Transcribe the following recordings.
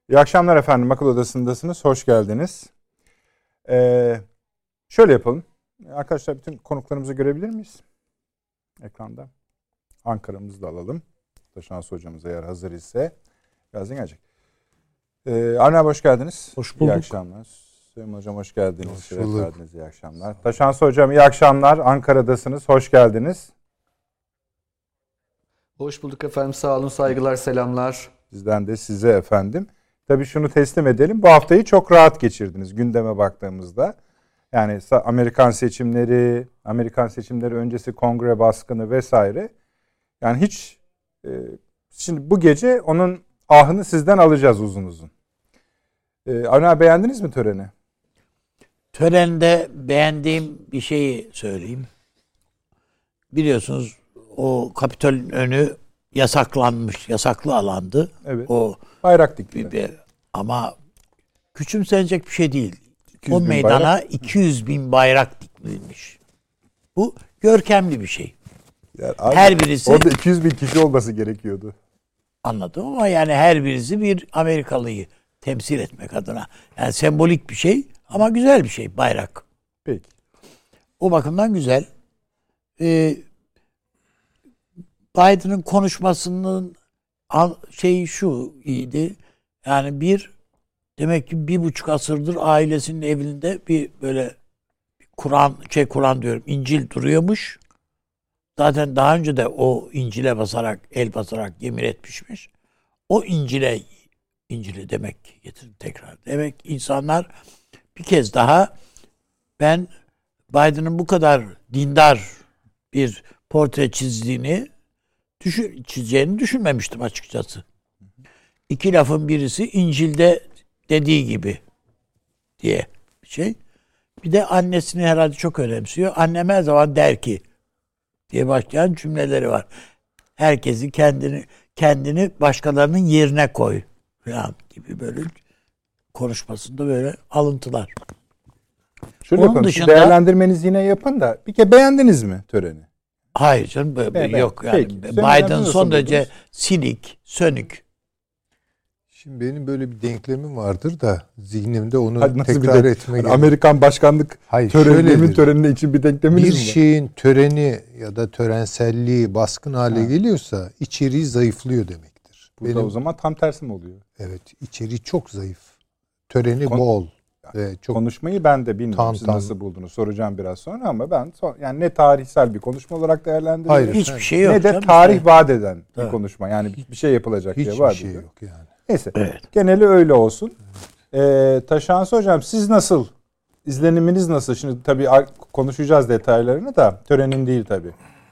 İyi akşamlar efendim. Akıl Odası'ndasınız. Hoş geldiniz. Şöyle yapalım. Arkadaşlar bütün konuklarımızı görebilir miyiz? Ekranda. Ankara'mızı da alalım. Taşans hocamız eğer hazır ise birazdan gelecek. Avni abi hoş geldiniz. Hoş bulduk. İyi akşamlar. Süleyman hocam hoş geldiniz. Hoş bulduk. Geldiniz. İyi akşamlar. Taşans hocam iyi akşamlar. Ankara'dasınız. Hoş geldiniz. Hoş bulduk efendim. Sağ olun. Saygılar, selamlar. Sizden de size efendim. Tabii şunu teslim edelim. Bu haftayı çok rahat geçirdiniz gündeme baktığımızda. Yani Amerikan seçimleri öncesi kongre baskını vesaire. Yani hiç şimdi bu gece onun ahını sizden alacağız uzun uzun. Avni beğendiniz mi töreni? Törende beğendiğim bir şeyi söyleyeyim. Biliyorsunuz o Kapitol'ün önü yasaklı alandı. Evet. O bayrak diktiler. Ama küçümsenecek bir şey değil. O meydana bayrak. 200 bin bayrak dikilmiş. Bu görkemli bir şey. Yani abi, her birisi orada 200 bin kişi olması gerekiyordu. Anladım ama yani her birisi bir Amerikalıyı temsil etmek adına. Yani sembolik bir şey ama güzel bir şey bayrak. Peki. O bakımdan güzel. Biden'ın konuşmasının şeyi şu iyiydi. Yani demek ki 1,5 asırdır ailesinin evinde bir böyle Kur'an diyorum, İncil duruyormuş. Zaten daha önce de o İncil'e el basarak yemin etmişmiş. O İncil'i demek getirdim tekrar. Demek insanlar bir kez daha ben Biden'ın bu kadar dindar bir portre çizeceğini düşünmemiştim açıkçası. İki lafın birisi İncil'de dediği gibi diye bir şey. Bir de annesini herhalde çok önemsiyor. Annem her zaman der ki diye başlayan cümleleri var. Herkesi kendini başkalarının yerine koy falan gibi böyle konuşmasında böyle alıntılar. Şöyle onun dışında değerlendirmenizi yine yapın da bir kere beğendiniz mi töreni? Hayır canım yok yani. Peki, Biden son derece sinik, sönük. Şimdi benim böyle bir denklemim vardır da zihnimde onu tekrar etme hani Amerikan başkanlık töreninin için bir denkleminiz mi var? Bir şeyin töreni ya da törenselliği baskın hale geliyorsa içeriği zayıflıyor demektir. Burada o zaman tam tersi mi oluyor? Evet, içeriği çok zayıf. Töreni bol. Çok konuşmayı ben de bilmiyorum. Siz nasıl buldunuz? Soracağım biraz sonra ama ben yani ne tarihsel bir konuşma olarak değerlendiriyorum. Hayır, hiçbir şey yok. Ne de tarih vaat eden bir konuşma. Yani bir şey yapılacak diye vaat ediyor. Hiçbir şey yok yani. Neyse. Evet. Geneli öyle olsun. Taşansı hocam siz nasıl? İzleniminiz nasıl? Şimdi tabii konuşacağız detaylarını da törenin değil tabii.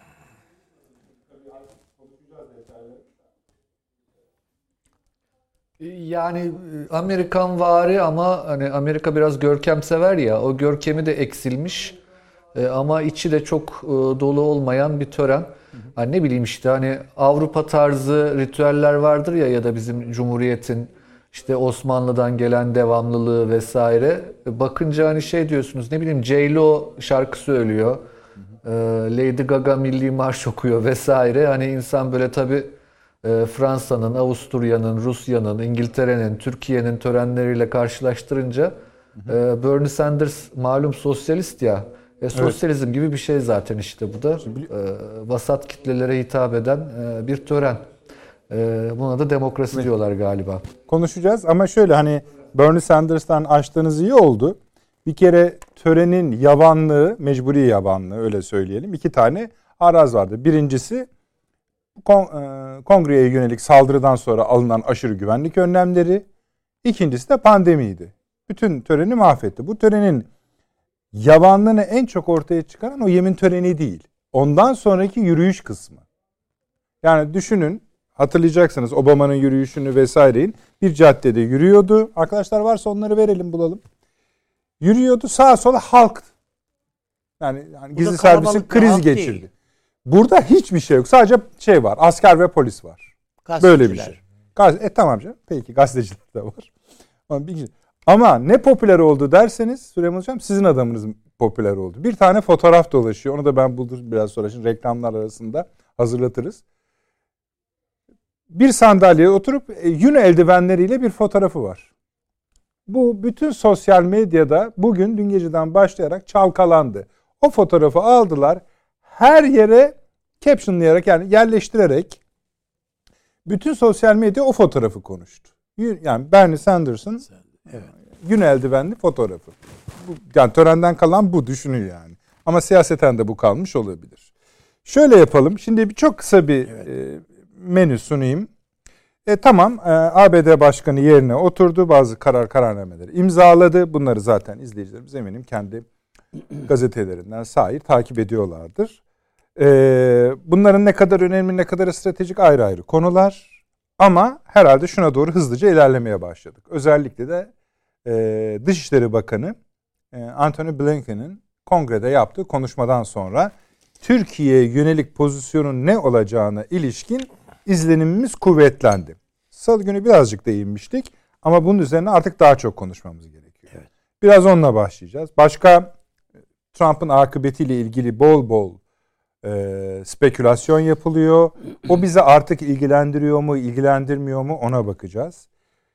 Yani Amerikanvari ama hani Amerika biraz görkem sever ya, o görkemi de eksilmiş ama içi de çok dolu olmayan bir tören. Hani ne bileyim işte hani Avrupa tarzı ritüeller vardır ya da bizim Cumhuriyet'in işte Osmanlı'dan gelen devamlılığı vesaire. Bakınca hani şey diyorsunuz, ne bileyim J.Lo şarkı söylüyor, Lady Gaga milli marş okuyor vesaire. Hani insan böyle tabii Fransa'nın, Avusturya'nın, Rusya'nın, İngiltere'nin, Türkiye'nin törenleriyle karşılaştırınca Bernie Sanders malum sosyalist ya. Sosyalizm gibi bir şey zaten işte bu da. Vasat kitlelere hitap eden bir tören. Buna da demokrasi diyorlar galiba. Konuşacağız ama şöyle hani Bernie Sanders'tan açtığınız iyi oldu. Bir kere törenin yavanlığı, mecburi yavanlığı öyle söyleyelim. 2 tane araz vardı. Birincisi kongreye yönelik saldırıdan sonra alınan aşırı güvenlik önlemleri. İkincisi de pandemiydi. Bütün töreni mahvetti. Bu törenin yavanlığını en çok ortaya çıkaran o yemin töreni değil. Ondan sonraki yürüyüş kısmı. Yani düşünün, hatırlayacaksınız Obama'nın yürüyüşünü vesaireyi. Bir caddede yürüyordu. Arkadaşlar varsa onları verelim, bulalım. Yürüyordu, sağa sola halk. Yani gizli servisi kriz geçirdi. Değil. Burada hiçbir şey yok. Sadece şey var. Asker ve polis var. Böyle bir şey. Tamam canım. Peki gazeteciler de var. Ama ne popüler oldu derseniz Süleyman Hocam sizin adamınız popüler oldu. Bir tane fotoğraf dolaşıyor. Onu da ben buldum biraz sonra. Şimdi reklamlar arasında hazırlatırız. bir sandalyeye oturup yün eldivenleriyle bir fotoğrafı var. Bu bütün sosyal medyada bugün dün geceden başlayarak çalkalandı. O fotoğrafı aldılar, her yere captionlayarak, yani yerleştirerek bütün sosyal medya o fotoğrafı konuştu. Yani Bernie Sanders'ın yün eldivenli fotoğrafı. Yani törenden kalan bu, düşünün yani. Ama siyaseten de bu kalmış olabilir. Şöyle yapalım. Şimdi çok kısa bir menü sunayım. Tamam, ABD Başkanı yerine oturdu. Bazı kararnameleri imzaladı. Bunları zaten izleyicilerimiz eminim kendi gazetelerinden sahip takip ediyorlardır. Bunların ne kadar önemli, ne kadar stratejik ayrı ayrı konular. Ama herhalde şuna doğru hızlıca ilerlemeye başladık. Özellikle de Dışişleri Bakanı Antony Blinken'in kongrede yaptığı konuşmadan sonra Türkiye'ye yönelik pozisyonun ne olacağına ilişkin izlenimimiz kuvvetlendi. Salı günü birazcık değinmiştik ama bunun üzerine artık daha çok konuşmamız gerekiyor. Evet. Biraz onunla başlayacağız. Başka, Trump'ın akıbetiyle ilgili bol bol spekülasyon yapılıyor. O bizi artık ilgilendiriyor mu, ilgilendirmiyor mu, ona bakacağız.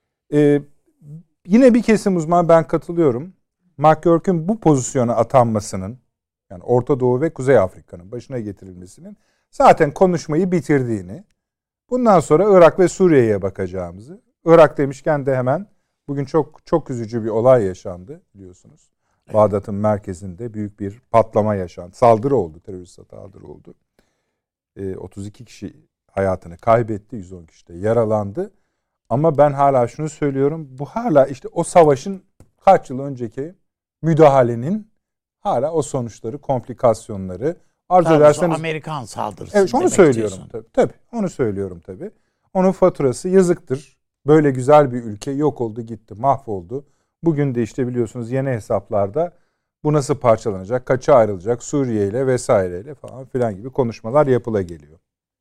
Yine bir kesim uzman, ben katılıyorum, McGurk'ün bu pozisyona atanmasının, yani Orta Doğu ve Kuzey Afrika'nın başına getirilmesinin zaten konuşmayı bitirdiğini, bundan sonra Irak ve Suriye'ye bakacağımızı, Irak demişken de hemen bugün çok üzücü bir olay yaşandı biliyorsunuz. Evet. Bağdat'ın merkezinde büyük bir patlama yaşandı. Saldırı oldu, terörist saldırı oldu. 32 kişi hayatını kaybetti, 110 kişi de yaralandı. Ama ben hala şunu söylüyorum, bu hala işte o savaşın kaç yıl önceki müdahalenin hala o sonuçları, komplikasyonları, arzu ederseniz Amerikan saldırısı. Evet, onu söylüyorum tabii. Onu söylüyorum tabii. Onun faturası yazıktır. Böyle güzel bir ülke yok oldu, gitti, mahvoldu. Bugün de işte biliyorsunuz yeni hesaplarda bu nasıl parçalanacak, kaça ayrılacak, Suriye ile vesaireyle falan filan gibi konuşmalar yapıla geliyor.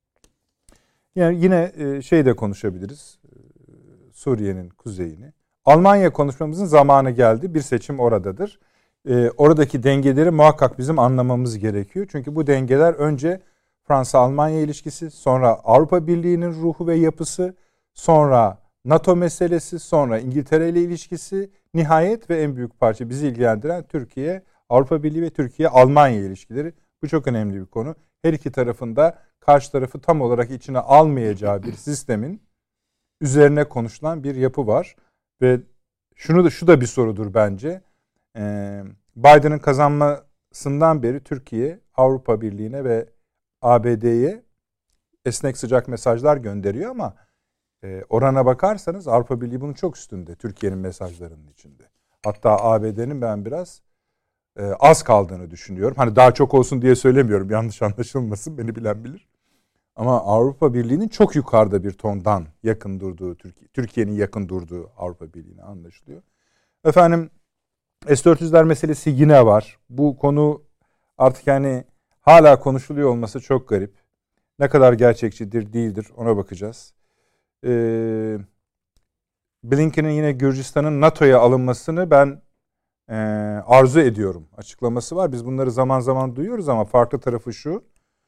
Yani yine şey de konuşabiliriz. Suriye'nin kuzeyini. Almanya konuşmamızın zamanı geldi. Bir seçim oradadır. Oradaki dengeleri muhakkak bizim anlamamız gerekiyor. Çünkü bu dengeler önce Fransa-Almanya ilişkisi, sonra Avrupa Birliği'nin ruhu ve yapısı, sonra NATO meselesi, sonra İngiltere ile ilişkisi, nihayet ve en büyük parça bizi ilgilendiren Türkiye, Avrupa Birliği ve Türkiye-Almanya ilişkileri. Bu çok önemli bir konu. Her iki tarafında karşı tarafı tam olarak içine almayacağı bir sistemin üzerine konuşulan bir yapı var. Ve şu da bir sorudur bence. Biden'ın kazanmasından beri Türkiye Avrupa Birliği'ne ve ABD'ye esnek sıcak mesajlar gönderiyor ama orana bakarsanız Avrupa Birliği bunun çok üstünde, Türkiye'nin mesajlarının içinde. Hatta ABD'nin ben biraz az kaldığını düşünüyorum. Hani daha çok olsun diye söylemiyorum, yanlış anlaşılmasın, beni bilen bilir. Ama Avrupa Birliği'nin çok yukarıda bir tondan yakın durduğu, Türkiye'nin yakın durduğu Avrupa Birliği'ne anlaşılıyor. Efendim, S-400'ler meselesi yine var. Bu konu artık yani hala konuşuluyor olması çok garip. Ne kadar gerçekçidir, değildir, ona bakacağız. Blinken'in yine Gürcistan'ın NATO'ya alınmasını ben arzu ediyorum açıklaması var. Biz bunları zaman zaman duyuyoruz ama farklı tarafı şu.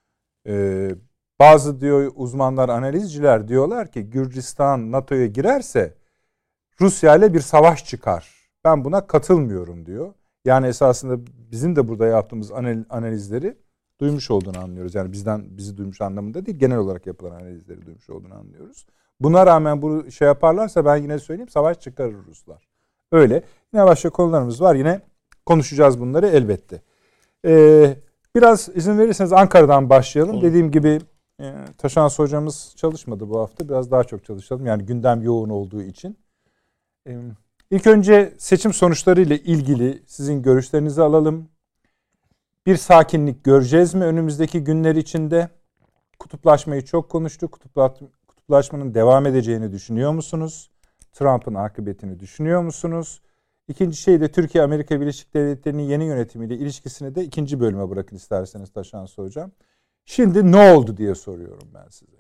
Bazı diyor uzmanlar, analizciler diyorlar ki Gürcistan NATO'ya girerse Rusya ile bir savaş çıkar. Ben buna katılmıyorum diyor. Yani esasında bizim de burada yaptığımız analizleri duymuş olduğunu anlıyoruz. Yani bizi duymuş anlamında değil, genel olarak yapılan analizleri duymuş olduğunu anlıyoruz. Buna rağmen bunu şey yaparlarsa ben yine söyleyeyim, savaş çıkarır Ruslar. Öyle. Yine başka konularımız var. Yine konuşacağız bunları elbette. Biraz izin verirseniz Ankara'dan başlayalım. Olur. Dediğim gibi Taşans hocamız çalışmadı bu hafta. Biraz daha çok çalışalım. Yani gündem yoğun olduğu için. İlk önce seçim sonuçları ile ilgili sizin görüşlerinizi alalım. Bir sakinlik göreceğiz mi önümüzdeki günler içinde? Kutuplaşmayı çok konuştuk. Kutuplaşmanın devam edeceğini düşünüyor musunuz? Trump'ın akıbetini düşünüyor musunuz? İkinci şey de Türkiye-Amerika Birleşik Devletleri'nin yeni yönetimiyle ilişkisini de ikinci bölüme bırakın isterseniz Taşans hocam. Şimdi ne oldu diye soruyorum ben size.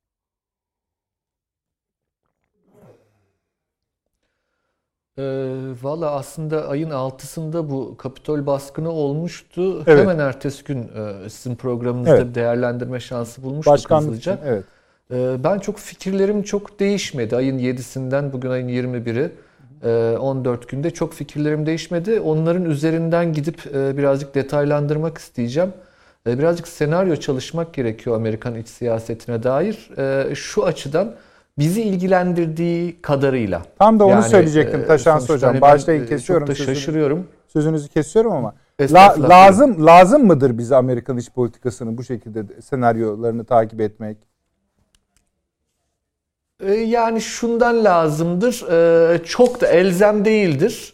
Valla aslında ayın 6'sında bu Kapitol baskını olmuştu. Evet. Hemen ertesi gün sizin programınızda değerlendirme şansı bulmuştuk hızlıca. Evet. Ben fikirlerim çok değişmedi. Ayın 7'sinden bugün ayın 21'i. 14 günde çok fikirlerim değişmedi. Onların üzerinden gidip birazcık detaylandırmak isteyeceğim. Birazcık senaryo çalışmak gerekiyor Amerikan iç siyasetine dair. Şu açıdan bizi ilgilendirdiği kadarıyla. Tam da onu söyleyecektim Taşansı Hocam. Hani Başlayın, kesiyorum. çok da şaşırıyorum. Sözünüzü kesiyorum ama Estağfurullah. lazım mıdır bize Amerikan iç politikasını bu şekilde senaryolarını takip etmek? Yani şundan lazımdır. Çok da elzem değildir.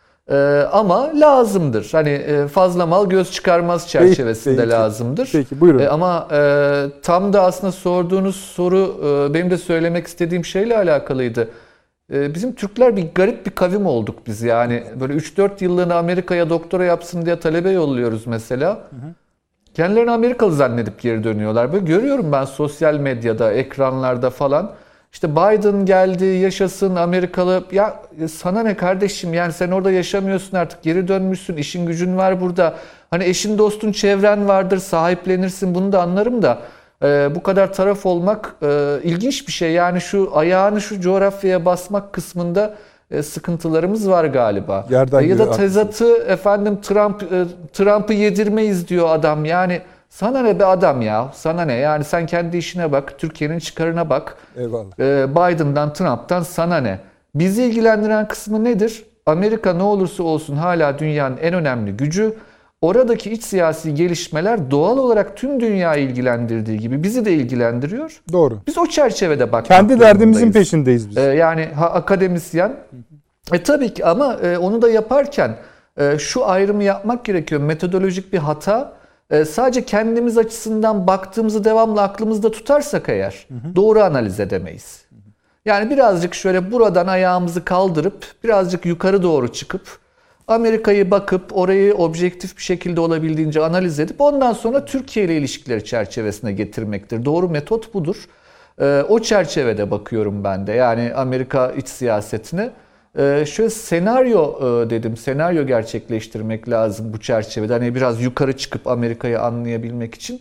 Ama lazımdır. Hani fazla mal göz çıkarmaz çerçevesinde peki. lazımdır. Peki, buyurun. Ama tam da aslında sorduğunuz soru benim de söylemek istediğim şeyle alakalıydı. Bizim Türkler garip bir kavim olduk biz yani. Böyle 3-4 yıllığına Amerika'ya doktora yapsın diye talebe yolluyoruz mesela. Kendilerini Amerikalı zannedip geri dönüyorlar. Böyle görüyorum ben sosyal medyada, ekranlarda falan. İşte Biden geldi, yaşasın Amerikalı. Ya sana ne kardeşim, yani sen orada yaşamıyorsun artık, geri dönmüşsün, işin gücün var burada. Hani eşin dostun çevren vardır, sahiplenirsin, bunu da anlarım da. Bu kadar taraf olmak ilginç bir şey. Yani şu ayağını şu coğrafyaya basmak kısmında sıkıntılarımız var galiba. Ya da tezatı efendim Trump'ı yedirmeyiz diyor adam. Yani sana ne be adam ya? Sana ne? Yani sen kendi işine bak, Türkiye'nin çıkarına bak. Eyvallah. Biden'dan, Trump'tan sana ne? Bizi ilgilendiren kısmı nedir? Amerika ne olursa olsun hala dünyanın en önemli gücü. Oradaki iç siyasi gelişmeler doğal olarak tüm dünyayı ilgilendirdiği gibi bizi de ilgilendiriyor. Doğru. Biz o çerçevede bakmak kendi derdimizin peşindeyiz biz. Yani akademisyen. Tabii ki ama onu da yaparken şu ayrımı yapmak gerekiyor. Metodolojik bir hata. Sadece kendimiz açısından baktığımızı devamlı aklımızda tutarsak eğer doğru analiz edemeyiz. Yani birazcık şöyle buradan ayağımızı kaldırıp birazcık yukarı doğru çıkıp Amerika'yı bakıp orayı objektif bir şekilde olabildiğince analiz edip ondan sonra Türkiye ile ilişkileri çerçevesine getirmektir. Doğru metot budur. O çerçevede bakıyorum ben de, yani Amerika iç siyasetine. Şöyle senaryo dedim, senaryo gerçekleştirmek lazım bu çerçevede. Hani biraz yukarı çıkıp Amerika'yı anlayabilmek için.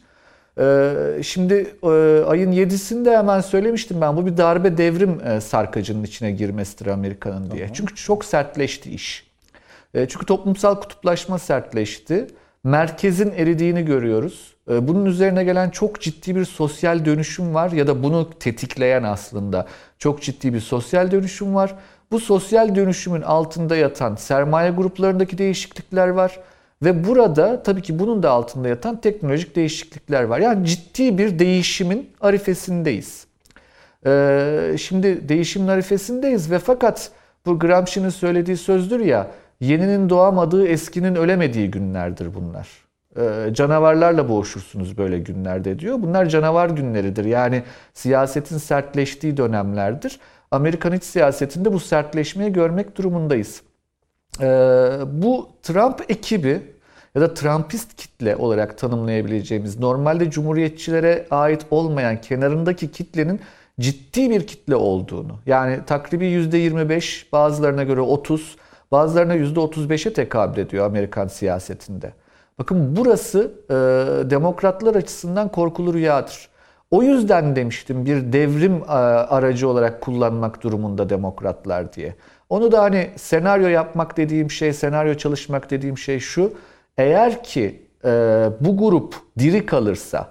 Şimdi ayın 7'sinde hemen söylemiştim ben, bu bir darbe devrim sarkacının içine girmesidir Amerika'nın diye. Tamam. Çünkü çok sertleşti iş. Çünkü toplumsal kutuplaşma sertleşti. Merkezin eridiğini görüyoruz. Bunun üzerine gelen çok ciddi bir sosyal dönüşüm var ya da bunu tetikleyen aslında çok ciddi bir sosyal dönüşüm var. Bu sosyal dönüşümün altında yatan sermaye gruplarındaki değişiklikler var. Ve burada tabii ki bunun da altında yatan teknolojik değişiklikler var. Yani ciddi bir değişimin arifesindeyiz. Şimdi değişimin arifesindeyiz ve fakat bu Gramsci'nin söylediği sözdür ya, yeninin doğamadığı, eskinin ölemediği günlerdir bunlar. Canavarlarla boğuşursunuz böyle günlerde diyor. Bunlar canavar günleridir. Yani siyasetin sertleştiği dönemlerdir. Amerikan iç siyasetinde bu sertleşmeyi görmek durumundayız. Bu Trump ekibi ya da Trumpist kitle olarak tanımlayabileceğimiz, normalde cumhuriyetçilere ait olmayan kenarındaki kitlenin ciddi bir kitle olduğunu, yani takribi %25, bazılarına göre 30, bazılarına %35'e tekabül ediyor Amerikan siyasetinde. Bakın burası demokratlar açısından korkulu rüyadır. O yüzden demiştim bir devrim aracı olarak kullanmak durumunda demokratlar diye. Onu da hani senaryo yapmak dediğim şey, senaryo çalışmak dediğim şey şu. Eğer ki bu grup diri kalırsa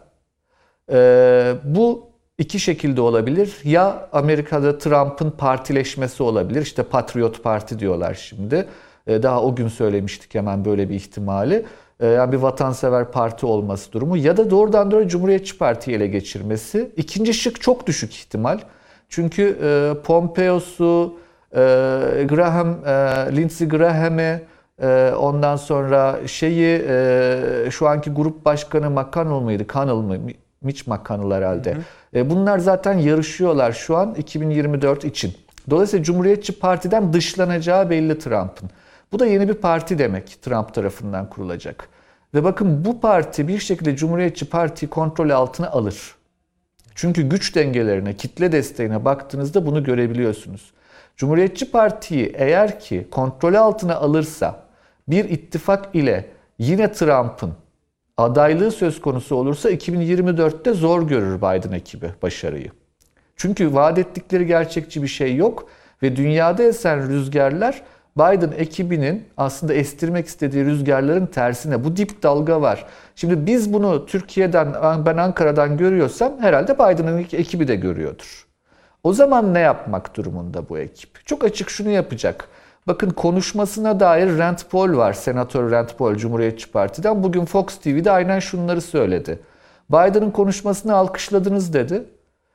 bu iki şekilde olabilir. Ya Amerika'da Trump'ın partileşmesi olabilir. İşte Patriot Parti diyorlar şimdi. Daha o gün söylemiştik hemen böyle bir ihtimali. Yani bir vatansever parti olması durumu. Ya da doğrudan doğruya Cumhuriyetçi Parti'yi ele geçirmesi. İkinci şık çok düşük ihtimal. Çünkü Pompeo'su, Lindsey Graham'ı, ondan sonra şu anki grup başkanı McConnell mıydı? Mitch McConnell herhalde. Bunlar zaten yarışıyorlar şu an 2024 için. Dolayısıyla Cumhuriyetçi Parti'den dışlanacağı belli Trump'ın. Bu da yeni bir parti demek, Trump tarafından kurulacak. Ve bakın bu parti bir şekilde Cumhuriyetçi Parti'yi kontrol altına alır. Çünkü güç dengelerine, kitle desteğine baktığınızda bunu görebiliyorsunuz. Cumhuriyetçi Parti'yi eğer ki kontrol altına alırsa bir ittifak ile yine Trump'ın adaylığı söz konusu olursa 2024'te zor görür Biden ekibi başarıyı. Çünkü vaat ettikleri gerçekçi bir şey yok ve dünyada esen rüzgarlar Biden ekibinin aslında estirmek istediği rüzgarların tersine. Bu dip dalga var. Şimdi biz bunu Türkiye'den, ben Ankara'dan görüyorsam herhalde Biden'ın ekibi de görüyordur. O zaman ne yapmak durumunda bu ekip? Çok açık şunu yapacak. Bakın konuşmasına dair Rand Paul var. Senatör Rand Paul Cumhuriyetçi Parti'den. Bugün Fox TV'de aynen şunları söyledi. Biden'ın konuşmasını alkışladınız dedi.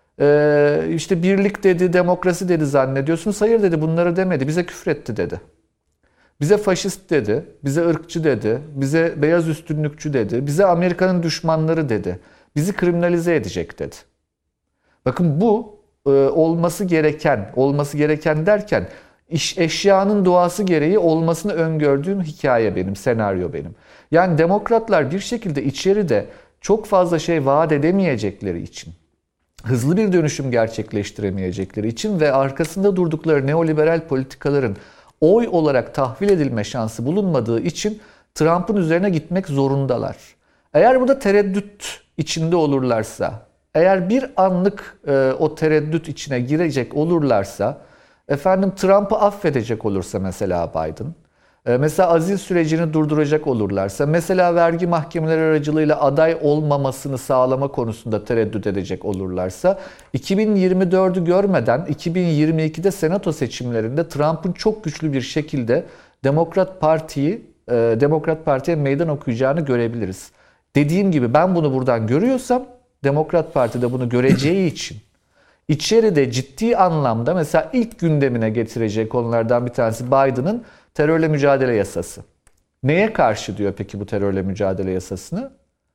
İşte birlik dedi, demokrasi dedi zannediyorsunuz. Hayır dedi, bunları demedi. Bize küfretti dedi. Bize faşist dedi, bize ırkçı dedi, bize beyaz üstünlükçü dedi, bize Amerika'nın düşmanları dedi. Bizi kriminalize edecek dedi. Bakın bu olması gereken derken eşyanın doğası gereği olmasını öngördüğüm hikaye benim, senaryo benim. Yani demokratlar bir şekilde içeride çok fazla şey vaat edemeyecekleri için, hızlı bir dönüşüm gerçekleştiremeyecekleri için ve arkasında durdukları neoliberal politikaların oy olarak tahvil edilme şansı bulunmadığı için Trump'ın üzerine gitmek zorundalar. Eğer burada tereddüt içinde olurlarsa, eğer bir anlık o tereddüt içine girecek olurlarsa, Trump'ı affedecek olursa mesela Biden, mesela azil sürecini durduracak olurlarsa, mesela vergi mahkemeleri aracılığıyla aday olmamasını sağlama konusunda tereddüt edecek olurlarsa, 2024'ü görmeden 2022'de senato seçimlerinde Trump'ın çok güçlü bir şekilde Demokrat Parti'ye meydan okuyacağını görebiliriz. Dediğim gibi ben bunu buradan görüyorsam, Demokrat Parti de bunu göreceği için içeride ciddi anlamda mesela ilk gündemine getireceği konulardan bir tanesi Biden'ın terörle mücadele yasası. Neye karşı diyor peki bu terörle mücadele yasasını?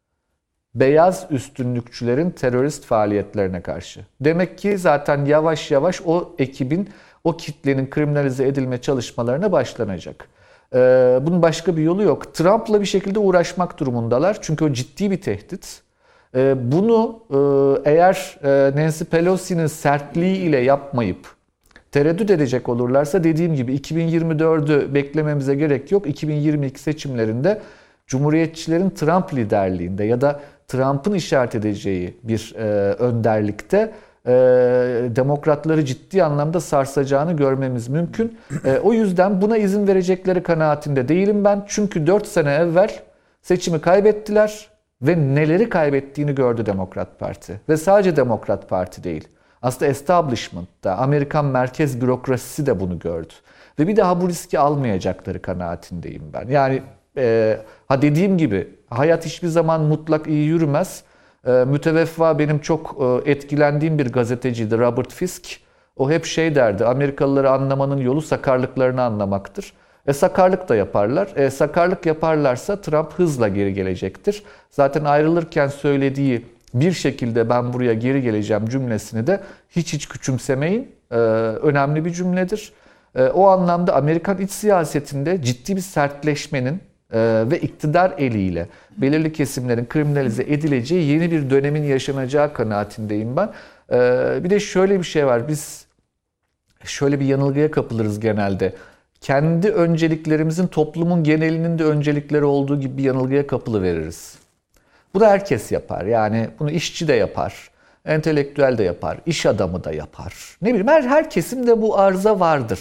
Beyaz üstünlükçülerin terörist faaliyetlerine karşı. Demek ki zaten yavaş yavaş o ekibin, o kitlenin kriminalize edilme çalışmalarına başlanacak. Bunun başka bir yolu yok. Trump'la bir şekilde uğraşmak durumundalar. Çünkü o ciddi bir tehdit. Bunu eğer Nancy Pelosi'nin sertliği ile yapmayıp tereddüt edecek olurlarsa dediğim gibi 2024'ü beklememize gerek yok. 2022 seçimlerinde Cumhuriyetçilerin Trump liderliğinde ya da Trump'ın işaret edeceği bir önderlikte demokratları ciddi anlamda sarsacağını görmemiz mümkün. O yüzden buna izin verecekleri kanaatinde değilim ben. Çünkü 4 sene evvel seçimi kaybettiler ve neleri kaybettiğini gördü Demokrat Parti. Ve sadece Demokrat Parti değil. Aslında establishment'ta, Amerikan merkez bürokrasisi de bunu gördü. Ve bir daha bu riski almayacakları kanaatindeyim ben. Yani dediğim gibi hayat hiçbir zaman mutlak iyi yürümez. Müteveffa benim çok etkilendiğim bir gazeteciydi Robert Fisk. O hep şey derdi, Amerikalıları anlamanın yolu sakarlıklarını anlamaktır. Sakarlık da yaparlar. Sakarlık yaparlarsa Trump hızla geri gelecektir. Zaten ayrılırken söylediği bir şekilde ben buraya geri geleceğim cümlesini de hiç küçümsemeyin. Önemli bir cümledir. O anlamda Amerikan iç siyasetinde ciddi bir sertleşmenin ve iktidar eliyle belirli kesimlerin kriminalize edileceği yeni bir dönemin yaşanacağı kanaatindeyim ben. Bir de şöyle bir şey var. Biz şöyle bir yanılgıya kapılırız genelde. Kendi önceliklerimizin toplumun genelinin de öncelikleri olduğu gibi bir yanılgıya kapılıveririz. Bunu herkes yapar. Yani bunu işçi de yapar, entelektüel de yapar, iş adamı da yapar. Ne bileyim her kesimde bu arıza vardır.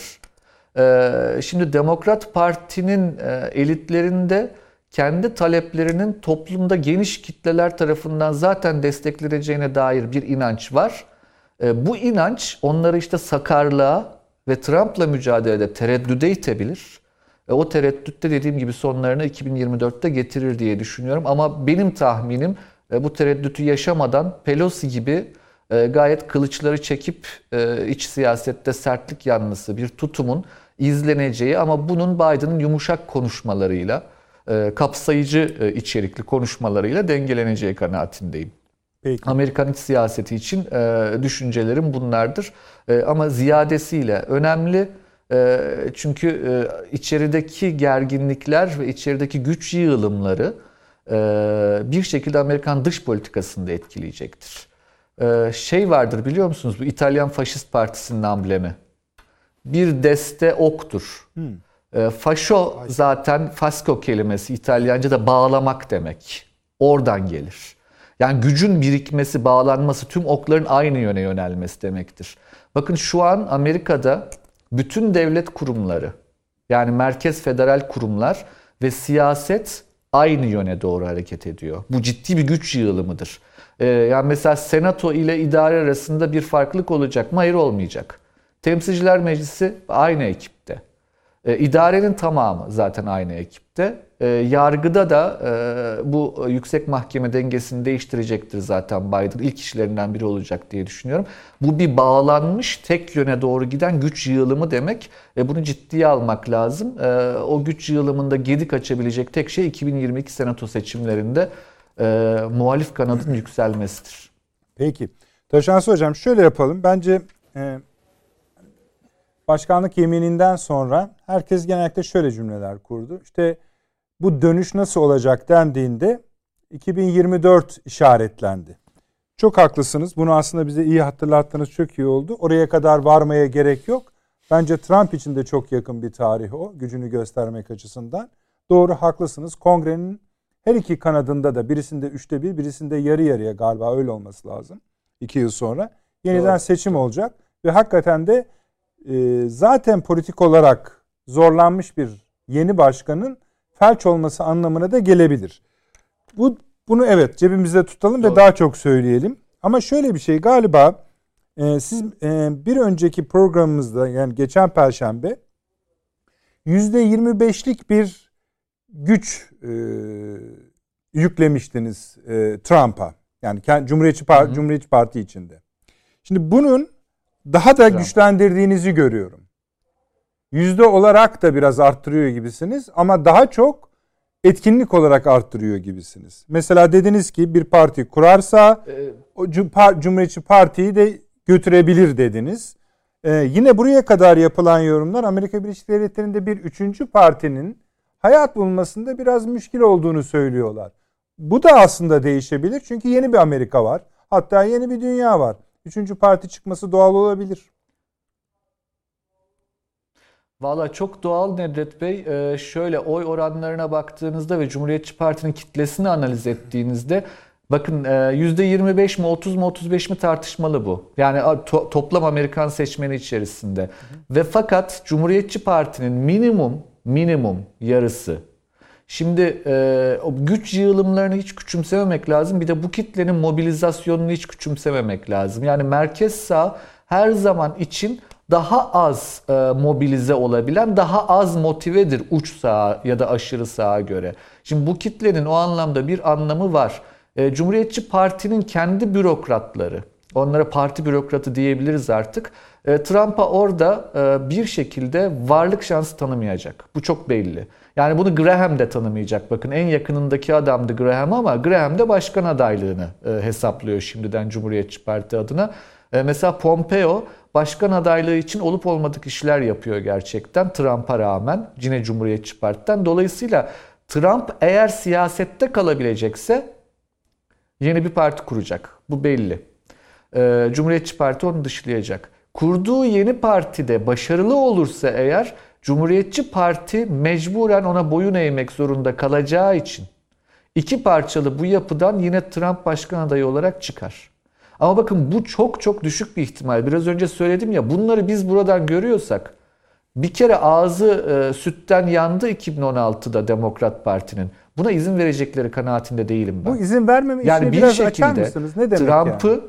Şimdi Demokrat Parti'nin elitlerinde kendi taleplerinin toplumda geniş kitleler tarafından zaten destekleneceğine dair bir inanç var. Bu inanç onları işte sakarlığa ve Trump'la mücadelede tereddüde itebilir. O tereddütte dediğim gibi sonlarını 2024'te getirir diye düşünüyorum. Ama benim tahminim bu tereddütü yaşamadan Pelosi gibi gayet kılıçları çekip iç siyasette sertlik yanlısı bir tutumun izleneceği ama bunun Biden'ın yumuşak konuşmalarıyla, kapsayıcı içerikli konuşmalarıyla dengeleneceği kanaatindeyim. Peki. Amerikan iç siyaseti için düşüncelerim bunlardır. Ama ziyadesiyle önemli. Çünkü içerideki gerginlikler ve içerideki güç yığılımları bir şekilde Amerikan dış politikasını da etkileyecektir. Şey vardır biliyor musunuz? Bu İtalyan Faşist Partisi'nin amblemi. Bir deste oktur. Fascio zaten fasco kelimesi İtalyanca'da bağlamak demek. Oradan gelir. Yani gücün birikmesi, bağlanması, tüm okların aynı yöne yönelmesi demektir. Bakın şu an Amerika'da bütün devlet kurumları, yani merkez federal kurumlar ve siyaset aynı yöne doğru hareket ediyor. Bu ciddi bir güç yığılımıdır. Yani mesela senato ile idare arasında bir farklılık olacak mı? Hayır, olmayacak. Temsilciler Meclisi aynı ekipte. İdarenin tamamı zaten aynı ekipte. Yargıda da bu yüksek mahkeme dengesini değiştirecektir zaten Biden. İlk işlerinden biri olacak diye düşünüyorum. Bu bir bağlanmış, tek yöne doğru giden güç yığılımı demek. Bunu ciddiye almak lazım. O güç yığılımında gedik açabilecek tek şey 2022 senato seçimlerinde muhalif kanadın yükselmesidir. Peki. Taşansı Hocam şöyle yapalım. Bence başkanlık yemininden sonra herkes genellikle şöyle cümleler kurdu. İşte bu dönüş nasıl olacak dendiğinde 2024 işaretlendi. Çok haklısınız. Bunu aslında bize iyi hatırlattınız. Çok iyi oldu. Oraya kadar varmaya gerek yok. Bence Trump için de çok yakın bir tarih o. Gücünü göstermek açısından. Doğru, haklısınız. Kongrenin her iki kanadında da, birisinde 1/3, birisinde yarı yarıya, galiba öyle olması lazım. 2 yıl sonra yeniden seçim olacak. Ve hakikaten de zaten politik olarak zorlanmış bir yeni başkanın felç olması anlamına da gelebilir. Bunu evet cebimizde tutalım ve daha çok söyleyelim. Ama şöyle bir şey galiba siz bir önceki programımızda, yani geçen Perşembe, %25'lik bir güç yüklemiştiniz Trump'a. Yani Cumhuriyetçi Parti içinde. Şimdi bunun daha da güçlendirdiğinizi görüyorum. Yüzde olarak da biraz arttırıyor gibisiniz ama daha çok etkinlik olarak arttırıyor gibisiniz. Mesela dediniz ki bir parti kurarsa o Cumhuriyetçi Parti'yi de götürebilir dediniz. Yine buraya kadar yapılan yorumlar Amerika Birleşik Devletleri'nde bir üçüncü partinin hayat bulmasında biraz müşkil olduğunu söylüyorlar. Bu da aslında değişebilir çünkü yeni bir Amerika var. Hatta yeni bir dünya var. Üçüncü parti çıkması doğal olabilir. Valla çok doğal Nedret Bey. Şöyle oy oranlarına baktığınızda ve Cumhuriyetçi Parti'nin kitlesini analiz ettiğinizde bakın %25 mi 30 mu 35 mi tartışmalı bu. Yani toplam Amerikan seçmeni içerisinde. Ve fakat Cumhuriyetçi Parti'nin minimum yarısı. Şimdi o güç yığılımlarını hiç küçümsememek lazım. Bir de bu kitlenin mobilizasyonunu hiç küçümsememek lazım. Yani merkez sağ her zaman için daha az mobilize olabilen, daha az motivedir uç sağa ya da aşırı sağa göre. Şimdi bu kitlenin o anlamda bir anlamı var. Cumhuriyetçi Parti'nin kendi bürokratları, onlara parti bürokratı diyebiliriz artık, Trump'a orada bir şekilde varlık şansı tanımayacak. Bu çok belli. Yani bunu Graham de tanımayacak. Bakın en yakınındaki adamdı Graham ama Graham de başkan adaylığını hesaplıyor şimdiden Cumhuriyetçi Parti adına. Mesela Pompeo başkan adaylığı için olup olmadık işler yapıyor gerçekten Trump'a rağmen yine Cumhuriyetçi Parti'den. Dolayısıyla Trump eğer siyasette kalabilecekse yeni bir parti kuracak. Bu belli. Cumhuriyetçi Parti onu dışlayacak. Kurduğu yeni partide başarılı olursa eğer Cumhuriyetçi Parti mecburen ona boyun eğmek zorunda kalacağı için iki parçalı bu yapıdan yine Trump başkan adayı olarak çıkar. Ama bakın bu çok çok düşük bir ihtimal. Biraz önce söyledim ya, bunları biz buradan görüyorsak bir kere ağzı sütten yandı 2016'da Demokrat Parti'nin. Buna izin verecekleri kanaatinde değilim ben. Bu izin vermeme yani işini biraz açar mısınız? Ne demek Trump'ı yani?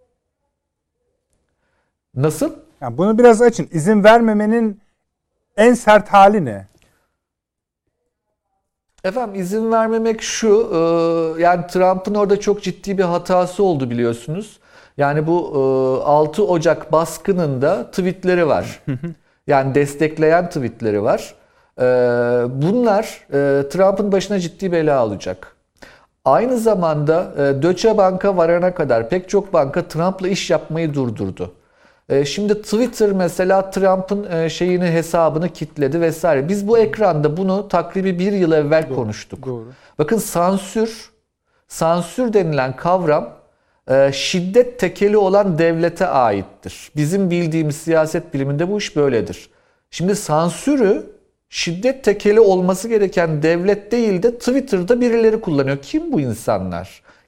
Nasıl? Yani bunu biraz açın. İzin vermemenin en sert hali ne? Efendim izin vermemek şu, yani Trump'ın orada çok ciddi bir hatası oldu biliyorsunuz. Yani bu 6 Ocak baskınında tweetleri var. Yani destekleyen tweetleri var. Bunlar Trump'ın başına ciddi bela alacak. Aynı zamanda Deutsche Bank'a varana kadar pek çok banka Trump'la iş yapmayı durdurdu. Şimdi Twitter mesela Trump'ın hesabını kilitledi vesaire. Biz bu ekranda bunu takribi 1 yıl evvel konuştuk. Doğru. Bakın sansür denilen kavram şiddet tekeli olan devlete aittir. Bizim bildiğimiz siyaset biliminde bu iş böyledir. Şimdi sansürü şiddet tekeli olması gereken devlet değil de Twitter'da birileri kullanıyor. Kim bu insanlar?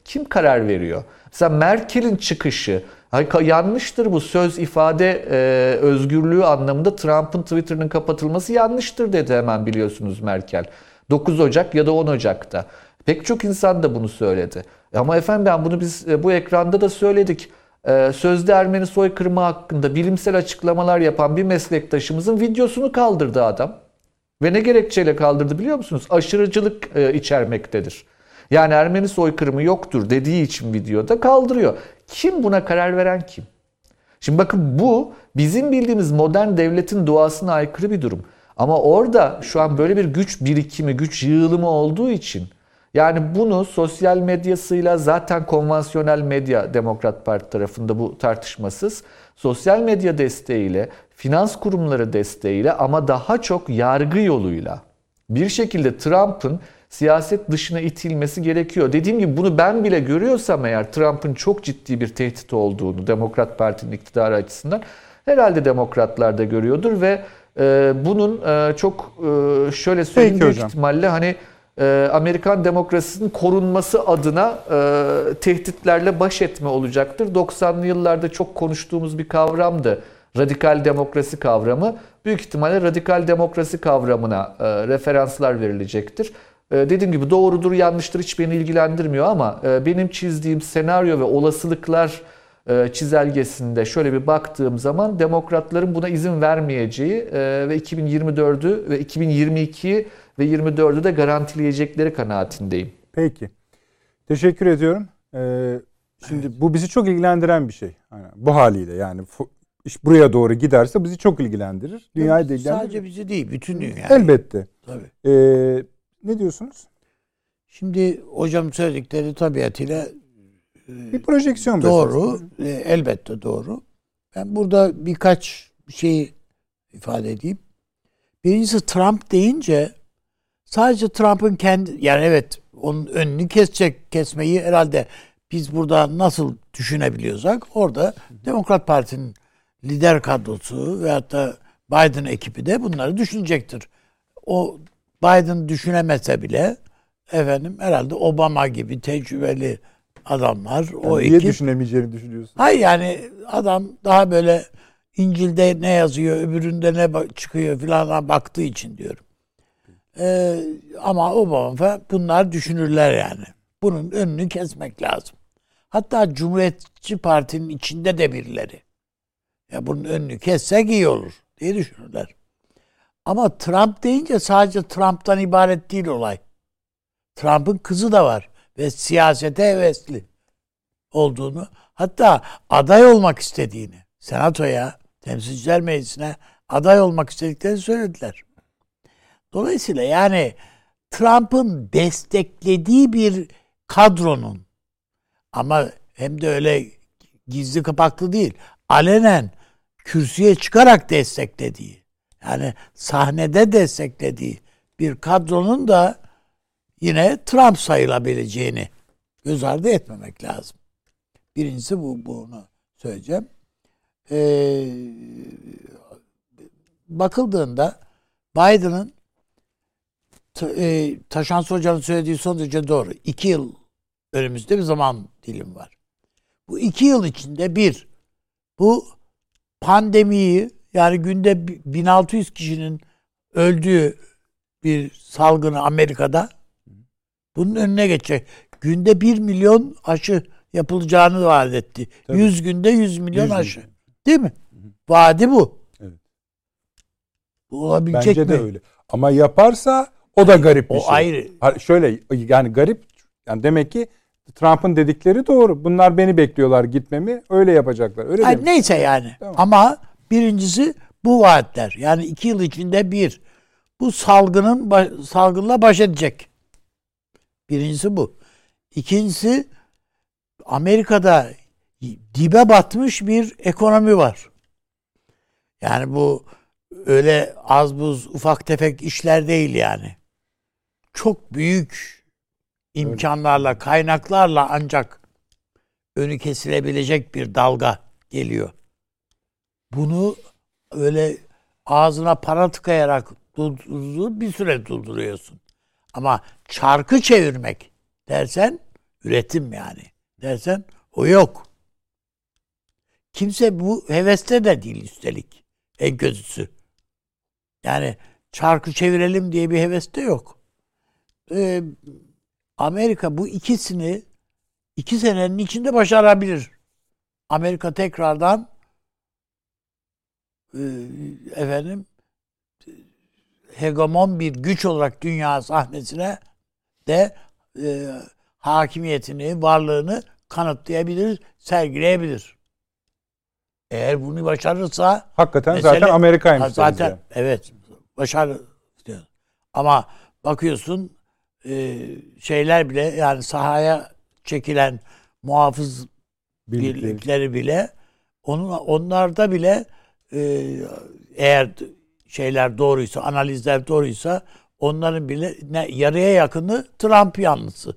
Kim karar veriyor? Mesela Merkel'in çıkışı, yanlıştır bu söz ifade özgürlüğü anlamında Trump'ın Twitter'ının kapatılması yanlıştır dedi hemen biliyorsunuz Merkel. 9 Ocak ya da 10 Ocak'ta. Pek çok insan da bunu söyledi. Ama efendim ben bunu biz bu ekranda da söyledik. Sözde Ermeni soykırımı hakkında bilimsel açıklamalar yapan bir meslektaşımızın videosunu kaldırdı adam. Ve ne gerekçeyle kaldırdı biliyor musunuz? Aşırıcılık içermektedir. Yani Ermeni soykırımı yoktur dediği için videoda kaldırıyor. Kim buna karar veren kim? Şimdi bakın bu bizim bildiğimiz modern devletin doğasına aykırı bir durum. Ama orada şu an böyle bir güç birikimi, güç yığılımı olduğu için yani bunu sosyal medyasıyla zaten konvansiyonel medya Demokrat Parti tarafında bu tartışmasız. Sosyal medya desteğiyle, finans kurumları desteğiyle ama daha çok yargı yoluyla bir şekilde Trump'ın siyaset dışına itilmesi gerekiyor. Dediğim gibi bunu ben bile görüyorsam eğer Trump'ın çok ciddi bir tehdit olduğunu Demokrat Parti'nin iktidarı açısından herhalde demokratlar da görüyordur ve bunun çok şöyle söyleyeyim büyük ihtimalle hani Amerikan demokrasisinin korunması adına tehditlerle baş etme olacaktır. 90'lı yıllarda çok konuştuğumuz bir kavramdı. Radikal demokrasi kavramı. Büyük ihtimalle radikal demokrasi kavramına referanslar verilecektir. Dediğim gibi doğrudur yanlıştır hiç beni ilgilendirmiyor ama benim çizdiğim senaryo ve olasılıklar çizelgesinde şöyle bir baktığım zaman demokratların buna izin vermeyeceği ve 2024'ü ve 2022'yi ve 24'ü de garantileyecekleri kanaatindeyim. Peki. Teşekkür ediyorum. Şimdi bu bizi çok ilgilendiren bir şey. Bu haliyle yani iş buraya doğru giderse bizi çok ilgilendirir. Dünyayı da ilgilendirir. Sadece bizi değil, bütün dünya. Elbette. Tabii. Ne diyorsunuz? Şimdi hocam söyledikleri tabiatıyla bir projeksiyon doğru. Elbette doğru. Ben burada birkaç şeyi ifade edeyim. Birincisi Trump deyince sadece Trump'ın kendi yani evet onun önünü kesmeyi herhalde biz burada nasıl düşünebiliyorsak orada Demokrat Parti'nin lider kadrosu veyahut da Biden ekibi de bunları düşünecektir. O Biden düşünemese bile efendim herhalde Obama gibi tecrübeli adamlar yani o niye ekip. Niye düşünemeyeceğini düşünüyorsun? Hayır yani adam daha böyle İncil'de ne yazıyor öbüründe ne çıkıyor filan baktığı için diyorum. Ama Obama falan bunlar düşünürler yani. Bunun önünü kesmek lazım. Hatta Cumhuriyetçi Parti'nin içinde de birileri. Ya bunun önünü kessek iyi olur diye düşünürler. Ama Trump deyince sadece Trump'tan ibaret değil olay. Trump'ın kızı da var ve siyasete hevesli olduğunu, hatta aday olmak istediğini, senatoya, temsilciler meclisine aday olmak istediklerini söylediler. Dolayısıyla yani Trump'ın desteklediği bir kadronun ama hem de öyle gizli kapaklı değil, alenen kürsüye çıkarak desteklediği, yani sahnede desteklediği bir kadronun da yine Trump sayılabileceğini göz ardı etmemek lazım. Birincisi bunu söyleyeceğim. Bakıldığında Biden'ın Taşansı Hoca'nın söylediği son derece doğru. 2 yıl önümüzde bir zaman dilimi var. Bu 2 yıl içinde bu pandemiyi yani günde 1600 kişinin öldüğü bir salgını Amerika'da bunun önüne geçecek. Günde 1 milyon aşı yapılacağını vaat etti. Tabii. 100 günde 100 milyon aşı. Değil mi? Vaadi bu. Evet. Bu olabilecek Bence mi? de öyle. Ama yaparsa o da garip bir şey. O ayrı. Şöyle yani garip yani demek ki Trump'ın dedikleri doğru. Bunlar beni bekliyorlar gitmemi. Öyle yapacaklar. Öyle yani neyse yani. Tamam. Ama birincisi bu vaatler. Yani 2 yıl içinde bu salgınla baş edecek. Birincisi bu. İkincisi Amerika'da dibe batmış bir ekonomi var. Yani bu öyle az buz ufak tefek işler değil yani. Çok büyük imkanlarla, kaynaklarla ancak önü kesilebilecek bir dalga geliyor. Bunu öyle ağzına para tıkayarak bir süre durduruyorsun. Ama çarkı çevirmek dersen üretim yani dersen o yok. Kimse bu heveste de değil üstelik. En kötüsü. Yani çarkı çevirelim diye bir heveste yok. Amerika bu ikisini 2 senenin içinde başarabilir. Amerika tekrardan hegemon bir güç olarak dünya sahnesine de hakimiyetini, varlığını kanıtlayabilir, sergileyebilir. Eğer bunu başarırsa hakikaten zaten Amerika'ymış. Zaten yani. Evet. Başarı diyor. Ama bakıyorsun şeyler bile yani sahaya çekilen muhafız birlikleri bile onlarda bile eğer şeyler doğruysa, analizler doğruysa onların bile yarıya yakını Trump yanlısı.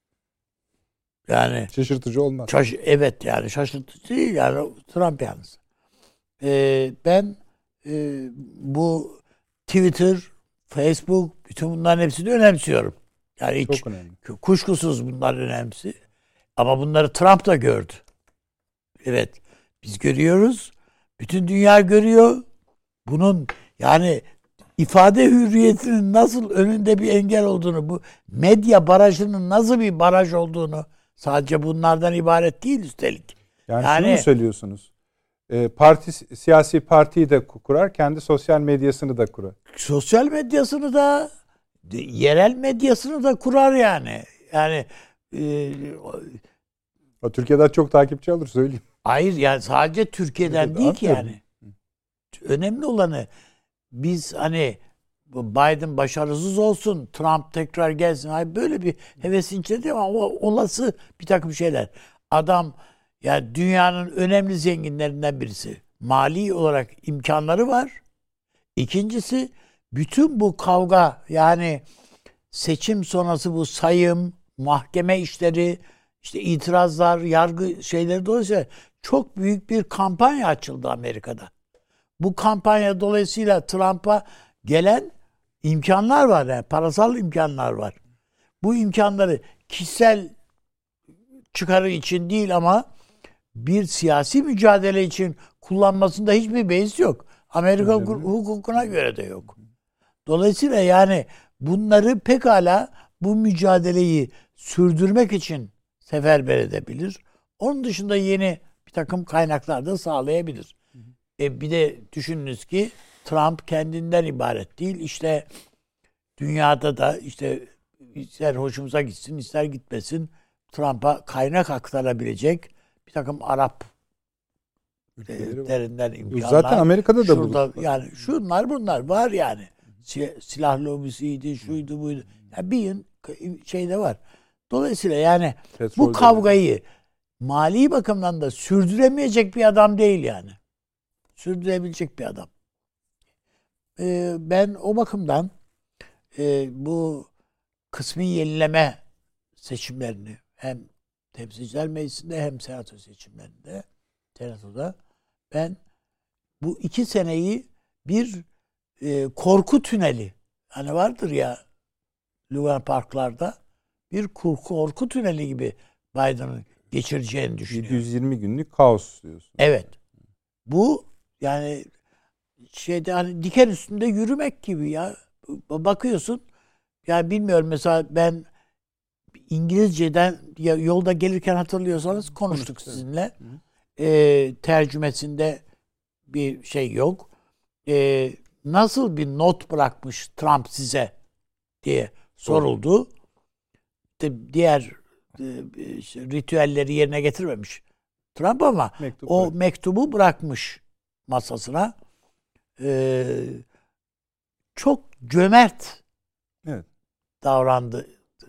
Yani şaşırtıcı olmaz. Evet yani şaşırtıcı değil yani Trump yanlısı. Ben bu Twitter, Facebook bütün bunların hepsini önemsiyorum. Yani hiç kuşkusuz bunlar önemli. Ama bunları Trump da gördü. Evet. Biz görüyoruz. Bütün dünya görüyor. Bunun yani ifade hürriyetinin nasıl önünde bir engel olduğunu, bu medya barajının nasıl bir baraj olduğunu sadece bunlardan ibaret değil üstelik. Yani şunu mu söylüyorsunuz? Siyasi partiyi de kurar, kendi sosyal medyasını da kurar. Sosyal medyasını da, yerel medyasını da kurar yani. Yani Türkiye'den çok takipçi alır söyleyeyim. Hayır yani sadece Türkiye'den değil ki yani. Önemli olanı biz hani Biden başarısız olsun, Trump tekrar gelsin. Hayır, böyle bir hevesin içinde değil ama olası bir takım şeyler. Adam yani dünyanın önemli zenginlerinden birisi. Mali olarak imkanları var. İkincisi bütün bu kavga yani seçim sonrası bu sayım, mahkeme işleri, işte itirazlar, yargı şeyleri dolayısıyla çok büyük bir kampanya açıldı Amerika'da. Bu kampanya dolayısıyla Trump'a gelen imkanlar var yani parasal imkanlar var. Bu imkanları kişisel çıkarı için değil ama bir siyasi mücadele için kullanmasında hiçbir beis yok. Amerika hukukuna göre de yok. Dolayısıyla yani bunları pekala bu mücadeleyi sürdürmek için seferber edebilir. Onun dışında yeni bir takım kaynaklar da sağlayabilir. Bir de düşününüz ki Trump kendinden ibaret değil. İşte dünyada da işte ister hoşumuza gitsin ister gitmesin Trump'a kaynak aktarabilecek bir takım Arap ülkelerinden imkanlar. Zaten Amerika'da da şurada, yani şunlar bunlar var yani. Silah lobisiydi, şuydu buydu. Yani bir şey de var. Dolayısıyla yani bu kavgayı mali bakımdan da sürdüremeyecek bir adam değil yani. Sürdürebilecek bir adam. Ben o bakımdan bu kısmi yenileme seçimlerini hem Temsilciler Meclisi'nde hem Senato seçimlerinde Senato'da ben bu 2 seneyi bir korku tüneli hani vardır ya Luna Parklarda bir korku tüneli gibi Biden'ın geçireceğini düşünüyorum. 720 günlük kaos diyorsun. Evet. Bu yani hani diken üstünde yürümek gibi ya. Bakıyorsun yani bilmiyorum mesela ben İngilizceden yolda gelirken hatırlıyorsanız konuştuk sizinle. Tercümesinde bir şey yok. Nasıl bir not bırakmış Trump size diye soruldu. Diğer ritüelleri yerine getirmemiş Trump ama mektubu bırakmış masasına. Çok cömert davrandı.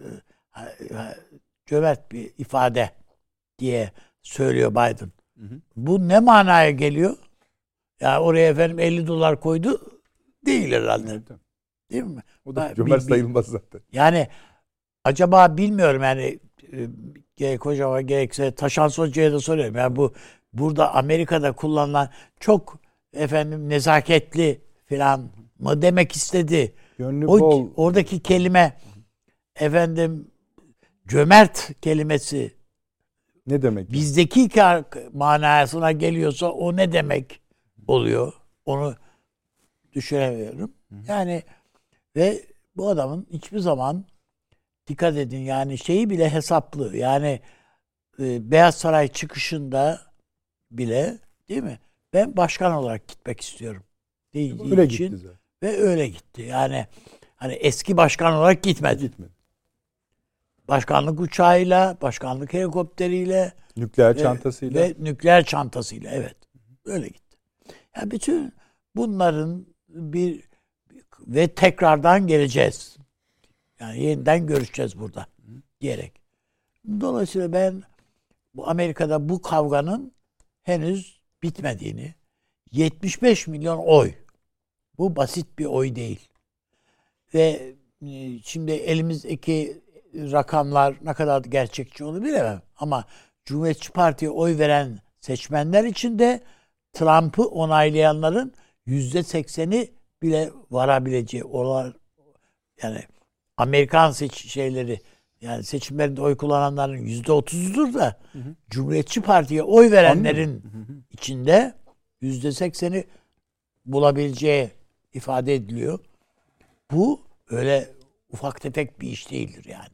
Cömert bir ifade diye söylüyor Biden. Bu ne manaya geliyor? Ya oraya efendim $50 koydu değil herhalde. Evet. Değil mi? O da cömert sayılmaz zaten. Yani acaba bilmiyorum yani gerek hocama gerekse Taşans Hoca'ya da soruyorum. Yani burada Amerika'da kullanılan çok efendim nezaketli falan mı demek istedi? Gönlü bol. Oradaki kelime efendim cömert kelimesi Ne demek? bizdeki manasına geliyorsa o ne demek oluyor? Onu düşünemiyorum. Yani ve bu adamın hiçbir zaman, dikkat edin yani, şeyi bile hesaplı. Yani Beyaz Saray çıkışında bile, değil mi? Ben başkan olarak gitmek istiyorum diyeceği Öyle için gitti zaten. ve öyle gitti. Yani hani eski başkan olarak gitmedi. Başkanlık uçağıyla, başkanlık helikopteriyle, Nükleer çantasıyla. ve nükleer çantasıyla, evet. Öyle gitti. Yani bütün bunların ve tekrardan geleceğiz. Yani yeniden görüşeceğiz burada diyerek. Dolayısıyla ben bu Amerika'da bu kavganın henüz bitmediğini, 75 milyon oy, bu basit bir oy değil. Ve şimdi elimizdeki rakamlar ne kadar gerçekçi olur bilemem. Ama Cumhuriyetçi Parti'ye oy veren seçmenler içinde Trump'ı onaylayanların %80'i bile varabileceği yani Amerikan yani seçimlerinde oy kullananların %30'udur da Cumhuriyetçi Parti'ye oy verenlerin içinde %80'i bulabileceği ifade ediliyor. Bu öyle ufak tefek bir iş değildir yani.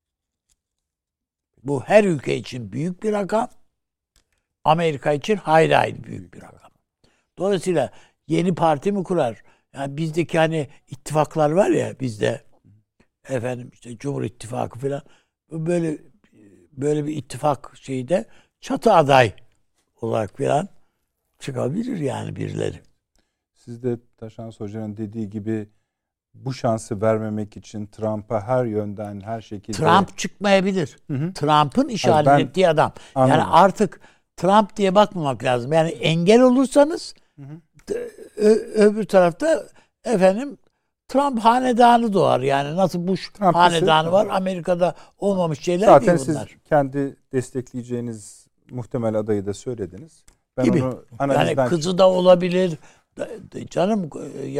Bu her ülke için büyük bir rakam. Amerika için hayli büyük bir rakam. Dolayısıyla yeni parti mi kurar? Yani bizdeki hani ittifaklar var ya bizde, efendim işte Cumhur İttifakı falan, böyle bir ittifak şeyde çatı aday olarak falan çıkabilir yani birileri. Siz de Taşans Hoca'nın dediği gibi bu şansı vermemek için Trump'a her yönden, her şekilde... Trump çıkmayabilir. Trump'ın işaret ettiği adam. Anladım. Yani artık Trump diye bakmamak lazım. Yani engel olursanız öbür tarafta efendim Trump hanedanı doğar. Yani nasıl Bush Trump hanedanı var. Amerika'da olmamış şeyler zaten değil bunlar. siz kendi destekleyeceğiniz muhtemel adayı da söylediniz. Ben Gibi. onu analizden... Yani kızı da olabilir. Canım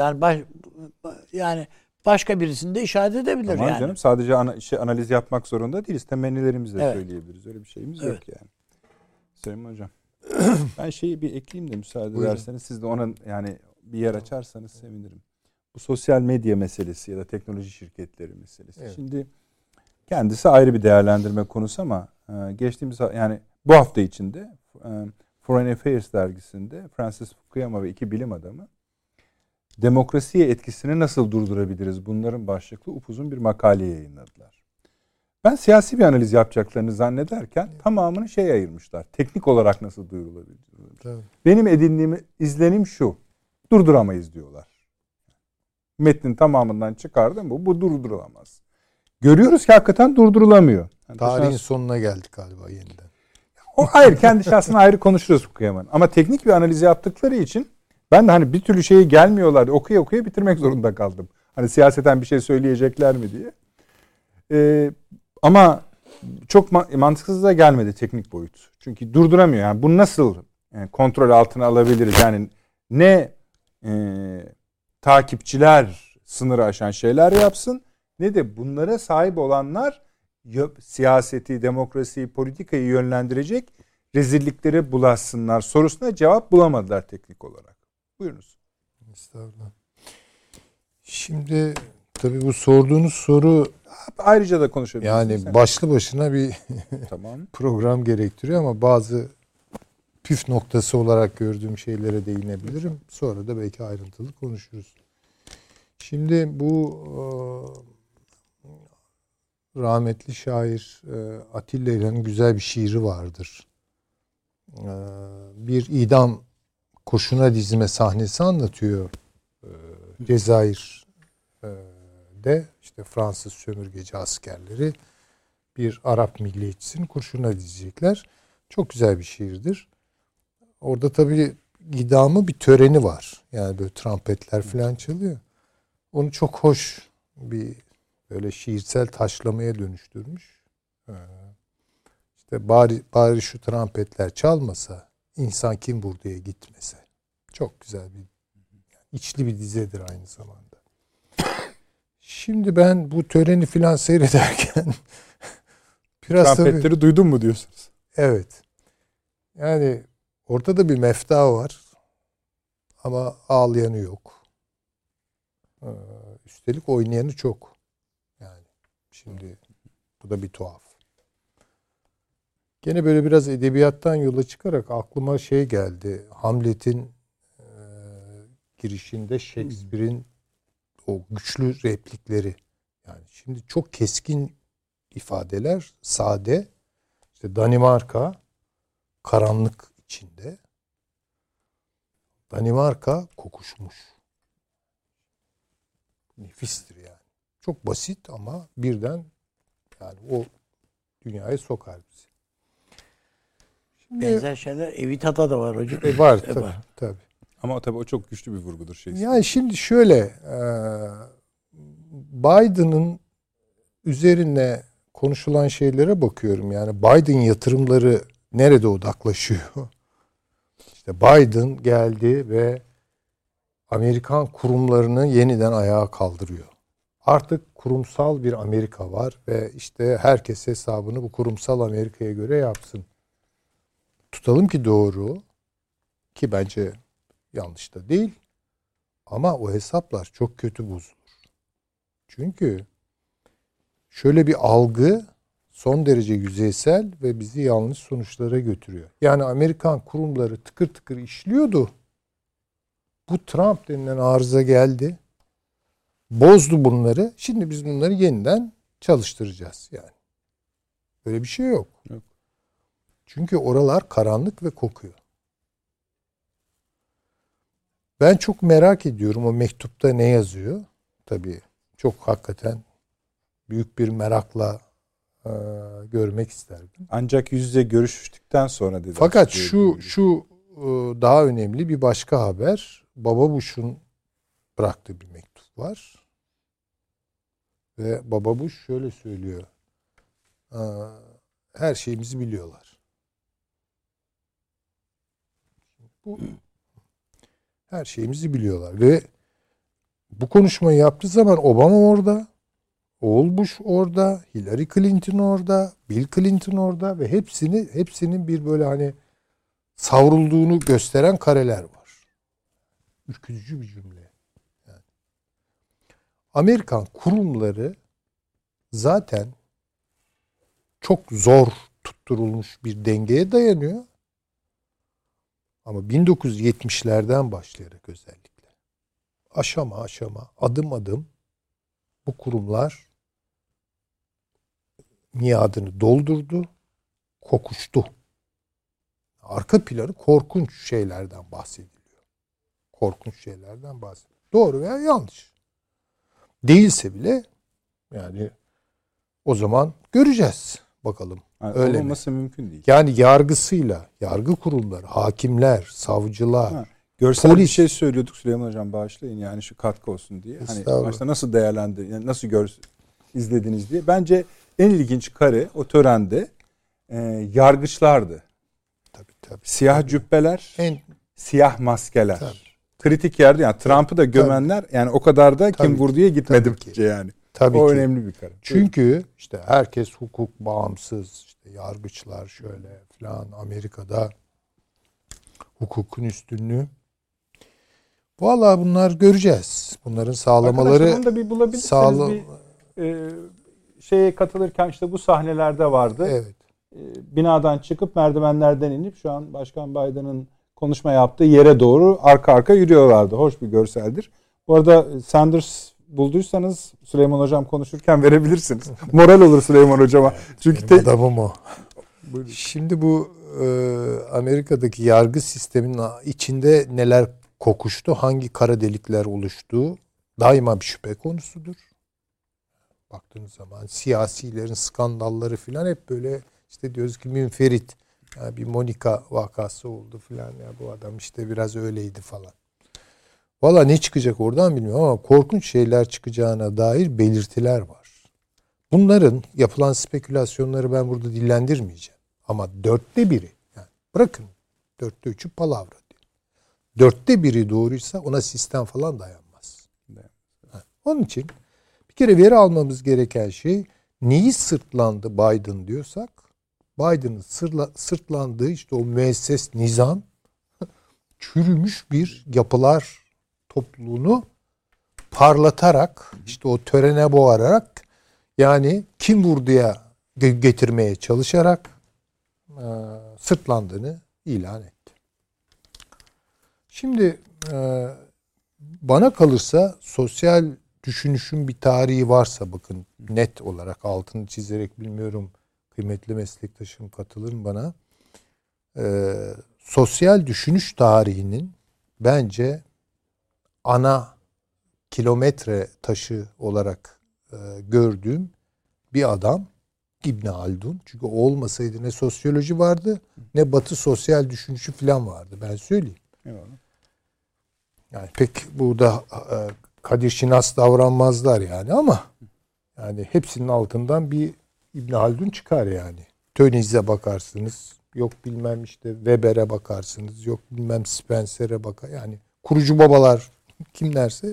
yani başka birisini de işaret edebilir Tamam yani. canım, sadece analiz yapmak zorunda değiliz. Temennilerimizi de söyleyebiliriz. Öyle bir şeyimiz yok yani. Süleyman Hocam. Ben şeyi bir ekleyeyim de müsaade ederseniz. Siz de ona yani bir yer açarsanız sevinirim. Bu sosyal medya meselesi ya da teknoloji şirketleri meselesi. Evet. Şimdi kendisi ayrı bir değerlendirme konusu ama geçtiğimiz yani bu hafta içinde Foreign Affairs dergisinde Francis Fukuyama ve 2 bilim adamı demokrasiye etkisini nasıl durdurabiliriz? Bunların başlıklı upuzun bir makale yayınladılar. Ben siyasi bir analiz yapacaklarını zannederken tamamını ayırmışlar. Teknik olarak nasıl duyurulabilir? Evet. Benim izlenim şu. Durduramayız diyorlar. Metnin tamamından çıkardım bu durdurulamaz. Görüyoruz ki hakikaten durdurulamıyor. Yani tarihin sonuna geldik galiba yeniden. Hayır, kendi şahsına ayrı konuşuruz Fukuyama'nın. Ama teknik bir analiz yaptıkları için ben de hani bir türlü şeyi gelmiyorlar diye okuya bitirmek zorunda kaldım. Hani siyaseten bir şey söyleyecekler mi diye. Ama çok mantıksız da gelmedi teknik boyut. Çünkü durduramıyor. Yani bunu nasıl kontrol altına alabiliriz? Yani ne takipçiler sınırı aşan şeyler yapsın, ne de bunlara sahip olanlar siyaseti, demokrasiyi, politikayı yönlendirecek rezilliklere bulaşsınlar sorusuna cevap bulamadılar teknik olarak. Buyurunuz. Estağfurullah. Şimdi tabii bu sorduğunuz soru ayrıca da konuşabiliriz. Yani başlı başına bir tamam. program gerektiriyor ama bazı püf noktası olarak gördüğüm şeylere değinebilirim. Sonra da belki ayrıntılı konuşuruz. Şimdi bu rahmetli şair Atilla İlhan'ın güzel bir şiiri vardır. Bir idam koşuna dizme sahnesi anlatıyor. Cezayir'de işte Fransız sömürgeci askerleri bir Arap milliyetçisini kurşuna dizecekler. Çok güzel bir şiirdir. Orada tabii idamı bir töreni var. Yani böyle trompetler falan çalıyor. Onu çok hoş bir böyle şiirsel taşlamaya dönüştürmüş. İşte bari şu trompetler çalmasa, insan kim buraya gitmese. Çok güzel bir içli bir dizedir aynı zamanda. Şimdi ben bu töreni filan seyrederken Biraz tabii, Trampetleri duydun mu diyorsunuz? evet. Yani ortada bir mefta var. Ama ağlayanı yok. Üstelik oynayanı çok. Yani şimdi bu da bir tuhaf. Gene böyle biraz edebiyattan yola çıkarak aklıma şey geldi. Hamlet'in girişinde Shakespeare'in o güçlü replikleri. Yani şimdi çok keskin ifadeler, sade. İşte Danimarka karanlık içinde. Danimarka kokuşmuş. Nefistir yani. Çok basit ama birden yani o dünyaya sokar bizi. Şimdi, Benzer şeyler Evita'da da var hocam. var tabii, tabii. Ama tabii o çok güçlü bir vurgudur Shakespeare. Yani şimdi şöyle Biden'ın üzerine konuşulan şeylere bakıyorum. Yani Biden yatırımları nerede odaklaşıyor? İşte Biden geldi ve Amerikan kurumlarını yeniden ayağa kaldırıyor. Artık kurumsal bir Amerika var ve işte herkes hesabını bu kurumsal Amerika'ya göre yapsın. Tutalım ki doğru, ki bence yanlış da değil, ama o hesaplar çok kötü bozulur. Çünkü şöyle bir algı son derece yüzeysel ve bizi yanlış sonuçlara götürüyor. Yani Amerikan kurumları tıkır tıkır işliyordu. Bu Trump denilen arıza geldi. Bozdu bunları. Şimdi biz bunları yeniden çalıştıracağız yani. Böyle bir şey yok. Yok. Çünkü oralar karanlık ve kokuyor. Ben çok merak ediyorum o mektupta ne yazıyor. Tabii çok hakikaten büyük bir merakla görmek isterdim. Ancak yüz yüze görüştükten sonra dedi. Fakat şu daha önemli bir başka haber. Baba Bush'un bıraktığı bir mektup var. Ve Baba Bush şöyle söylüyor. Her şeyimizi biliyorlar. Bu her şeyimizi biliyorlar ve bu konuşmayı yaptığı zaman Obama orada, oğul Bush orada, Hillary Clinton orada, Bill Clinton orada ve hepsinin bir böyle hani savrulduğunu gösteren kareler var. Ürkütücü bir cümle. Yani. Amerikan kurumları zaten çok zor tutturulmuş bir dengeye dayanıyor. Ama 1970'lerden başlayarak özellikle aşama aşama, adım adım bu kurumlar miadını doldurdu, kokuştu. Arka planı korkunç şeylerden bahsediliyor. Korkunç şeylerden bahsediliyor. Doğru veya yanlış. Değilse bile yani o zaman göreceğiz bakalım. Yani öyle olmaması mümkün değil. Yani yargısıyla, yargı kurumları, hakimler, savcılar, Görsel polis. bir şey söylüyorduk Süleyman Hocam, bağışlayın yani şu katkı olsun diye. Hani başta nasıl değerlendi, yani nasıl izlediniz diye. Bence en ilginç kare o törende yargıçlardı. Tabii. Siyah cübbeler, siyah maskeler. Tabii. Kritik yerde yani Trump'ı da gömenler yani o kadar da kim vurduya gitmedi bence yani. Tabii o ki. önemli bir kare. Çünkü işte herkes hukuk bağımsız, işte yargıçlar şöyle falan, Amerika'da hukukun üstünlüğü. Vallahi bunlar göreceğiz. Bunların sağlamaları Arkadaşlar onu da bir bulabilirsiniz. Şeye katılırken işte bu sahnelerde vardı. Evet. Binadan çıkıp merdivenlerden inip şu an Başkan Biden'ın konuşma yaptığı yere doğru arka arka yürüyorlardı. Hoş bir görseldir. Bu arada Sanders bulduysanız Süleyman Hocam konuşurken verebilirsiniz. Moral olur Süleyman Hocama. Çünkü adamım o. Şimdi bu Amerika'daki yargı sisteminin içinde neler kokuştu, hangi kara delikler oluştuğu daima bir şüphe konusudur. Baktığınız zaman siyasilerin skandalları filan hep böyle işte diyoruz ki münferit. Yani bir Monica vakası oldu filan. Ya bu adam işte biraz öyleydi falan. Valla ne çıkacak oradan bilmiyorum ama korkunç şeyler çıkacağına dair belirtiler var. Bunların yapılan spekülasyonları ben burada dillendirmeyeceğim. Ama 1/4 yani bırakın 3'ü palavra diyor. 1/4 doğruysa ona sistem falan dayanmaz. Onun için bir kere veri almamız gereken şey neyi sırtlandı Biden diyorsak, Biden'ın sırtlandığı işte o müesses nizam, çürümüş bir yapılar topluluğunu parlatarak, işte o törene boğarak, yani kim vurduya getirmeye çalışarak sırtlandığını ilan etti. Şimdi bana kalırsa sosyal düşünüşün bir tarihi varsa, bakın net olarak altını çizerek, bilmiyorum kıymetli meslektaşım katılır mı bana, sosyal düşünüş tarihinin bence ana kilometre taşı olarak gördüğüm bir adam İbn Haldun. Çünkü o olmasaydı ne sosyoloji vardı, ne Batı sosyal düşünüşü falan vardı. Ben söyleyeyim. Eyvallah. Yani pek burada Kadir Şinas davranmazlar yani, ama yani hepsinin altından bir İbn Haldun çıkar yani. Tönnies'e bakarsınız, yok bilmem işte Weber'e bakarsınız, yok bilmem Spencer'e bakar. Yani kurucu babalar kimlerse,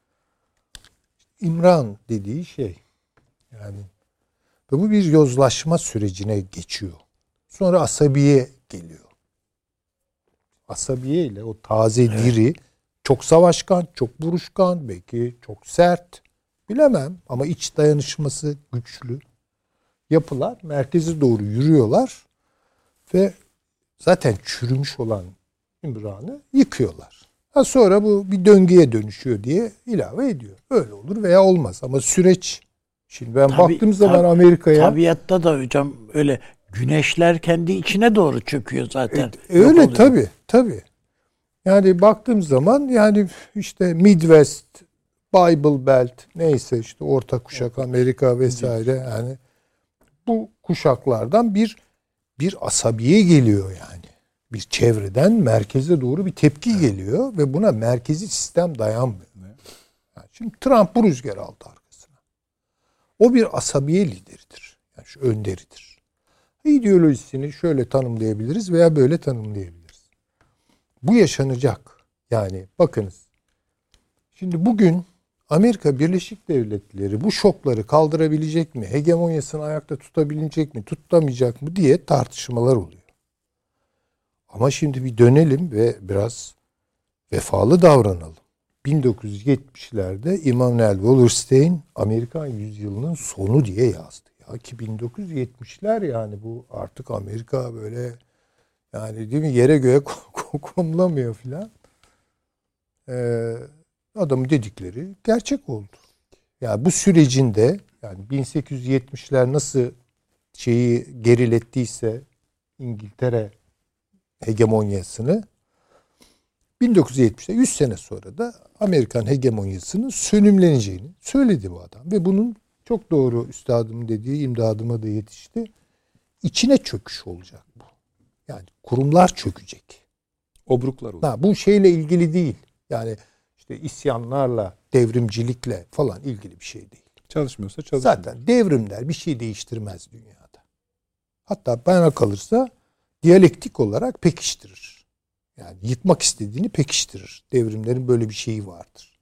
İmran dediği şey. Yani ve bu bir yozlaşma sürecine geçiyor. Sonra asabiye geliyor. Asabiye ile o taze diri, çok savaşkan, çok buruşkan, belki çok sert, bilemem, ama iç dayanışması güçlü yapılar merkeze doğru yürüyorlar ve zaten çürümüş olan İmran'ı yıkıyorlar. Sonra bu bir döngüye dönüşüyor diye ilave ediyor. Öyle olur veya olmaz, ama süreç, şimdi ben baktığım zaman Amerika'ya, tabiatta da hocam öyle, güneşler kendi içine doğru çöküyor zaten. Öyle tabii. Yani baktığım zaman, yani işte Midwest, Bible Belt, neyse işte orta kuşak Amerika vesaire, yani bu kuşaklardan bir asabiye geliyor yani. Bir çevreden merkeze doğru bir tepki geliyor ve buna merkezi sistem dayanmıyor. Yani şimdi Trump bu rüzgar aldı arkasına. O bir asabiye lideridir. Yani şu önderidir. İdeolojisini şöyle tanımlayabiliriz veya böyle tanımlayabiliriz. Bu yaşanacak. Yani bakınız. Şimdi bugün Amerika Birleşik Devletleri bu şokları kaldırabilecek mi? Hegemonyasını ayakta tutabilecek mi? Tutamayacak mı diye tartışmalar oluyor. Ama şimdi bir dönelim ve biraz vefalı davranalım. 1970'lerde Immanuel Wallerstein Amerikan yüzyılının sonu diye yazdı. Ya ki 1970'ler, yani bu artık Amerika böyle, yani değil mi, yere göğe konulamıyor filan. Adamın dedikleri gerçek oldu. Yani bu sürecinde, yani 1870'ler nasıl şeyi gerilettiyse İngiltere hegemonyasını, 1970'te 100 sene sonra da Amerikan hegemonyasının sönümleneceğini söyledi bu adam. Ve bunun çok doğru üstadımın dediği, imdadıma da yetişti. İçine çöküş olacak bu. Yani kurumlar çökecek. Obruklar olacak. Bu şeyle ilgili değil. Yani işte isyanlarla, devrimcilikle falan ilgili bir şey değil. Çalışmıyorsa çalışmıyor. Zaten devrimler bir şey değiştirmez dünyada. Hatta bana kalırsa diyalektik olarak pekiştirir. Yani yıkmak istediğini pekiştirir. Devrimlerin böyle bir şeyi vardır.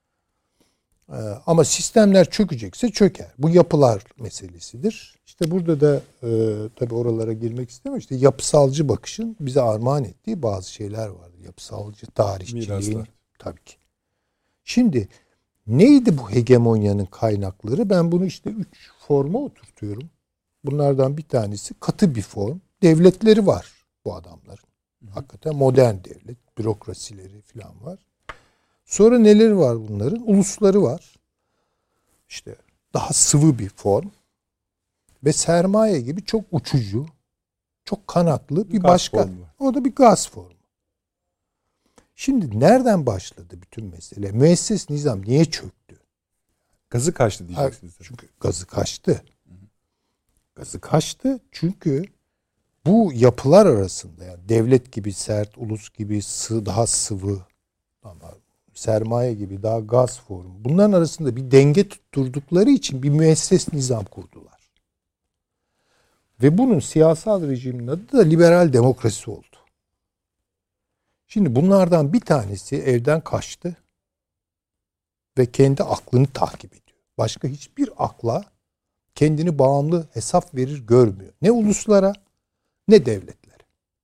Ama sistemler çökecekse çöker. Bu yapılar meselesidir. İşte burada da tabii oralara girmek istemiyorum. İşte yapısalcı bakışın bize armağan ettiği bazı şeyler vardı. Yapısalcı tarihçiliğin. Miraslar. Tabii ki. Şimdi neydi bu hegemonyanın kaynakları? Ben bunu işte 3 forma oturtuyorum. Bunlardan bir tanesi katı bir form. Devletleri var bu adamların. Hakikaten modern devlet, bürokrasileri falan var. Sonra neleri var bunların? Ulusları var. İşte daha sıvı bir form. Ve sermaye gibi çok uçucu, çok kanatlı bir Gaz başka. formu. O da bir gaz formu. Şimdi nereden başladı bütün mesele? Müesses nizam niye çöktü? Gazı kaçtı diyeceksiniz. Çünkü gazı kaçtı. Gazı kaçtı çünkü bu yapılar arasında, yani devlet gibi sert, ulus gibi daha sıvı, ama sermaye gibi daha gaz formu. Bunların arasında bir denge tutturdukları için bir müesses nizam kurdular. Ve bunun siyasal rejimin adı da liberal demokrasi oldu. Şimdi bunlardan bir tanesi evden kaçtı ve kendi aklını takip ediyor. Başka hiçbir akla kendini bağımlı hesap verir görmüyor. Ne uluslara ne devletlere.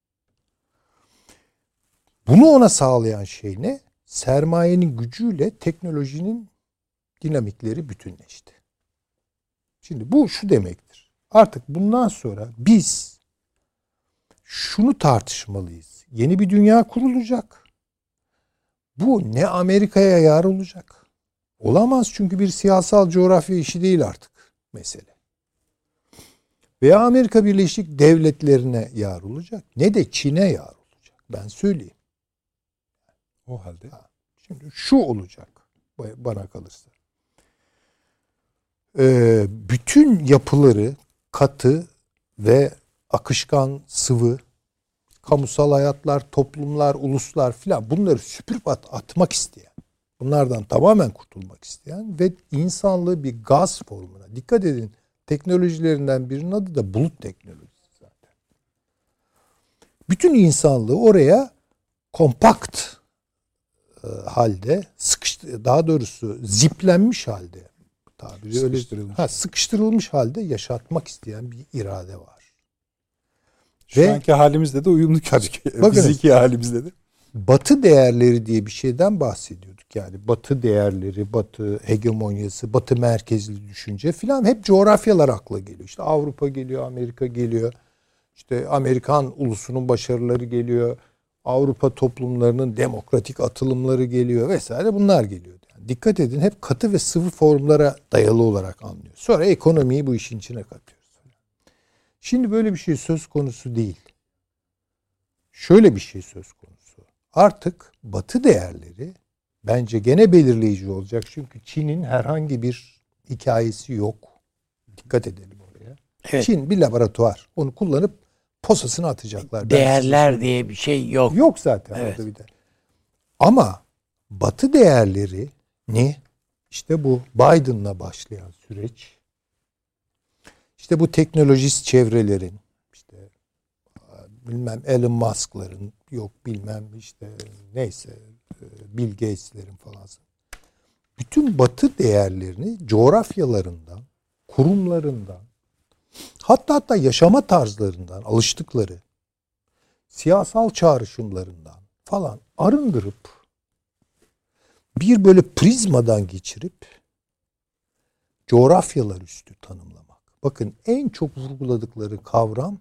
Bunu ona sağlayan şey ne? Sermayenin gücüyle teknolojinin dinamikleri bütünleşti. Şimdi bu şu demektir. Artık bundan sonra biz şunu tartışmalıyız. Yeni bir dünya kurulacak. Bu ne Amerika'ya yar olacak? Olamaz, çünkü bir siyasal coğrafya işi değil artık mesele. Veya Amerika Birleşik Devletleri'ne yar olacak, ne de Çin'e yar olacak. Ben söyleyeyim. O halde Şimdi şu olacak bana kalırsa. Bütün yapıları katı ve akışkan, sıvı, kamusal hayatlar, toplumlar, uluslar filan, bunları süpürüp atmak isteyen, bunlardan tamamen kurtulmak isteyen ve insanlığı bir gaz formuna, dikkat edin, teknolojilerinden birinin adı da bulut teknolojisi zaten. Bütün insanlığı oraya kompakt halde, daha doğrusu ziplenmiş halde, tabiri öyle, sıkıştırılmış halde yaşatmak isteyen bir irade var. Şu anki halimizde de uyumlu gözüküyor. Fiziki halimizde de. Batı değerleri diye bir şeyden bahsediyorduk. Yani Batı değerleri, Batı hegemonyası, Batı merkezli düşünce filan, hep coğrafyalar akla geliyor. İşte Avrupa geliyor, Amerika geliyor. İşte Amerikan ulusunun başarıları geliyor. Avrupa toplumlarının demokratik atılımları geliyor vesaire, bunlar geliyor. Yani dikkat edin, hep katı ve sıvı formlara dayalı olarak anlıyor. Sonra ekonomiyi bu işin içine katıyoruz. Şimdi böyle bir şey söz konusu değil. Şöyle bir şey söz konusu. Artık Batı değerleri bence gene belirleyici olacak. Çünkü Çin'in herhangi bir hikayesi yok. Dikkat edelim oraya. Evet. Çin bir laboratuvar. Onu kullanıp posasını atacaklar. Değerler diye bir şey yok. Yok zaten. Evet. Orada bir de. Ama Batı değerleri ne? İşte bu Biden'la başlayan süreç. İşte bu teknolojist çevrelerin, işte bilmem Elon Musk'ların, yok bilmem işte neyse Bill Gates'lerin falan. Bütün Batı değerlerini coğrafyalarından, kurumlarından, hatta yaşama tarzlarından, alıştıkları siyasal çağrışımlarından falan arındırıp bir böyle prizmadan geçirip coğrafyalar üstü tanımlamak. Bakın, en çok vurguladıkları kavram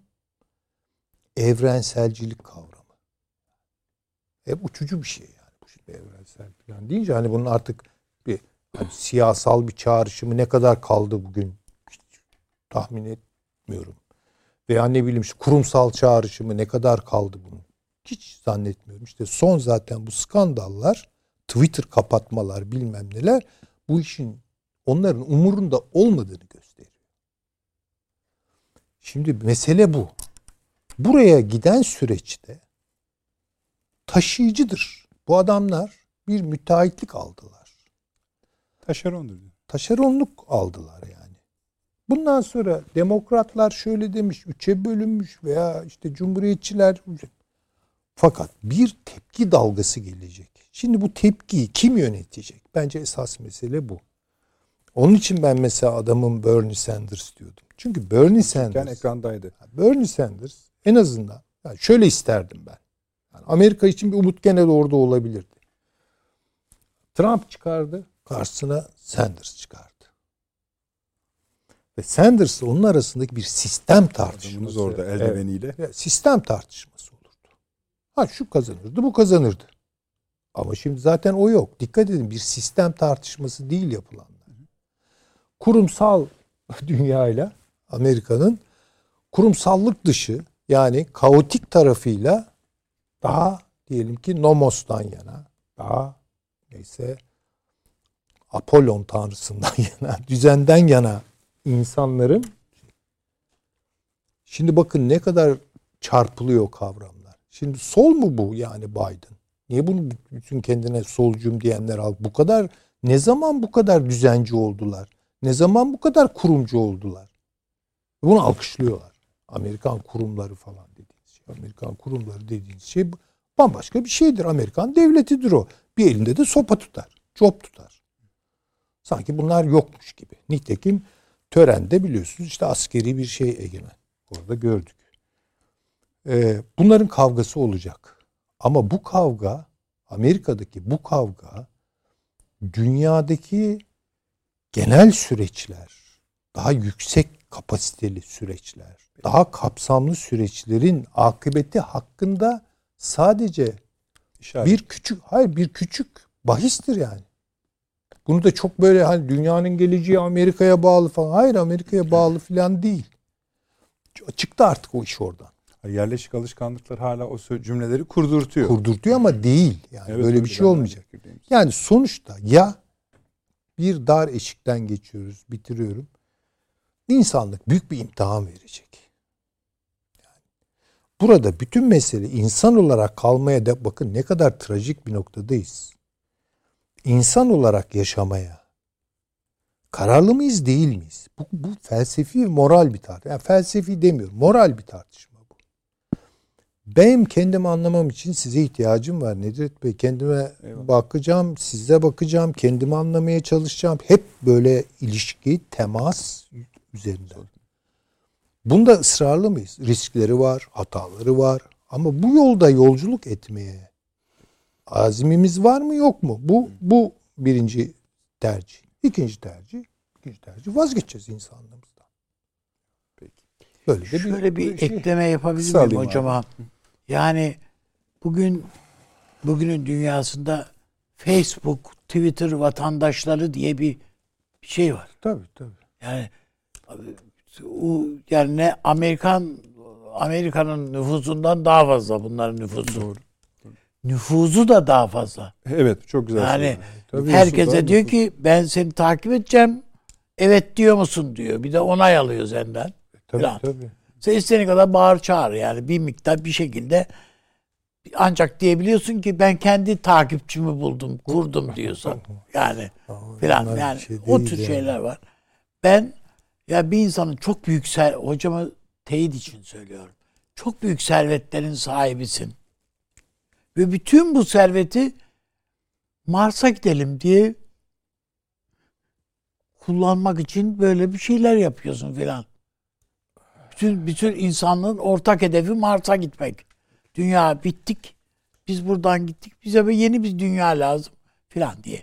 evrenselcilik kavramı. Hep uçucu bir şey yani. Bu şimdi evrensel falan deyince hani bunun artık bir siyasal bir çağrışımı ne kadar kaldı bugün hiç tahmin etmiyorum. Veya ne bileyim kurumsal çağrışımı ne kadar kaldı bunun hiç zannetmiyorum. İşte son zaten bu skandallar, Twitter kapatmalar bilmem neler, bu işin onların umurunda olmadığını gösteriyor. Şimdi mesele bu. Buraya giden süreçte taşıyıcıdır. Bu adamlar bir müteahhitlik aldılar. Taşerondur. Taşeronluk aldılar yani. Bundan sonra demokratlar şöyle demiş, 3'e bölünmüş veya işte cumhuriyetçiler. Fakat bir tepki dalgası gelecek. Şimdi bu tepkiyi kim yönetecek? Bence esas mesele bu. Onun için ben mesela adamın Bernie Sanders diyordum. Çünkü Bernie Sanders ekrandaydı. Bernie Sanders en azından yani şöyle isterdim ben. Yani Amerika için bir umut gene de orada olabilirdi. Trump çıkardı, karşısına Sanders çıkardı. Ve Sanders onun arasındaki bir sistem tartışması. Orada eldiveniyle. Evet, sistem tartışması olurdu. Ha şu kazanırdı, bu kazanırdı. Ama şimdi zaten o yok. Dikkat edin, bir sistem tartışması değil yapılanlar. Kurumsal dünyayla Amerika'nın kurumsallık dışı, yani kaotik tarafıyla daha diyelim ki nomostan yana, daha neyse Apollon tanrısından yana, düzenden yana insanların, şimdi bakın ne kadar çarpılıyor kavramlar. Şimdi sol mu bu yani Biden? Niye bunu bütün kendine solcuyum diyenler al? Bu kadar, ne zaman bu kadar düzenci oldular? Ne zaman bu kadar kurumcu oldular? Bunu alkışlıyorlar. Amerikan kurumları falan dediğiniz şey. Amerikan kurumları dediğiniz şey bambaşka bir şeydir. Amerikan devletidir o. Bir elinde de sopa tutar. Cop tutar. Sanki bunlar yokmuş gibi. Nitekim Törende biliyorsunuz işte askeri bir şey egemen. Orada gördük. Bunların kavgası olacak. Ama bu kavga, Amerika'daki bu kavga dünyadaki genel süreçler, daha yüksek kapasiteli süreçler, daha kapsamlı süreçlerin akıbeti hakkında sadece bir küçük bahistir yani. Bunu da çok böyle hani dünyanın geleceği Amerika'ya bağlı falan. Hayır, Amerika'ya bağlı falan değil. Çıktı artık o iş oradan. Yerleşik alışkanlıklar hala o cümleleri kurdurtuyor. Kurdurtuyor ama değil. Yani evet, böyle bir şey olmayacak. Yani sonuçta ya bir dar eşikten geçiyoruz, bitiriyorum. İnsanlık büyük bir imtihan verecek. Yani burada bütün mesele insan olarak kalmaya da bakın ne kadar trajik bir noktadayız. İnsan olarak yaşamaya kararlı mıyız, değil miyiz? Bu felsefi, moral bir tartışma. Yani felsefi demiyorum, moral bir tartışma bu. Benim kendimi anlamam için size ihtiyacım var Nedret Bey. Kendime bakacağım, size bakacağım, kendimi anlamaya çalışacağım. Hep böyle ilişki, temas üzerinden. Bunda ısrarlı mıyız? Riskleri var, hataları var. Ama bu yolda yolculuk etmeye azmimiz var mı, yok mu? Bu birinci tercih. İkinci tercih vazgeçeceğiz insanlığımızdan. Peki. Böyle de şöyle bir ekleme yapabilir miyim hocama? Yani bugünün dünyasında Facebook, Twitter vatandaşları diye bir şey var. Tabii. Yani ne Amerika'nın nüfusundan daha fazla bunların nüfusu. Doğru. Nüfuzu da daha fazla. Evet, çok güzel. Yani herkese diyor ki ben seni takip edeceğim. Evet diyor musun diyor. Bir de onay alıyor senden. Tabii. Sen istediğin kadar bağır çağır yani bir miktar bir şekilde ancak diyebiliyorsun ki ben kendi takipçimi buldum, kurdum diyorsan. Yani filan yani o tür şeyler var. Ben ya bir insanın çok büyük hocama teyit için söylüyorum. Çok büyük servetlerin sahibisin. Ve bütün bu serveti Mars'a gidelim diye kullanmak için böyle bir şeyler yapıyorsun filan. Bütün insanlığın ortak hedefi Mars'a gitmek. Dünya bittik. Biz buradan gittik. Bize yeni bir dünya lazım filan diye.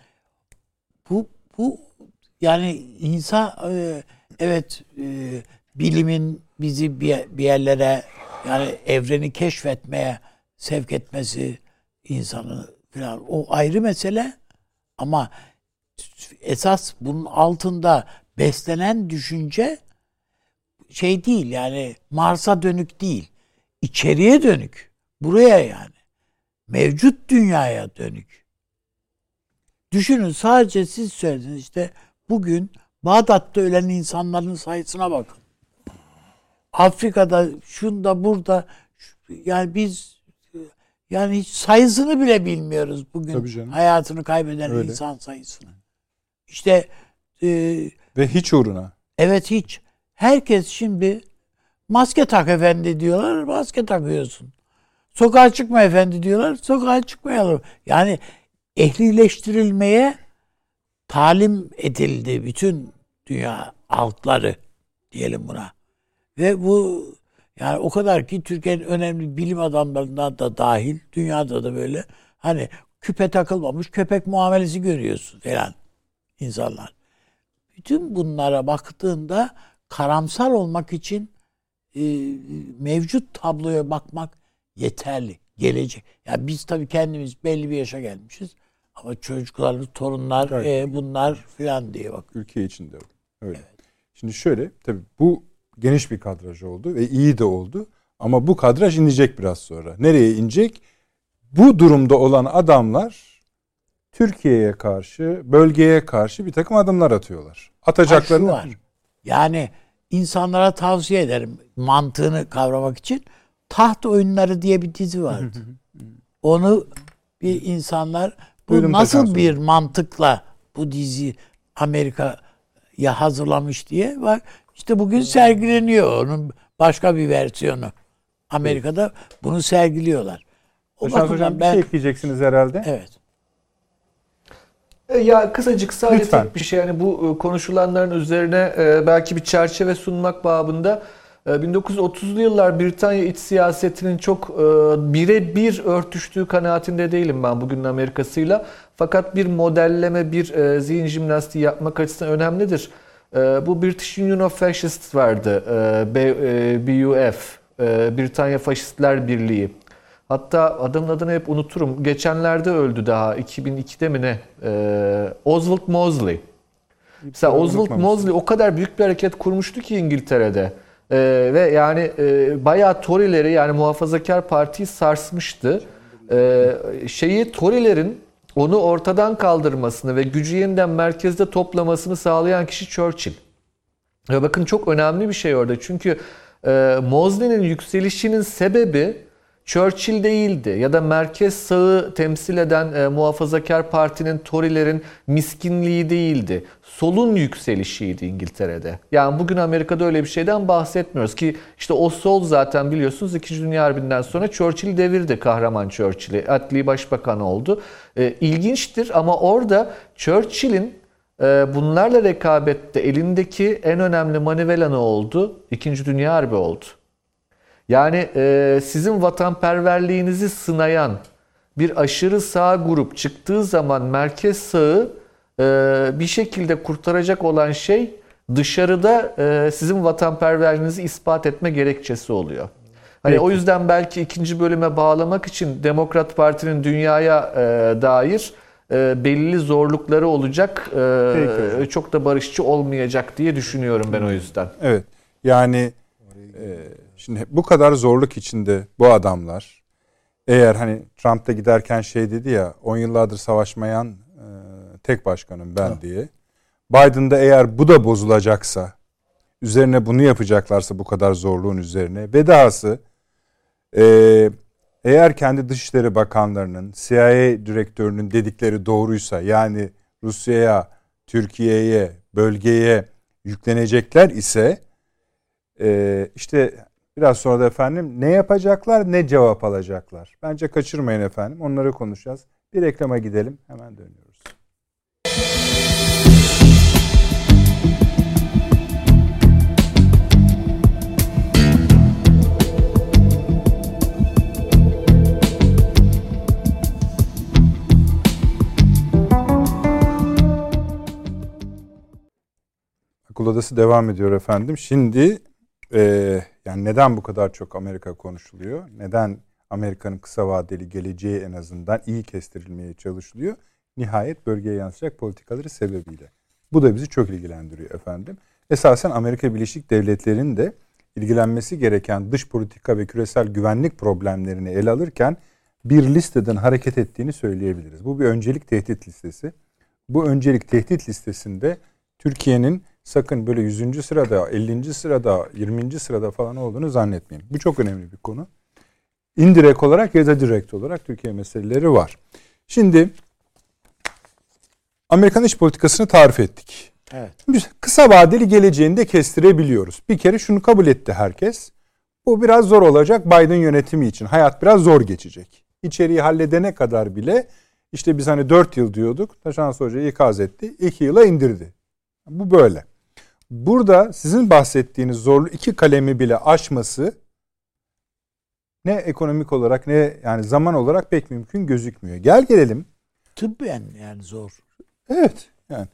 Bu yani insan evet bilimin bizi bir yerlere yani evreni keşfetmeye sevk etmesi insanı filan o ayrı mesele ama esas bunun altında beslenen düşünce şey değil yani Mars'a dönük değil. İçeriye dönük. Buraya yani. Mevcut dünyaya dönük. Düşünün sadece siz söylediniz işte bugün Bağdat'ta ölen insanların sayısına bakın. Afrika'da şunda burada yani biz yani hiç sayısını bile bilmiyoruz bugün hayatını kaybeden insan sayısını. İşte ve hiç uğruna. Evet hiç. Herkes şimdi maske tak efendi diyorlar, maske takıyorsun. Sokağa çıkma efendi diyorlar, sokağa çıkmayalım. Yani ehlileştirilmeye talim edildi bütün dünya halkları diyelim buna. Ve bu yani o kadar ki Türkiye'nin önemli bilim adamlarından da dahil dünyada da böyle hani küpe takılmamış köpek muamelesi görüyorsun falan insanlar. Bütün bunlara baktığında karamsar olmak için mevcut tabloya bakmak yeterli. Gelecek. Ya biz tabii kendimiz belli bir yaşa gelmişiz. Ama çocuklar, torunlar, bunlar filan diye bak. Ülke içinde öyle. Evet. Şimdi şöyle, tabii bu geniş bir kadraj oldu ve iyi de oldu. Ama bu kadraj inecek biraz sonra. Nereye inecek? Bu durumda olan adamlar Türkiye'ye karşı, bölgeye karşı bir takım adımlar atıyorlar. Atacaklarını var. Yani insanlara tavsiye ederim mantığını kavramak için. Taht Oyunları diye bir dizi vardı. Onu bir insanlar bu nasıl bir mantıkla bu dizi Amerika'ya hazırlamış diye var. İşte bugün sergileniyor onun başka bir versiyonu. Amerika'da bunu sergiliyorlar. Hocam bir şey ekleyeceksiniz herhalde. Evet. Ya kısacık sadece Lütfen. tek bir şey, yani bu konuşulanların üzerine belki bir çerçeve sunmak babında 1930'lu yıllar Britanya iç siyasetinin çok birebir örtüştüğü kanaatinde değilim ben bugünün Amerika'sıyla. Fakat bir modelleme, bir zihin jimnastiği yapmak açısından önemlidir. Bu British Union of Fascists vardı, BUF, Britanya Faşistler Birliği. Hatta adamın adını hep unuturum. Geçenlerde öldü daha. 2002'de mi ne? Oswald Mosley. Mesela Oswald Mosley o kadar büyük bir hareket kurmuştu ki İngiltere'de. Ve yani bayağı Tory'leri, yani Muhafazakar Parti'yi sarsmıştı. Tory'lerin onu ortadan kaldırmasını ve gücü yeniden merkezde toplamasını sağlayan kişi Churchill. Ve bakın çok önemli bir şey orada. Çünkü Mosley'nin yükselişinin sebebi Churchill değildi ya da merkez sağı temsil eden Muhafazakar Parti'nin, Tory'lerin miskinliği değildi. Solun yükselişiydi İngiltere'de. Yani bugün Amerika'da öyle bir şeyden bahsetmiyoruz ki işte o sol zaten biliyorsunuz 2. Dünya Harbi'nden sonra Churchill devirdi, kahraman Churchill'i. Attlee başbakan oldu. İlginçtir ama orada Churchill'in bunlarla rekabette elindeki en önemli manivela ne oldu? 2. Dünya Harbi oldu. Yani sizin vatanperverliğinizi sınayan bir aşırı sağ grup çıktığı zaman merkez sağı bir şekilde kurtaracak olan şey dışarıda sizin vatanperverliğinizi ispat etme gerekçesi oluyor. Hani Peki. o yüzden belki ikinci bölüme bağlamak için Demokrat Parti'nin dünyaya dair belirli zorlukları olacak, çok da barışçı olmayacak diye düşünüyorum ben o yüzden. Evet. Yani şimdi bu kadar zorluk içinde bu adamlar, eğer hani Trump da giderken şey dedi ya, 10 yıllardır savaşmayan tek başkanım ben diye. Biden'da eğer bu da bozulacaksa, üzerine bunu yapacaklarsa bu kadar zorluğun üzerine ve dahası eğer kendi Dışişleri Bakanlarının, CIA direktörünün dedikleri doğruysa, yani Rusya'ya, Türkiye'ye, bölgeye yüklenecekler ise işte biraz sonra da efendim ne yapacaklar, ne cevap alacaklar. Bence kaçırmayın efendim. Onları konuşacağız. Bir reklama gidelim. Hemen dönüyoruz. Akıl Odası devam ediyor efendim. Şimdi yani neden bu kadar çok Amerika konuşuluyor? Neden Amerika'nın kısa vadeli geleceği en azından iyi kestirilmeye çalışılıyor? Nihayet bölgeye yansıyacak politikaları sebebiyle. Bu da bizi çok ilgilendiriyor efendim. Esasen Amerika Birleşik Devletleri'nin de ilgilenmesi gereken dış politika ve küresel güvenlik problemlerini ele alırken bir listeden hareket ettiğini söyleyebiliriz. Bu bir öncelik tehdit listesi. Bu öncelik tehdit listesinde Türkiye'nin sakın böyle 100. sırada, 50. sırada, 20. sırada falan olduğunu zannetmeyin. Bu çok önemli bir konu. İndirekt olarak ya da direkt olarak Türkiye meseleleri var. Şimdi Amerikan iç politikasını tarif ettik. Evet. Biz kısa vadeli geleceğini de kestirebiliyoruz. Bir kere şunu kabul etti herkes. Bu biraz zor olacak Biden yönetimi için. Hayat biraz zor geçecek. İçeriği halledene kadar bile işte biz hani 4 yıl diyorduk. Taşans Hoca ikaz etti. 2 yıla indirdi. Bu böyle. Burada sizin bahsettiğiniz zorlu 2 kalemi bile aşması ne ekonomik olarak ne yani zaman olarak pek mümkün gözükmüyor. Gel gelelim. Tıbben yani zor. Evet. Yani.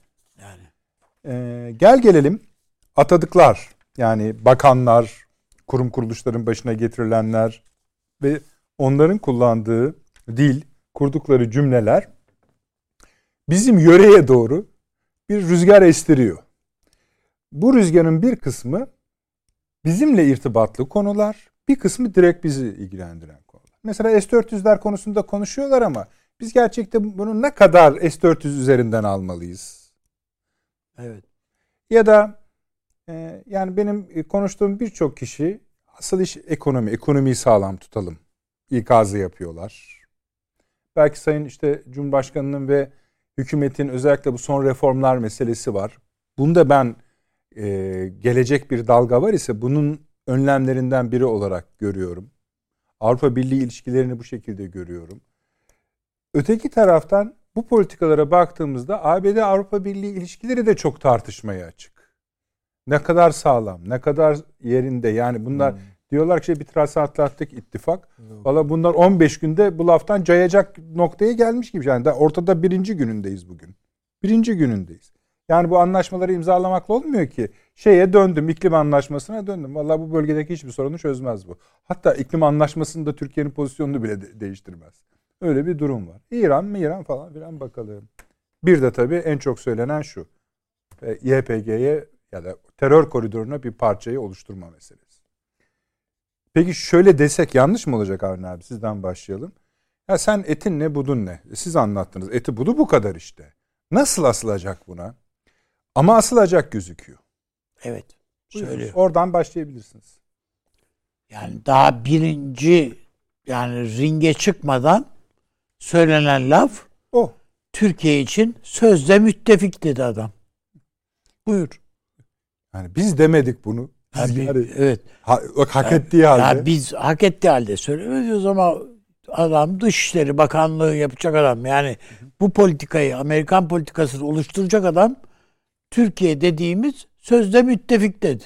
Yani. Gel gelelim atadıklar. Yani bakanlar, kurum kuruluşların başına getirilenler ve onların kullandığı dil, kurdukları cümleler bizim yöreye doğru bir rüzgar estiriyor. Bu rüzgarın bir kısmı bizimle irtibatlı konular, bir kısmı direkt bizi ilgilendiren konular. Mesela S-400'ler konusunda konuşuyorlar ama biz gerçekten bunu ne kadar S-400 üzerinden almalıyız? Evet. Ya da yani benim konuştuğum birçok kişi asıl iş ekonomi, ekonomiyi sağlam tutalım ikazı yapıyorlar. Belki Sayın işte Cumhurbaşkanı'nın ve hükümetin özellikle bu son reformlar meselesi var. Bunda ben gelecek bir dalga var ise bunun önlemlerinden biri olarak görüyorum. Avrupa Birliği ilişkilerini bu şekilde görüyorum. Öteki taraftan bu politikalara baktığımızda ABD-Avrupa Birliği ilişkileri de çok tartışmaya açık. Ne kadar sağlam, ne kadar yerinde. Yani bunlar diyorlar ki bir transatlantik ittifak. Valla bunlar 15 günde bu laftan cayacak noktaya gelmiş gibi. Yani ortada birinci günündeyiz bugün. Birinci günündeyiz. Yani bu anlaşmaları imzalamakla olmuyor ki. Şeye döndüm, iklim anlaşmasına döndüm. Valla bu bölgedeki hiçbir sorunu çözmez bu. Hatta iklim anlaşmasında Türkiye'nin pozisyonunu bile değiştirmez. Öyle bir durum var. İran mı İran falan filan bakalım. Bir de tabii en çok söylenen şu. YPG'ye ya da terör koridoruna bir parçayı oluşturma meselesi. Peki şöyle desek yanlış mı olacak Avni abi? Sizden başlayalım. Ya sen etin ne budun ne? Siz anlattınız. Eti budu bu kadar işte. Nasıl asılacak buna? Ama asılacak gözüküyor. Evet. Söylüyor. Oradan başlayabilirsiniz. Yani daha birinci yani ringe çıkmadan söylenen laf o. Türkiye için sözde müttefik dedi adam. Buyur. Yani biz demedik bunu. Yani, evet. Hak ettiği halde. Yani biz hak ettiği halde söylemiyoruz ama adam Dışişleri Bakanlığı yapacak adam. Yani bu politikayı, Amerikan politikasını oluşturacak adam Türkiye dediğimiz sözde müttefik dedi.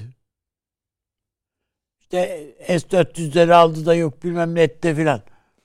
İşte S-400'leri aldı da yok bilmem ne etti filan.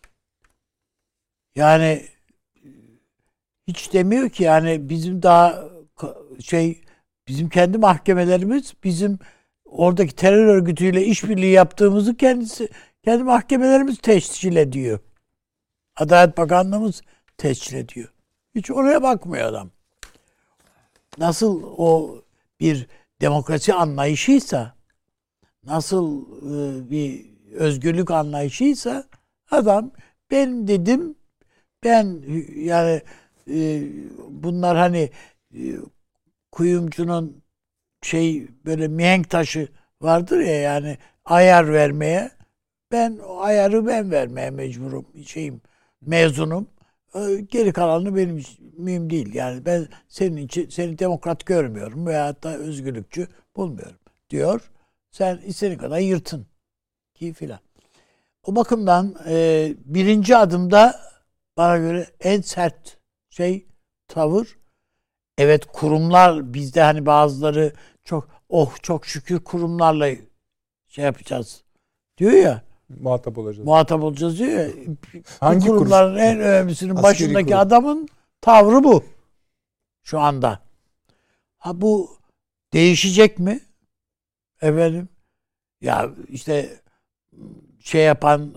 Yani hiç demiyor ki yani bizim daha bizim kendi mahkemelerimiz bizim oradaki terör örgütüyle işbirliği yaptığımızı kendi mahkemelerimiz tescil ediyor. Adalet Bakanlığımız tescil ediyor. Hiç oraya bakmıyor adam. Nasıl o bir demokrasi anlayışıysa, nasıl bir özgürlük anlayışıysa adam ben dedim yani bunlar hani kuyumcunun böyle mihenk taşı vardır ya yani ayar vermeye ben o ayarı vermeye mecburum mezunum. Geri kalanı benim mühim değil. Yani ben seni demokrat görmüyorum veyahut da özgürlükçü bulmuyorum diyor. Sen istediğin kadar yırtın ki filan. O bakımdan birinci adımda bana göre en sert tavır. Evet kurumlar bizde hani bazıları çok şükür kurumlarla yapacağız diyor ya. Muhatap olacağız diyor ya. Hangi kurumların en önemlisinin başındaki adamın tavrı bu. Şu anda. Ha bu değişecek mi? Efendim? Ya işte yapan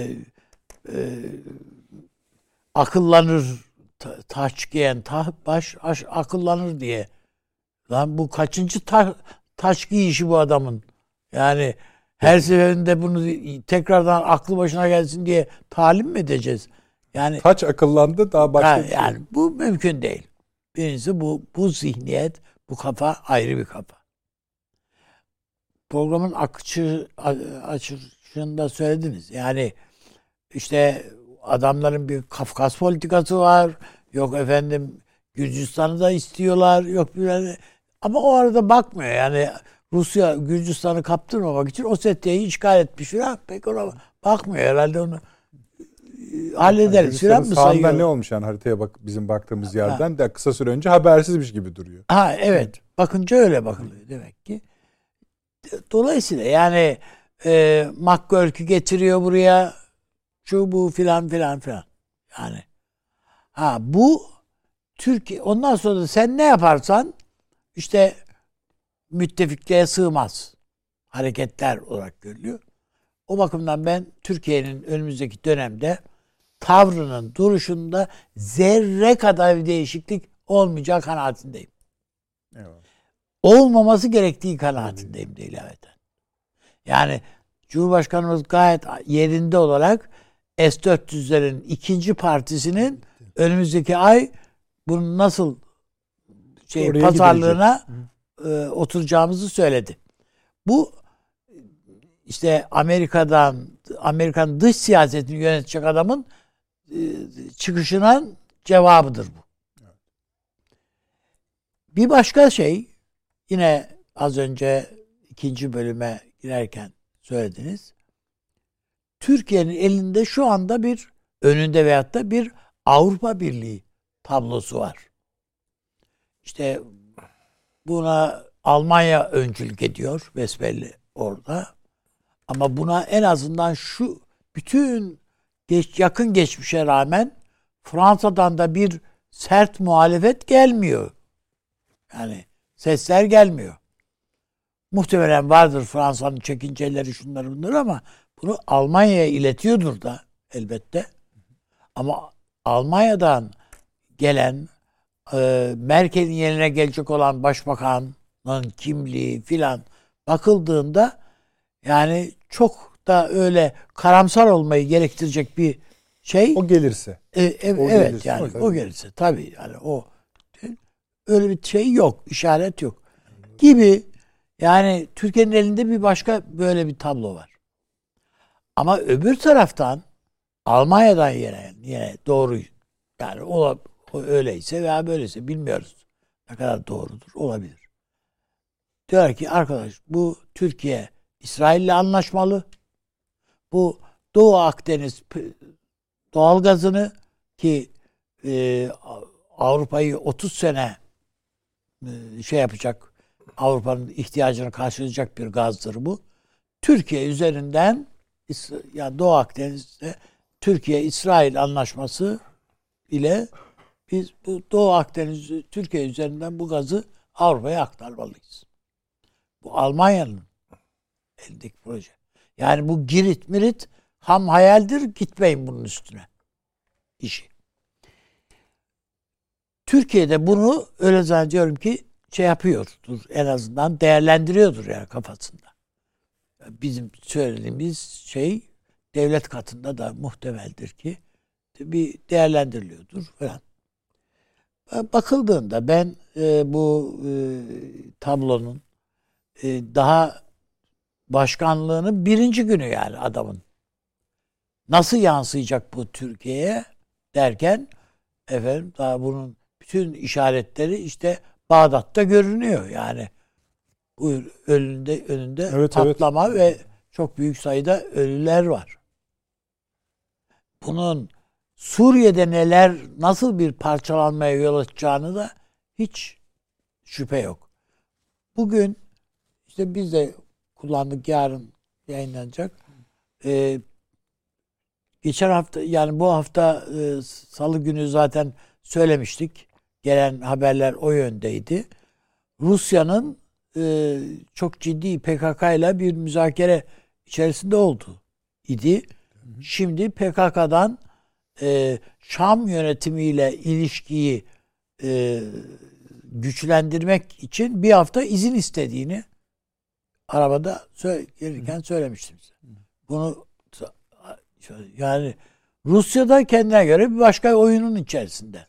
akıllanır taş giyen baş akıllanır diye. Lan bu kaçıncı taş giyişi bu adamın? Yani her seferinde bunu tekrardan aklı başına gelsin diye talim mi edeceğiz? Yani taç akıllandı daha başka bir şey. Yani bu mümkün değil. Birincisi bu zihniyet, bu kafa ayrı bir kafa. Programın açışında söylediniz. Yani işte adamların bir Kafkas politikası var. Yok efendim Gürcistan'ı da istiyorlar. Yok bir ama o arada bakmıyor. Yani Rusya Gürcistan'ı kaptırmamak için Ossetya'yı işgal etmiş filan. Pek ona bakmıyor herhalde onu hallederiz filan mı sayıyor? Sağında ne olmuş yani haritaya bizim baktığımız yerden de kısa süre önce habersizmiş gibi duruyor. Ha evet. Bakınca öyle bakılıyor demek ki. Dolayısıyla yani McGurk'ü getiriyor buraya şu bu filan. Yani bu Türkiye ondan sonra da sen ne yaparsan işte müttefikliğe sığmaz hareketler olarak görülüyor. O bakımdan ben Türkiye'nin önümüzdeki dönemde tavrının duruşunda zerre kadar bir değişiklik olmayacağı kanaatindeyim. Evet. Olmaması gerektiği kanaatindeyim de ilaveten. Yani Cumhurbaşkanımız gayet yerinde olarak S-400'lerin ikinci partisinin önümüzdeki ay bunun nasıl pazarlığına oturacağımızı söyledi. Bu işte Amerikan dış siyasetini yönetecek adamın çıkışının cevabıdır bu. Evet. Bir başka yine az önce ikinci bölüme girerken söylediniz. Türkiye'nin elinde şu anda önünde veyahut da bir Avrupa Birliği tablosu var. İşte buna Almanya öncülük ediyor besbelli orada. Ama buna en azından şu bütün yakın geçmişe rağmen Fransa'dan da bir sert muhalefet gelmiyor. Yani sesler gelmiyor. Muhtemelen vardır Fransa'nın çekinceleri şunları bunları ama bunu Almanya'ya iletiyordur da elbette. Ama Almanya'dan gelen Merkel'in yerine gelecek olan başbakanın kimliği filan bakıldığında yani çok da öyle karamsar olmayı gerektirecek bir şey. O gelirse. Evet gelirse, yani tabii. o gelirse tabii yani o öyle bir şey yok, işaret yok gibi. Yani Türkiye'nin elinde bir başka böyle bir tablo var. Ama öbür taraftan Almanya'dan yine doğru yani o öyleyse veya böyleyse bilmiyoruz. Ne kadar doğrudur olabilir. Diyor ki arkadaş bu Türkiye İsrail'le anlaşmalı. Bu Doğu Akdeniz doğalgazını ki Avrupa'yı 30 sene şey yapacak, Avrupa'nın ihtiyacını karşılayacak bir gazdır bu. Türkiye üzerinden yani Doğu Akdeniz'de Türkiye-İsrail anlaşması ile biz bu Doğu Akdeniz Türkiye üzerinden bu gazı Avrupa'ya aktarmalıyız. Bu Almanya'nın elindeki proje. Yani bu Girit mirit ham hayaldir, gitmeyin bunun üstüne işi. Türkiye'de bunu öyle zannediyorum ki şey yapıyordur, en azından değerlendiriyordur yani kafasında. Bizim söylediğimiz şey devlet katında da muhtemeldir ki bir değerlendiriliyordur falan. Bakıldığında ben bu tablonun daha başkanlığının birinci günü yani adamın nasıl yansıyacak bu Türkiye'ye derken efendim daha bunun bütün işaretleri işte Bağdat'ta görünüyor yani. Bu önünde Evet, patlama evet. ve çok büyük sayıda ölüler var. Bunun Suriye'de nasıl bir parçalanmaya yol açacağını da hiç şüphe yok. Bugün işte biz de kullandık, yarın yayınlanacak. Geçen hafta yani bu hafta Salı günü zaten söylemiştik. Gelen haberler o yöndeydi. Rusya'nın çok ciddi PKK ile bir müzakere içerisinde oldu idi. Şimdi PKK'dan Şam yönetimiyle ilişkiyi güçlendirmek için bir hafta izin istediğini arabada gelirken söylemiştim size. Bunu yani Rusya'da kendine göre bir başka oyunun içerisinde.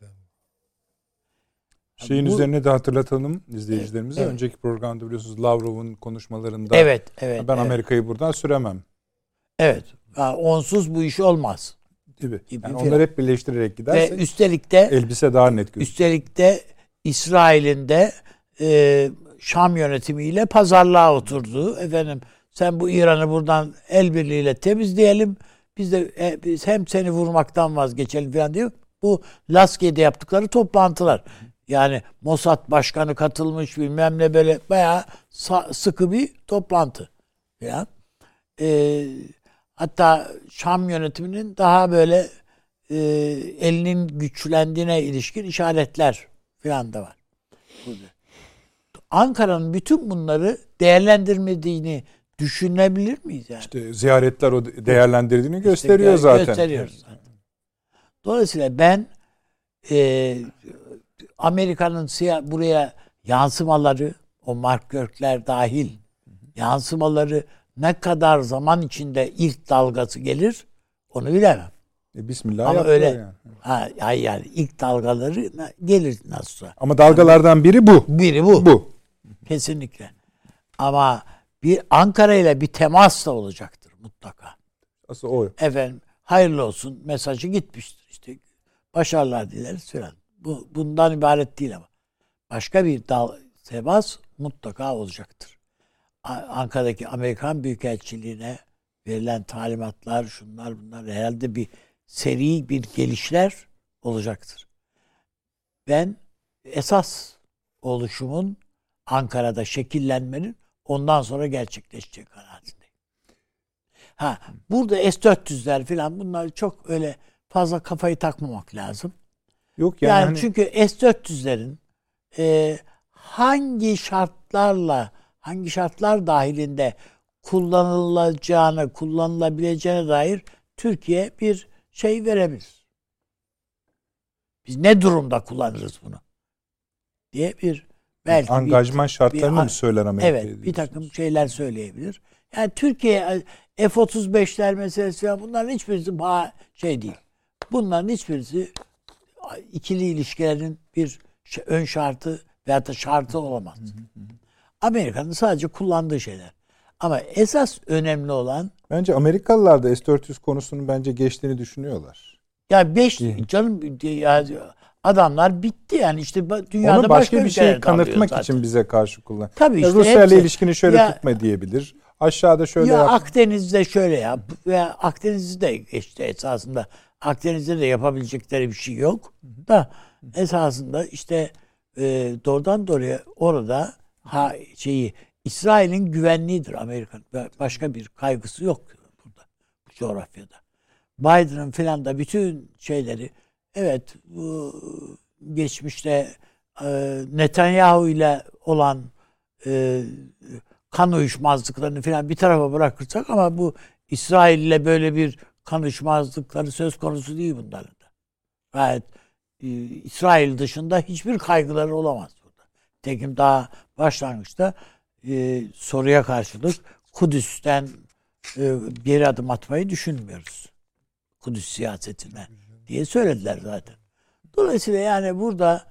Şeyin Bu, üzerine de hatırlatalım izleyicilerimize. Evet. Önceki programda biliyorsunuz Lavrov'un konuşmalarında evet, ben Amerika'yı buradan süremem. Evet. Yani onsuz bu iş olmaz. Gibi. Gibi Yani falan. onları hep birleştirerek gidersek Ve üstelik de elbise daha net gözüküyor. üstelik de İsrail'in de Şam yönetimiyle pazarlığa oturduğu, efendim sen bu İran'ı buradan el birliğiyle temizleyelim. Biz hem seni vurmaktan vazgeçelim falan diyor. Bu Laskiye'de yaptıkları toplantılar. Yani Mossad başkanı katılmış bilmem ne böyle bayağı sıkı bir toplantı. Yani, hatta Şam yönetiminin daha böyle elinin güçlendiğine ilişkin işaretler falan da var. Ankara'nın bütün bunları değerlendirmediğini düşünebilir miyiz yani? İşte ziyaretler o değerlendirdiğini gösteriyor zaten. Gösteriyoruz zaten. Dolayısıyla ben Amerika'nın buraya yansımaları, o Mark Görkler dahil yansımaları ne kadar zaman içinde ilk dalgası gelir onu bilemem. Bismillah Ama yaptılar öyle yani. yani ilk dalgaları gelir nasılsa. Ama dalgalardan biri bu. Biri bu. Bu. Kesinlikle. Ama bir Ankara ile bir temas da olacaktır mutlaka. Asıl o. Efendim hayırlı olsun mesajı gitmiştir. İşte başarılar dileriz falan. Bundan ibaret değil ama. Başka bir temas mutlaka olacaktır. Ankara'daki Amerikan Büyükelçiliğine verilen talimatlar, şunlar bunlar herhalde bir seri bir gelişler olacaktır. ben esas oluşumun Ankara'da şekillenmenin ondan sonra gerçekleşecek kanaatindeyim. Burada S-400'ler falan bunlar çok öyle fazla kafayı takmamak lazım. Yok Yani hani... çünkü S-400'lerin hangi şartlar dahilinde kullanılabileceğine dair Türkiye bir şey verebilir. Biz ne durumda kullanırız bunu diye belki angajman şartlarını mı söyler Amerika'ya? Evet, bir takım şeyler söyleyebilir. Yani Türkiye F-35'ler meselesi falan bunların hiçbirisi şey değil. Bunların hiçbirisi ikili ilişkilerin bir ön şartı veyahut da şartı olamaz. Amerika'nın sadece kullandığı şeyler. Ama esas önemli olan... Bence Amerikalılar da S-400 konusunun bence geçtiğini düşünüyorlar. Ya canım yani adamlar bitti yani işte dünyada onu başka bir şeyi kanıtmak için bize karşı kullan. Tabii işte Rusya ile ilişkini şöyle tutma diyebilir. Aşağıda şöyle yap. Akdeniz'de şöyle yap veya Akdeniz'de işte esasında Akdeniz'de de yapabilecekleri bir şey yok da esasında işte doğrudan doğruya orada İsrail'in güvenliğidir Amerika'nın. Başka bir kaygısı yok burada bu coğrafyada. Biden'ın filan da bütün şeyleri evet bu geçmişte Netanyahu ile olan kan uyuşmazlıklarını filan bir tarafa bırakırsak ama bu İsrail ile böyle bir kan uyuşmazlıkları söz konusu değil bunların da. Gayet İsrail dışında hiçbir kaygıları olamaz burada. Tekim daha başlangıçta soruya karşılık Kudüs'ten geri adım atmayı düşünmüyoruz. Kudüs siyasetine diye söylediler zaten. Dolayısıyla yani burada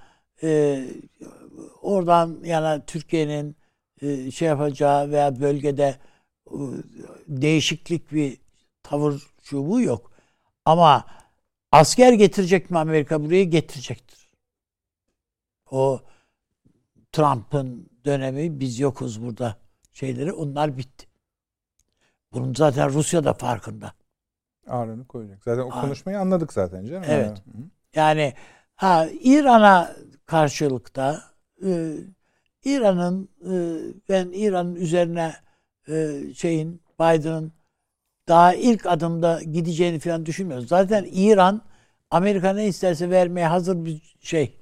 oradan yani Türkiye'nin şey yapacağı veya bölgede değişiklik bir tavır şu bu yok. Ama asker getirecek mi Amerika buraya? Getirecektir. O Trump'ın dönemi biz yokuz burada şeyleri onlar bitti. Bunun zaten Rusya da farkında. Ağırlığını koyacak. Zaten o konuşmayı anladık zaten canım. Evet. Yani İran'a karşılıkta ben İran'ın üzerine Biden'ın daha ilk adımda gideceğini falan düşünmüyorum. Zaten İran Amerika ne isterse vermeye hazır bir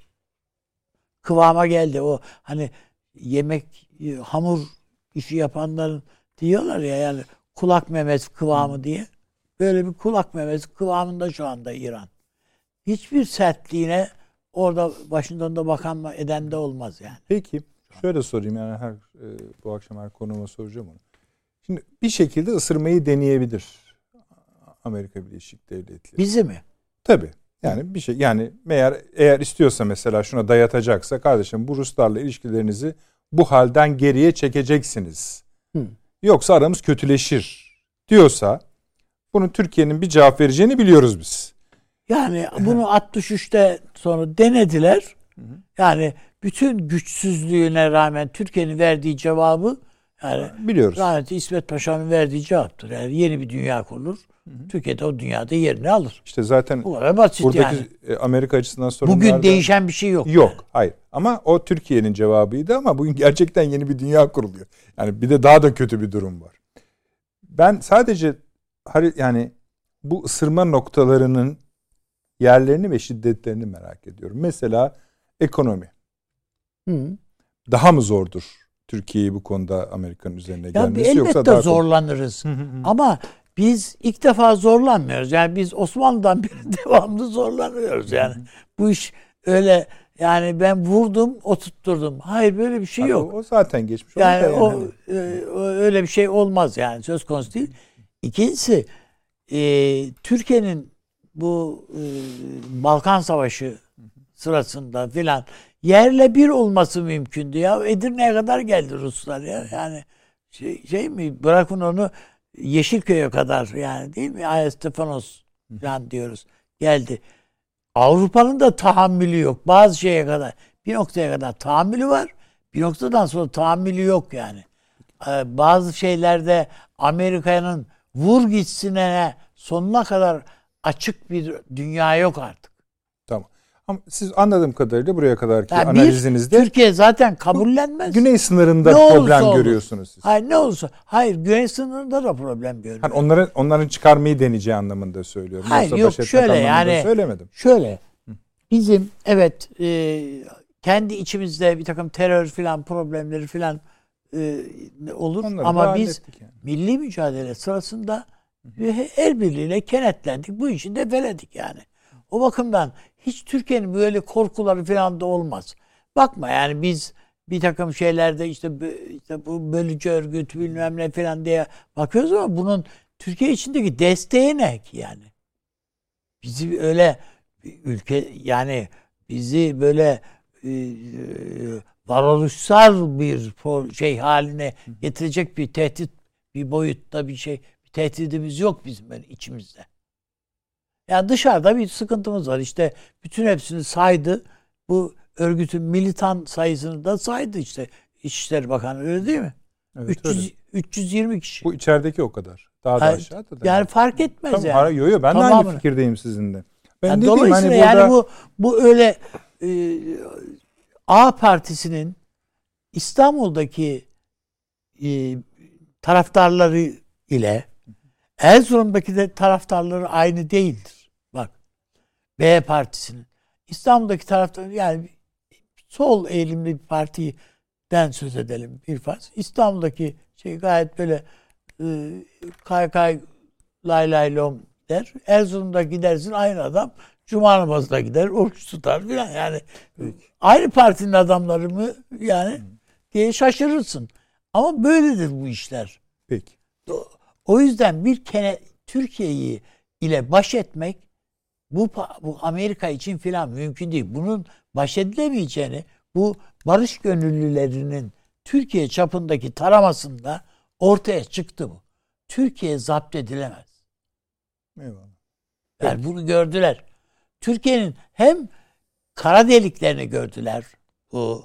kıvama geldi. O hani yemek hamur işi yapanların diyorlar ya yani kulak memesi kıvamı diye. Böyle bir kulak memesi kıvamında şu anda İran. Hiçbir sertliğine orada başından da bakan eden de olmaz yani. Peki şöyle sorayım yani bu akşam her konuğuma soracağım onu. Şimdi bir şekilde ısırmayı deneyebilir Amerika Birleşik Devletleri. Bizi mi? Tabii. Yani bir şey yani eğer istiyorsa mesela şuna dayatacaksa kardeşim bu Ruslarla ilişkilerinizi bu halden geriye çekeceksiniz. Yoksa aramız kötüleşir diyorsa bunun Türkiye'nin bir cevap vereceğini biliyoruz biz. Yani bunu 63'te sonra denediler. Yani bütün güçsüzlüğüne rağmen Türkiye'nin verdiği cevabı yani biliyoruz. Rahmetli İsmet Paşa'nın verdiği cevaptır. Yani yeni bir dünya kurulur. Türkiye'de o dünyada yerini alır. İşte zaten bu kadar basit buradaki yani. Amerika açısından sorunlardan... Bugün değişen bir şey yok. Yok, yani. Hayır. Ama o Türkiye'nin cevabıydı ama bugün gerçekten yeni bir dünya kuruluyor. Yani bir de daha da kötü bir durum var. Ben sadece yani bu ısırma noktalarının yerlerini ve şiddetlerini merak ediyorum. Mesela ekonomi. Daha mı zordur Türkiye'yi bu konuda Amerika'nın üzerine gelmesi yoksa daha zorlanırız. Ama biz ilk defa zorlanmıyoruz. Yani biz Osmanlı'dan beri devamlı zorlanıyoruz yani. Bu iş öyle yani ben vurdum, oturtturdum. Hayır böyle bir şey yok. O zaten geçmiş. Yani öyle bir şey olmaz yani söz konusu değil. İkincisi Türkiye'nin bu Balkan Savaşı sırasında filan yerle bir olması mümkündü ya. Edirne'ye kadar geldi Ruslar ya. Yani şey mi bırakın onu Yeşilköy'e kadar yani değil mi? Ayastıfanos falan diyoruz. Geldi. Avrupa'nın da tahammülü yok. Bazı şeye kadar. Bir noktaya kadar tahammülü var. Bir noktadan sonra tahammülü yok yani. Bazı şeylerde Amerika'nın vur gitsine sonuna kadar açık bir dünya yok artık. Tamam. Ama siz anladığım kadarıyla buraya kadarki Yani analizinizde Türkiye zaten kabullenmez. güney sınırında Ne olursa problem olur. görüyorsunuz siz. Hayır ne olursa. Hayır güney sınırında da problem görüyorum. Hani onların çıkarmayı deneyeceği anlamında söylüyorum. Hayır Yoksa yok baş etmek şöyle anlamında yani söylemedim. şöyle bizim evet kendi içimizde bir takım terör filan problemleri filan olur Onları da ama biz hallettik yani. milli mücadele sırasında el birliğiyle kenetlendik. Bu işi de veledik yani. O bakımdan hiç Türkiye'nin böyle korkuları filan da olmaz. Bakma yani biz bir takım şeylerde işte bu bölücü örgüt bilmem ne filan diye bakıyoruz ama bunun Türkiye içindeki desteği ne ki yani? Bizi öyle ülke yani bizi böyle varoluşsal bir şey haline getirecek bir tehdit, bir boyutta bir tehdidimiz yok bizim böyle içimizde. Yani dışarıda bir sıkıntımız var. İşte bütün hepsini saydı. Bu örgütün militan sayısını da saydı işte. İçişleri Bakanı öyle değil mi? Evet, 320 kişi. Bu içerideki o kadar. Daha da aşağıda da. Yani fark etmez tamam, yani. Yo, ben de aynı fikirdeyim sizinle. Ben yani dediğim dolayısıyla hani burada... yani bu öyle A Partisi'nin İstanbul'daki taraftarları ile Erzurum'daki de taraftarları aynı değildir. Bak. B Partisi'nin İstanbul'daki taraftarları yani sol eğilimli bir partiden söz edelim bir farz. İstanbul'daki gayet böyle kaykay lay lay lom der. Erzurum'da gidersin aynı adam Cuma namazına gider, oruç tutar filan yani. Aynı partinin adamları mı yani diye şaşırırsın. Ama böyledir bu işler. Peki. O yüzden Türkiye'yi ile baş etmek bu Amerika için filan mümkün değil. Bunun baş edilemeyeceğini bu barış gönüllülerinin Türkiye çapındaki taramasında ortaya çıktı bu. Türkiye zapt edilemez. Eyvallah. Yani bunu gördüler. Türkiye'nin hem kara deliklerini gördüler. Bu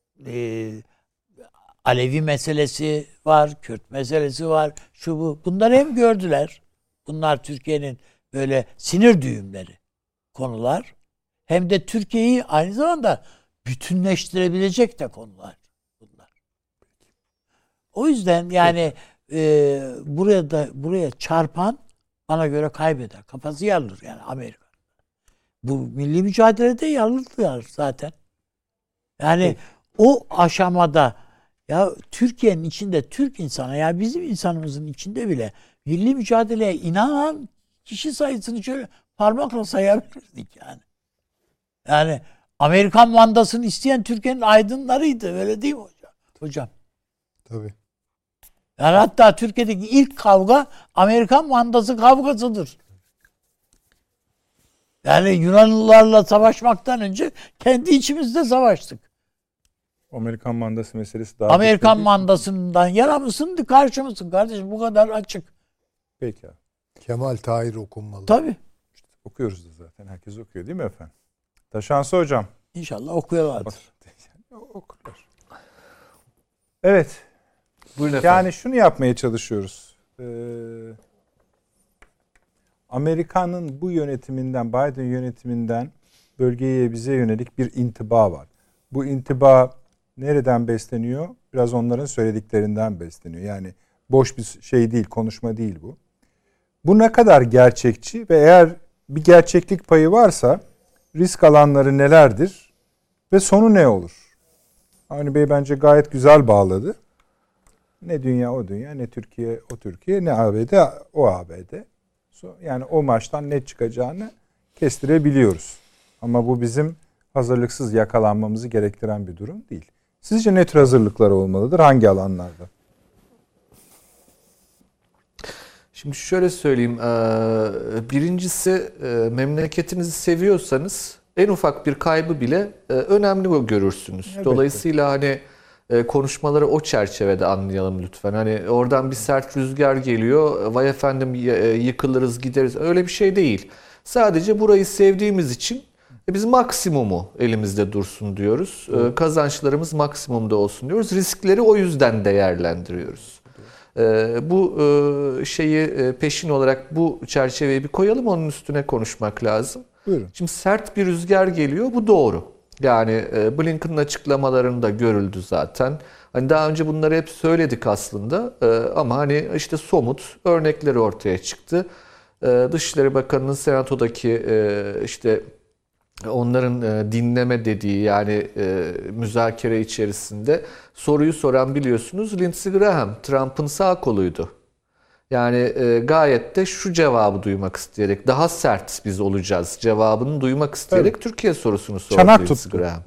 Alevi meselesi var, Kürt meselesi var, şu bu. Bunları hem gördüler. Bunlar Türkiye'nin böyle sinir düğümleri konular. Hem de Türkiye'yi aynı zamanda bütünleştirebilecek de konular bunlar. O yüzden yani buraya çarpan bana göre kaybeder. Kafası yarılır yani Amerika. Bu milli mücadelede yarıldılar zaten. Yani o aşamada ya Türkiye'nin içinde Türk insanı ya bizim insanımızın içinde bile milli mücadeleye inanan kişi sayısını şöyle parmakla sayabilirdik yani. Yani Amerikan mandasını isteyen Türkiye'nin aydınlarıydı. Öyle değil mi hocam? Tabii. Yani hatta Türkiye'deki ilk kavga Amerikan mandası kavgasıdır. Yani Yunanlılarla savaşmaktan önce kendi içimizde savaştık. Amerikan mandası meselesi daha... Amerikan mandasından yana mısın, karşı mısın kardeşim? Bu kadar açık. Peki abi. Kemal Tahir okunmalı. Tabii. İşte okuyoruz da zaten. Herkes okuyor değil mi efendim? Taşansı hocam. İnşallah okuyorlardır. Okurlar. Evet. Buyurun efendim. Yani şunu yapmaya çalışıyoruz. Amerika'nın bu yönetiminden, Biden yönetiminden bölgeye bize yönelik bir intiba var. Bu intiba nereden besleniyor? Biraz onların söylediklerinden besleniyor. Yani boş bir şey değil, konuşma değil bu. Bu ne kadar gerçekçi ve eğer bir gerçeklik payı varsa risk alanları nelerdir ve sonu ne olur? Avni Bey bence gayet güzel bağladı. Ne dünya o dünya, ne Türkiye o Türkiye, ne ABD o ABD. Yani o maçtan ne çıkacağını kestirebiliyoruz. Ama bu bizim hazırlıksız yakalanmamızı gerektiren bir durum değil. Sizce ne tür hazırlıklar olmalıdır? Hangi alanlarda? Şimdi şöyle söyleyeyim. Birincisi memleketinizi seviyorsanız en ufak bir kaybı bile önemli görürsünüz. Elbette. Dolayısıyla hani konuşmaları o çerçevede anlayalım lütfen. Hani oradan bir sert rüzgar geliyor. Vay efendim yıkılırız gideriz. Öyle bir şey değil. Sadece burayı sevdiğimiz için biz maksimumu elimizde dursun diyoruz. Kazançlarımız maksimumda olsun diyoruz. Riskleri o yüzden değerlendiriyoruz. Bu şeyi peşin olarak bu çerçeveyi bir koyalım. Onun üstüne konuşmak lazım. Buyurun. Şimdi sert bir rüzgar geliyor, bu doğru. Yani Blinken'ın açıklamalarında görüldü zaten. Hani daha önce bunları hep söyledik aslında ama hani işte somut örnekleri ortaya çıktı. Dışişleri Bakanı'nın Senato'daki işte onların dinleme dediği yani müzakere içerisinde soruyu soran biliyorsunuz Lindsey Graham, Trump'ın sağ koluydu. Yani gayet de şu cevabı duymak isteyerek, daha sert biz olacağız cevabını duymak isteyerek evet. Türkiye sorusunu sordu çanak Lindsey tuttu. Graham.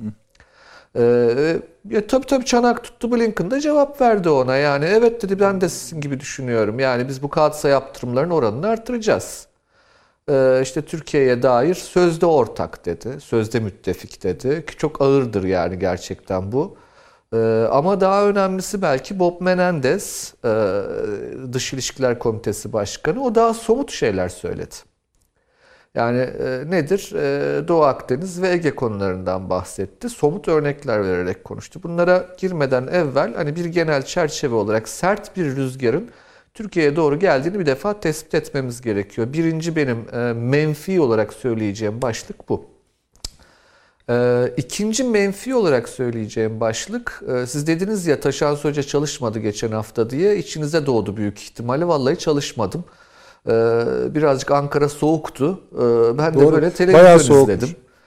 Tabii çanak tuttu. Blinken da cevap verdi ona. Yani evet dedi, ben de sizin gibi düşünüyorum. Yani biz bu kağıtsa yaptırımların oranını artıracağız. İşte Türkiye'ye dair sözde ortak dedi. Sözde müttefik dedi. Ki çok ağırdır yani gerçekten bu. Ama daha önemlisi belki Bob Menendez, Dış İlişkiler Komitesi Başkanı, o daha somut şeyler söyledi. Yani nedir? Doğu Akdeniz ve Ege konularından bahsetti. Somut örnekler vererek konuştu. Bunlara girmeden evvel hani bir genel çerçeve olarak sert bir rüzgarın Türkiye'ye doğru geldiğini bir defa tespit etmemiz gerekiyor. Birinci benim menfi olarak söyleyeceğim başlık bu. İkinci menfi olarak söyleyeceğim başlık, siz dediniz ya Taşansı Hoca çalışmadı geçen hafta diye, içinize doğdu büyük ihtimalle. Vallahi çalışmadım. Birazcık Ankara soğuktu. Ben de böyle televizyon izledim.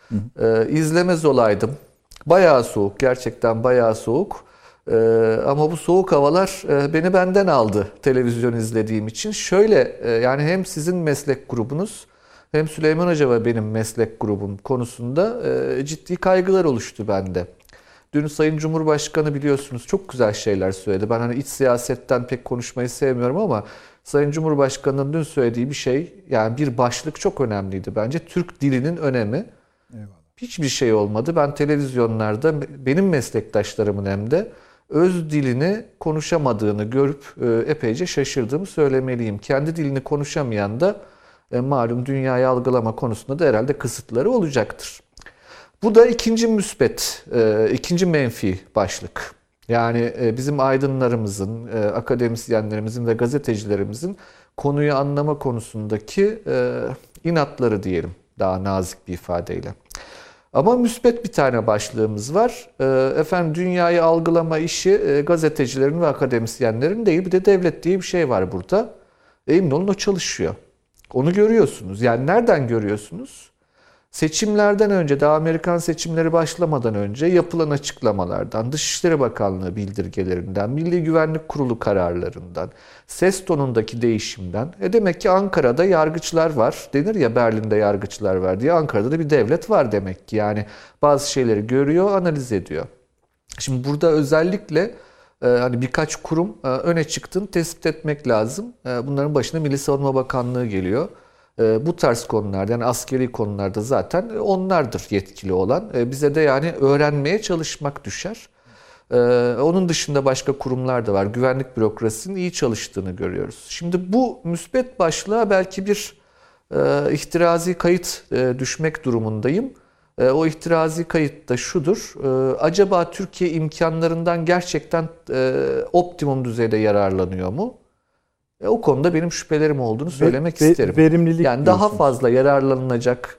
İzlemez olaydım. Bayağı soğuk, gerçekten bayağı soğuk. Ama bu soğuk havalar beni benden aldı televizyon izlediğim için. Şöyle yani hem sizin meslek grubunuz hem Süleyman Hoca ve benim meslek grubum konusunda ciddi kaygılar oluştu bende. Dün Sayın Cumhurbaşkanı biliyorsunuz çok güzel şeyler söyledi. Ben hani iç siyasetten pek konuşmayı sevmiyorum ama Sayın Cumhurbaşkanı'nın dün söylediği bir şey, yani bir başlık çok önemliydi bence. Türk dilinin önemi. Eyvallah. Hiçbir şey olmadı. Ben televizyonlarda benim meslektaşlarımın hem de öz dilini konuşamadığını görüp epeyce şaşırdığımı söylemeliyim. Kendi dilini konuşamayan da malum dünyayı algılama konusunda da herhalde kısıtları olacaktır. Bu da ikinci müspet, ikinci menfi başlık. Yani bizim aydınlarımızın, akademisyenlerimizin ve gazetecilerimizin konuyu anlama konusundaki inatları diyelim, daha nazik bir ifadeyle. Ama müspet bir tane başlığımız var. Efendim dünyayı algılama işi gazetecilerin ve akademisyenlerin değil, bir de devlet diye bir şey var burada. Emin olun o çalışıyor. Onu görüyorsunuz. Yani nereden görüyorsunuz? Seçimlerden önce, daha Amerikan seçimleri başlamadan önce yapılan açıklamalardan, Dışişleri Bakanlığı bildirgelerinden, Milli Güvenlik Kurulu kararlarından, ses tonundaki değişimden. Demek ki Ankara'da yargıçlar var. Denir ya Berlin'de yargıçlar var diye. Ankara'da da bir devlet var demek ki. Yani bazı şeyleri görüyor, analiz ediyor. Şimdi burada özellikle hani birkaç kurum öne çıktığını tespit etmek lazım. Bunların başına Milli Savunma Bakanlığı geliyor. Bu tarz konularda, yani askeri konularda zaten onlardır yetkili olan. Bize de yani öğrenmeye çalışmak düşer. Onun dışında başka kurumlar da var. Güvenlik bürokrasisinin iyi çalıştığını görüyoruz. Şimdi bu müspet başlığa belki bir ihtirazi kayıt düşmek durumundayım. O ihtirazi kayıt da şudur. Acaba Türkiye imkanlarından gerçekten optimum düzeyde yararlanıyor mu? O konuda benim şüphelerim olduğunu söylemek isterim. Verimlilik yani daha fazla yararlanılacak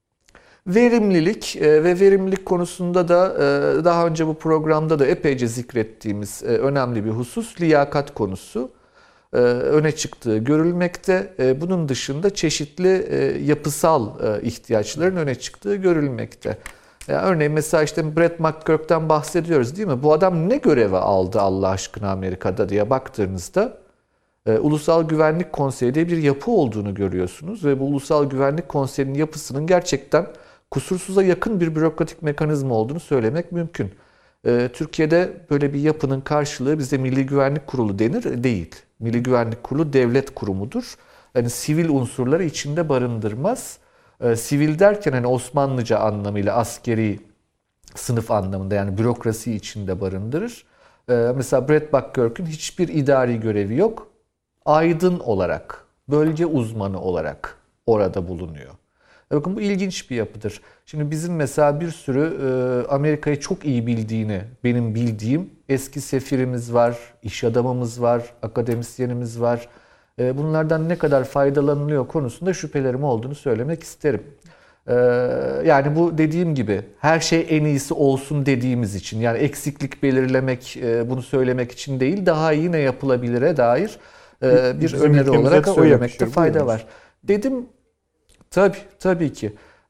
verimlilik ve verimlilik konusunda da daha önce bu programda da epeyce zikrettiğimiz önemli bir husus liyakat konusu öne çıktığı görülmekte. Bunun dışında çeşitli yapısal ihtiyaçların öne çıktığı görülmekte. Yani örneğin mesela işte Brett McGurk'ten bahsediyoruz değil mi? Bu adam ne görevi aldı Allah aşkına Amerika'da diye baktığınızda Ulusal Güvenlik Konseyi diye bir yapı olduğunu görüyorsunuz ve bu Ulusal Güvenlik Konseyi'nin yapısının gerçekten kusursuza yakın bir bürokratik mekanizma olduğunu söylemek mümkün. Türkiye'de böyle bir yapının karşılığı bize Milli Güvenlik Kurulu denir, değil. Milli Güvenlik Kurulu devlet kurumudur. Yani sivil unsurları içinde barındırmaz. Sivil derken hani Osmanlıca anlamıyla askeri sınıf anlamında, yani bürokrasi içinde barındırır. Mesela Brett McGurk'ün hiçbir idari görevi yok. Aydın olarak, bölge uzmanı olarak orada bulunuyor. Bakın bu ilginç bir yapıdır. Şimdi bizim mesela bir sürü Amerika'yı çok iyi bildiğini, benim bildiğim eski sefirimiz var, iş adamımız var, akademisyenimiz var. Bunlardan ne kadar faydalanılıyor konusunda şüphelerim olduğunu söylemek isterim. Yani bu dediğim gibi her şey en iyisi olsun dediğimiz için, yani eksiklik belirlemek, bunu söylemek için değil, daha iyi ne yapılabilire dair bir Bizim öneri ülkemize olarak de o söylemekte yakışır, fayda buyurunuz. var. Dedim tabii ki.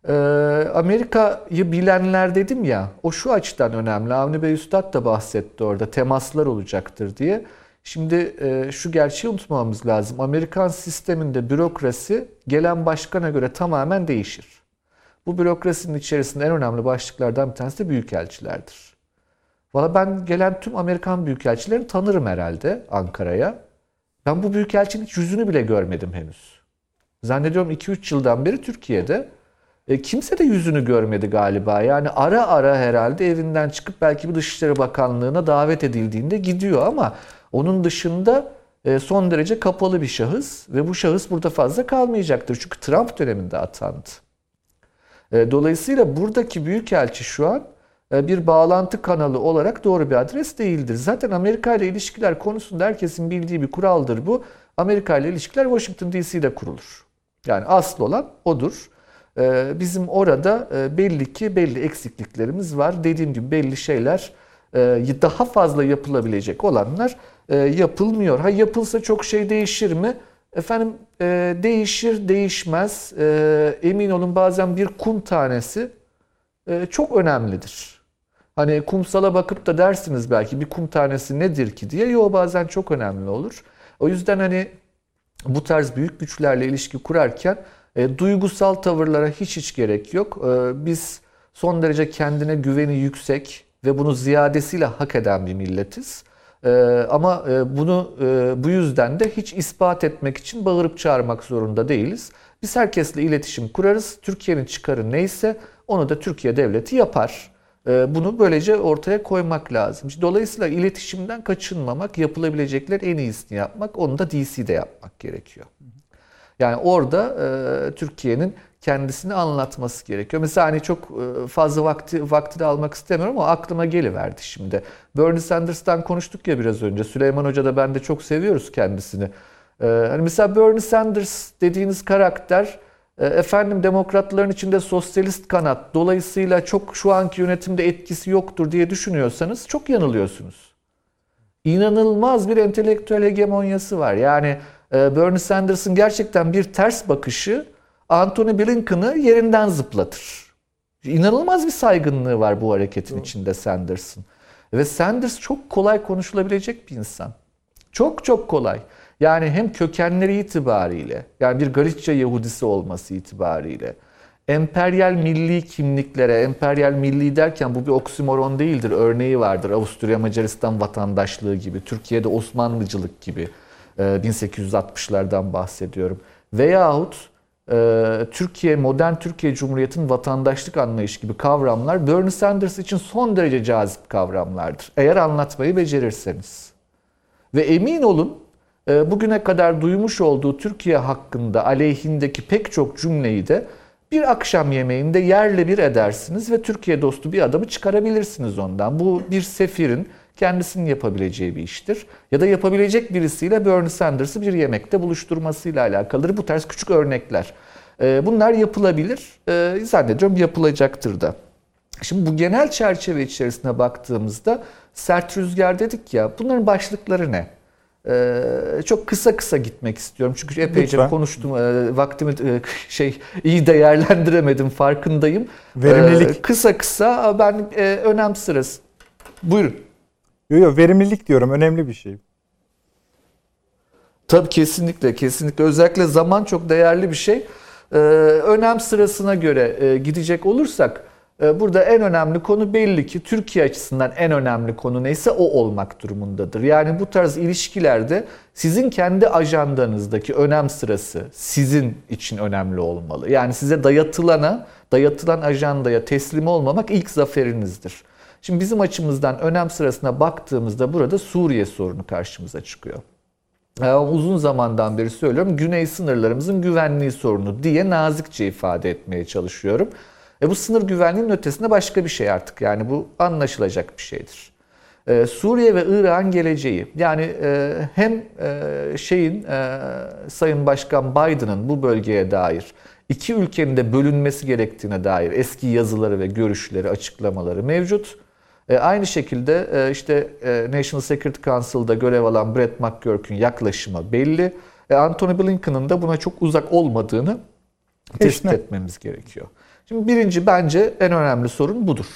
Amerika'yı bilenler dedim ya, o şu açıdan önemli. Avni Bey Üstad da bahsetti orada, temaslar olacaktır diye. Şimdi şu gerçeği unutmamamız lazım. Amerikan sisteminde bürokrasi gelen başkana göre tamamen değişir. Bu bürokrasinin içerisinde en önemli başlıklardan bir tanesi de büyükelçilerdir. Valla ben gelen tüm Amerikan büyükelçilerini tanırım herhalde Ankara'ya. Ben bu büyükelçinin hiç yüzünü bile görmedim henüz. Zannediyorum 2-3 yıldan beri Türkiye'de. Kimse de yüzünü görmedi galiba. Yani ara ara herhalde evinden çıkıp belki bir Dışişleri Bakanlığı'na davet edildiğinde gidiyor ama onun dışında son derece kapalı bir şahıs ve bu şahıs burada fazla kalmayacaktır. Çünkü Trump döneminde atandı. Dolayısıyla buradaki büyükelçi şu an bir bağlantı kanalı olarak doğru bir adres değildir. Zaten Amerika ile ilişkiler konusunda herkesin bildiği bir kuraldır bu. Amerika ile ilişkiler Washington DC'de kurulur. Yani asıl olan odur. Bizim orada belli eksikliklerimiz var. Dediğim gibi belli şeyler, daha fazla yapılabilecek olanlar yapılmıyor. Ha, yapılsa çok şey değişir mi? Efendim değişir, değişmez. Emin olun bazen bir kum tanesi çok önemlidir. Hani kumsala bakıp da dersiniz belki bir kum tanesi nedir ki diye. Yo, bazen çok önemli olur. O yüzden hani bu tarz büyük güçlerle ilişki kurarken duygusal tavırlara hiç gerek yok. Biz son derece kendine güveni yüksek ve bunu ziyadesiyle hak eden bir milletiz. Ama bunu bu yüzden de hiç ispat etmek için bağırıp çağırmak zorunda değiliz. Biz herkesle iletişim kurarız. Türkiye'nin çıkarı neyse onu da Türkiye devleti yapar. Bunu böylece ortaya koymak lazım. Dolayısıyla iletişimden kaçınmamak, yapılabilecekler en iyisini yapmak, onu da DC'de yapmak gerekiyor. Yani orada Türkiye'nin kendisini anlatması gerekiyor. Mesela hani çok fazla vakti de almak istemiyorum ama aklıma geliverdi şimdi. Bernie Sanders'tan konuştuk ya biraz önce. Süleyman Hoca da ben de çok seviyoruz kendisini. Hani mesela Bernie Sanders dediğiniz karakter efendim demokratların içinde sosyalist kanat, dolayısıyla çok şu anki yönetimde etkisi yoktur diye düşünüyorsanız çok yanılıyorsunuz. İnanılmaz bir entelektüel hegemonyası var. Yani Bernie Sanders'ın gerçekten bir ters bakışı Antony Blinken'ı yerinden zıplatır. İnanılmaz bir saygınlığı var bu hareketin içinde Sanders'ın. Ve Sanders çok kolay konuşulabilecek bir insan. Çok kolay. Yani hem kökenleri itibariyle, yani bir Galicia Yahudisi olması itibariyle, emperyal milli kimliklere, emperyal milli derken bu bir oksimoron değildir. Örneği vardır. Avusturya Macaristan vatandaşlığı gibi, Türkiye'de Osmanlıcılık gibi 1860'lardan bahsediyorum. Veyahut modern Türkiye Cumhuriyeti'nin vatandaşlık anlayışı gibi kavramlar Bernie Sanders için son derece cazip kavramlardır. Eğer anlatmayı becerirseniz. Ve emin olun bugüne kadar duymuş olduğu Türkiye hakkında aleyhindeki pek çok cümleyi de bir akşam yemeğinde yerle bir edersiniz ve Türkiye dostu bir adamı çıkarabilirsiniz ondan. Bu bir sefirin kendisinin yapabileceği bir iştir. Ya da yapabilecek birisiyle Bernie Sanders'ı bir yemekte buluşturmasıyla alakalıdır. Bu tarz küçük örnekler. Bunlar yapılabilir. Zannediyorum yapılacaktır da. Şimdi bu genel çerçeve içerisine baktığımızda sert rüzgar dedik ya, bunların başlıkları ne? Çok kısa gitmek istiyorum çünkü epeyce Lütfen. konuştum, vaktimi iyi değerlendiremedim, farkındayım. Verimlilik. Kısa ben önem sırası. Buyurun. Yok, verimlilik diyorum, önemli bir şey. Tabii kesinlikle özellikle zaman çok değerli bir şey. Önem sırasına göre gidecek olursak burada en önemli konu belli ki Türkiye açısından en önemli konu neyse o olmak durumundadır. Yani bu tarz ilişkilerde sizin kendi ajandanızdaki önem sırası sizin için önemli olmalı. Yani size dayatılan ajandaya teslim olmamak ilk zaferinizdir. Şimdi bizim açımızdan önem sırasına baktığımızda burada Suriye sorunu karşımıza çıkıyor. Uzun zamandan beri söylüyorum, güney sınırlarımızın güvenliği sorunu diye nazikçe ifade etmeye çalışıyorum. Bu sınır güvenliğinin ötesinde başka bir şey artık. Yani bu anlaşılacak bir şeydir. Suriye ve Irak'ın geleceği. Yani hem Sayın Başkan Biden'ın bu bölgeye dair iki ülkenin de bölünmesi gerektiğine dair eski yazıları ve görüşleri, açıklamaları mevcut. Aynı şekilde işte National Security Council'da görev alan Brett McGurk'ün yaklaşımı belli. Antony Blinken'ın da buna çok uzak olmadığını tespit etmemiz gerekiyor. Şimdi birinci, bence en önemli sorun budur.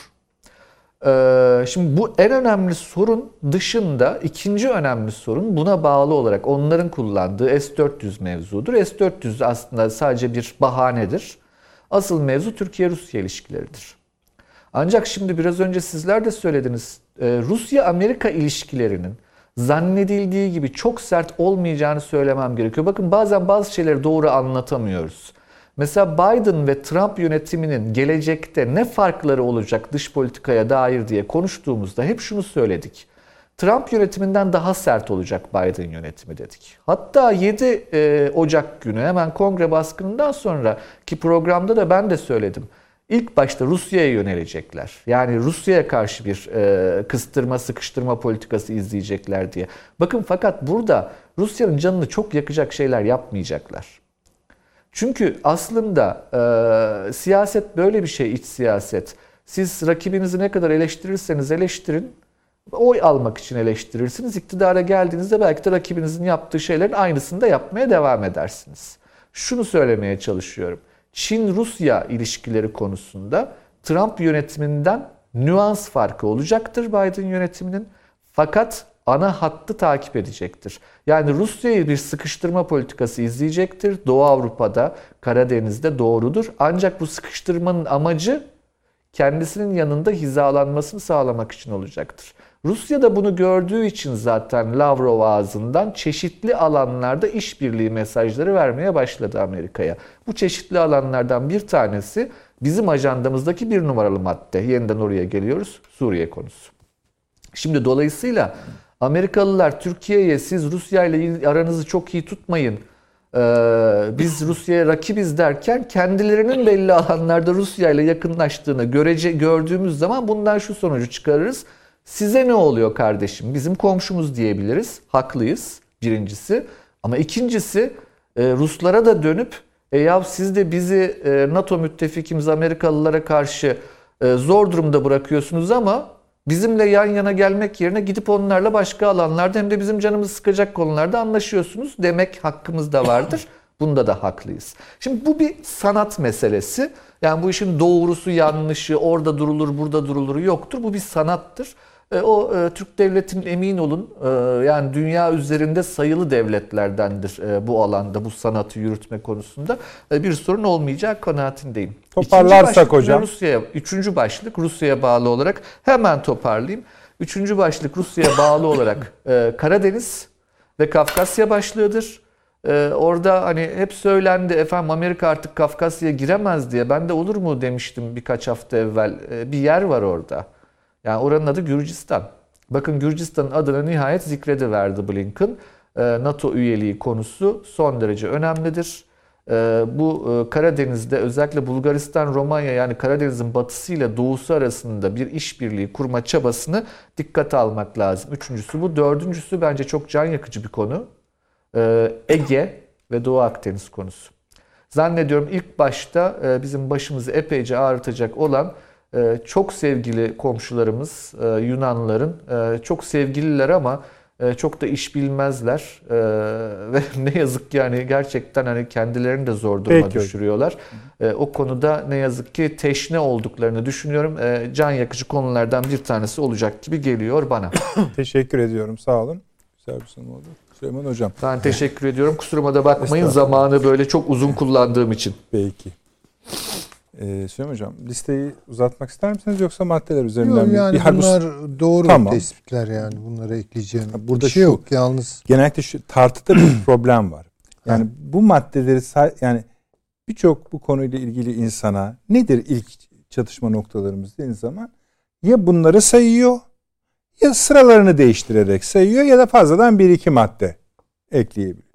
Şimdi bu en önemli sorun dışında ikinci önemli sorun buna bağlı olarak onların kullandığı S-400 mevzudur. S-400 aslında sadece bir bahanedir. Asıl mevzu Türkiye-Rusya ilişkileridir. Ancak şimdi biraz önce sizler de söylediniz, Rusya-Amerika ilişkilerinin zannedildiği gibi çok sert olmayacağını söylemem gerekiyor. Bakın, bazen bazı şeyleri doğru anlatamıyoruz. Mesela Biden ve Trump yönetiminin gelecekte ne farkları olacak dış politikaya dair diye konuştuğumuzda hep şunu söyledik. Trump yönetiminden daha sert olacak Biden yönetimi dedik. Hatta 7 Ocak günü hemen kongre baskınından sonraki programda da ben de söyledim. İlk başta Rusya'ya yönelecekler. Yani Rusya'ya karşı bir kıstırma, sıkıştırma politikası izleyecekler diye. Bakın, fakat burada Rusya'nın canını çok yakacak şeyler yapmayacaklar. Çünkü aslında siyaset böyle bir şey, iç siyaset. Siz rakibinizi ne kadar eleştirirseniz eleştirin, oy almak için eleştirirsiniz. İktidara geldiğinizde belki de rakibinizin yaptığı şeylerin aynısını da yapmaya devam edersiniz. Şunu söylemeye çalışıyorum. Çin-Rusya ilişkileri konusunda Trump yönetiminden nüans farkı olacaktır Biden yönetiminin. Fakat ana hattı takip edecektir. Yani Rusya'yı bir sıkıştırma politikası izleyecektir. Doğu Avrupa'da, Karadeniz'de doğrudur. Ancak bu sıkıştırmanın amacı kendisinin yanında hizalanmasını sağlamak için olacaktır. Rusya da bunu gördüğü için zaten Lavrov ağzından çeşitli alanlarda işbirliği mesajları vermeye başladı Amerika'ya. Bu çeşitli alanlardan bir tanesi bizim ajandamızdaki 1 numaralı madde. Yeniden oraya geliyoruz. Suriye konusu. Şimdi dolayısıyla Amerikalılar Türkiye'ye siz Rusya ile aranızı çok iyi tutmayın, biz Rusya'ya rakibiz derken kendilerinin belli alanlarda Rusya ile yakınlaştığını gördüğümüz zaman bundan şu sonucu çıkarırız. Size ne oluyor kardeşim? Bizim komşumuz diyebiliriz. Haklıyız, birincisi. Ama ikincisi, Ruslara da dönüp ya siz de bizi NATO müttefikimiz Amerikalılara karşı zor durumda bırakıyorsunuz ama bizimle yan yana gelmek yerine gidip onlarla başka alanlarda hem de bizim canımızı sıkacak konularda anlaşıyorsunuz demek hakkımız da vardır. Bunda da haklıyız. Şimdi bu bir sanat meselesi. Yani bu işin doğrusu yanlışı, orada durulur, burada durulur yoktur. Bu bir sanattır. Türk devletinin, emin olun, yani dünya üzerinde sayılı devletlerdendir bu alanda, bu sanatı yürütme konusunda bir sorun olmayacak kanaatindeyim. Toparlarsak hocam. Üçüncü başlık Rusya'ya bağlı olarak, hemen toparlayayım. Üçüncü başlık Rusya'ya bağlı olarak Karadeniz ve Kafkasya başlığıdır. Orada hani hep söylendi, efendim Amerika artık Kafkasya'ya giremez diye. Ben de olur mu demiştim birkaç hafta evvel. Bir yer var orada. Yani oranın adı Gürcistan. Bakın, Gürcistan'ın adını nihayet zikrediverdi Blinken. NATO üyeliği konusu son derece önemlidir. Bu Karadeniz'de özellikle Bulgaristan, Romanya, yani Karadeniz'in batısı ile doğusu arasında bir işbirliği kurma çabasını dikkate almak lazım. Üçüncüsü bu. Dördüncüsü bence çok can yakıcı bir konu. Ege ve Doğu Akdeniz konusu. Zannediyorum ilk başta bizim başımızı epeyce ağrıtacak olan çok sevgili komşularımız Yunanların, çok sevgililer ama çok da iş bilmezler ve ne yazık ki yani gerçekten hani kendilerini de zor duruma düşürüyorlar. O konuda ne yazık ki teşne olduklarını düşünüyorum. Can yakıcı konulardan bir tanesi olacak gibi geliyor bana. Teşekkür ediyorum, sağ olun. Güzel bir sunum oldu. Süleyman Hocam. Ben teşekkür ediyorum. Kusuruma da bakmayın, zamanı böyle çok uzun kullandığım için. Peki. Süleyman Hocam, listeyi uzatmak ister misiniz yoksa maddeler üzerinden mi? Yani bunlar doğru tespitler, yani bunlara ekleyeceğim burada bir şey yok yalnız. Genellikle şu tartıda bir problem var. Yani bu maddeleri yani birçok bu konuyla ilgili insana nedir ilk çatışma noktalarımız dediğiniz zaman ya bunları sayıyor ya sıralarını değiştirerek sayıyor ya da fazladan bir iki madde ekleyebiliyor.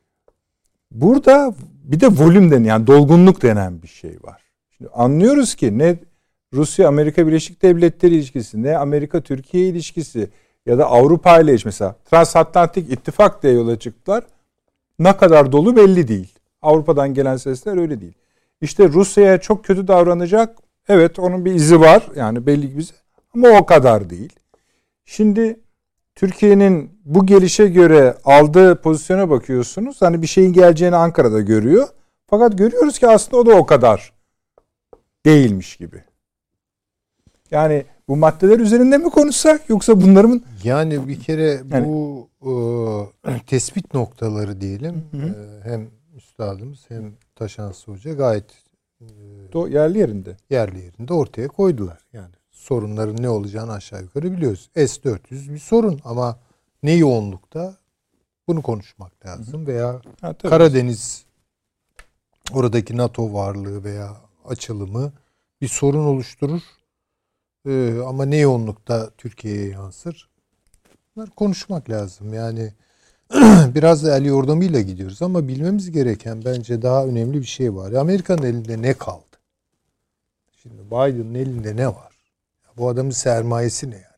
Burada bir de volüm denen, yani dolgunluk denen bir şey var. Şimdi anlıyoruz ki ne Rusya-Amerika Birleşik Devletleri ilişkisi, ne Amerika-Türkiye ilişkisi ya da Avrupa ile mesela Transatlantik İttifak diye yola çıktılar. Ne kadar dolu belli değil. Avrupa'dan gelen sesler öyle değil. İşte Rusya'ya çok kötü davranacak. Evet, onun bir izi var. Yani belli bir, ama o kadar değil. Şimdi Türkiye'nin bu gelişe göre aldığı pozisyona bakıyorsunuz. Hani bir şeyin geleceğini Ankara'da görüyor. Fakat görüyoruz ki aslında o da o kadar değilmiş gibi. Yani bu maddeler üzerinde mi konuşsak, yoksa bunların... Yani bir kere bu tespit noktaları diyelim, hem üstadımız hem Taşansı Hoca gayet yerli yerinde. Yerli yerinde ortaya koydular. Yani sorunların ne olacağını aşağı yukarı biliyoruz. S-400 bir sorun ama ne yoğunlukta, bunu konuşmak lazım. Veya Karadeniz, oradaki NATO varlığı veya açılımı bir sorun oluşturur. Ama ne yoğunlukta Türkiye'ye yansır? Bunları konuşmak lazım. Yani biraz da el yordamıyla gidiyoruz ama bilmemiz gereken bence daha önemli bir şey var. Amerika'nın elinde ne kaldı? Şimdi Biden'ın elinde ne var? Bu adamın sermayesi ne yani?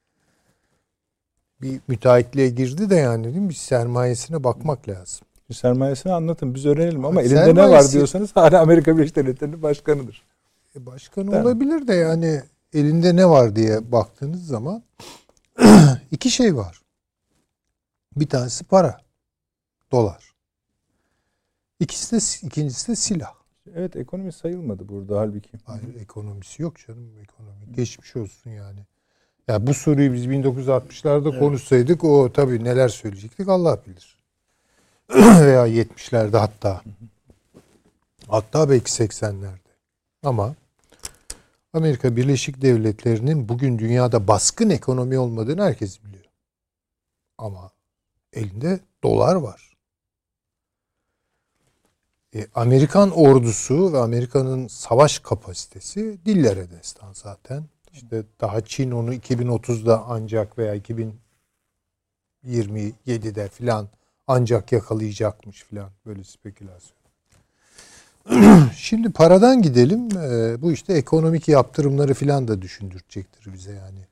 Bir müteahhitliğe girdi de yani, değil mi? Bir sermayesine bakmak lazım. Sermayesini anlatın, biz öğrenelim, ama elinde ne var diyorsanız hala Amerika Birleşik Devletleri'nin başkanıdır. Başkanı olabilir de yani elinde ne var diye baktığınız zaman iki şey var. Bir tanesi para, dolar. İkincisi de silah. Evet, ekonomi sayılmadı burada halbuki. Hayır, ekonomisi yok canım, ekonomi. Geçmiş olsun yani. Ya bu soruyu biz 1960'larda konuşsaydık, o tabii neler söyleyecektik Allah bilir. Veya 70'lerde hatta. Hatta belki 80'lerde. Ama Amerika Birleşik Devletleri'nin bugün dünyada baskın ekonomi olmadığını herkes biliyor. Ama elinde dolar var. Amerikan ordusu ve Amerika'nın savaş kapasitesi dillere destan zaten. İşte daha Çin onu 2030'da ancak veya 2027'de filan ancak yakalayacakmış filan, böyle spekülasyon. Şimdi paradan gidelim. Bu işte ekonomik yaptırımları filan da düşündürecektir bize yani.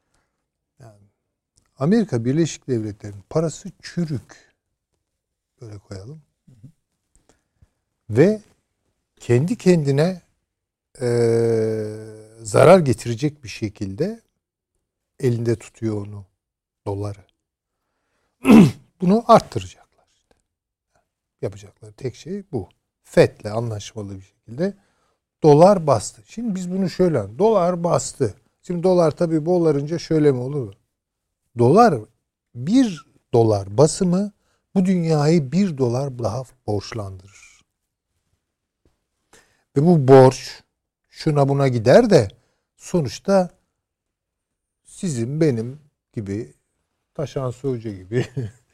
Amerika Birleşik Devletleri'nin parası çürük. Böyle koyalım. Ve kendi kendine zarar getirecek bir şekilde elinde tutuyor onu, doları. Bunu arttıracaklar. Yapacakları tek şey bu. FED'le anlaşmalı bir şekilde dolar bastı. Şimdi biz bunu şöyle, dolar bastı. Şimdi dolar tabii boğularınca şöyle mi olur? Dolar, $1 basımı bu dünyayı $1 daha borçlandırır. Ve bu borç şuna buna gider de sonuçta sizin benim gibi, Taşansı Hoca gibi,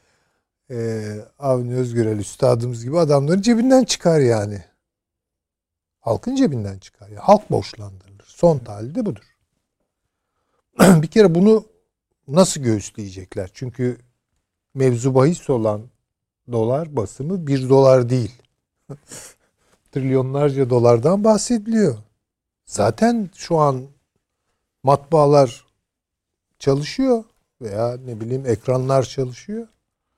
Avni Özgürel üstadımız gibi adamların cebinden çıkar yani. Halkın cebinden çıkar. Yani halk borçlandırılır. Son tahlilde budur. Bir kere bunu nasıl göğüsleyecekler? Çünkü mevzu bahis olan dolar basımı $1 değil. Trilyonlarca dolardan bahsediliyor. Zaten şu an matbaalar çalışıyor veya ne bileyim ekranlar çalışıyor.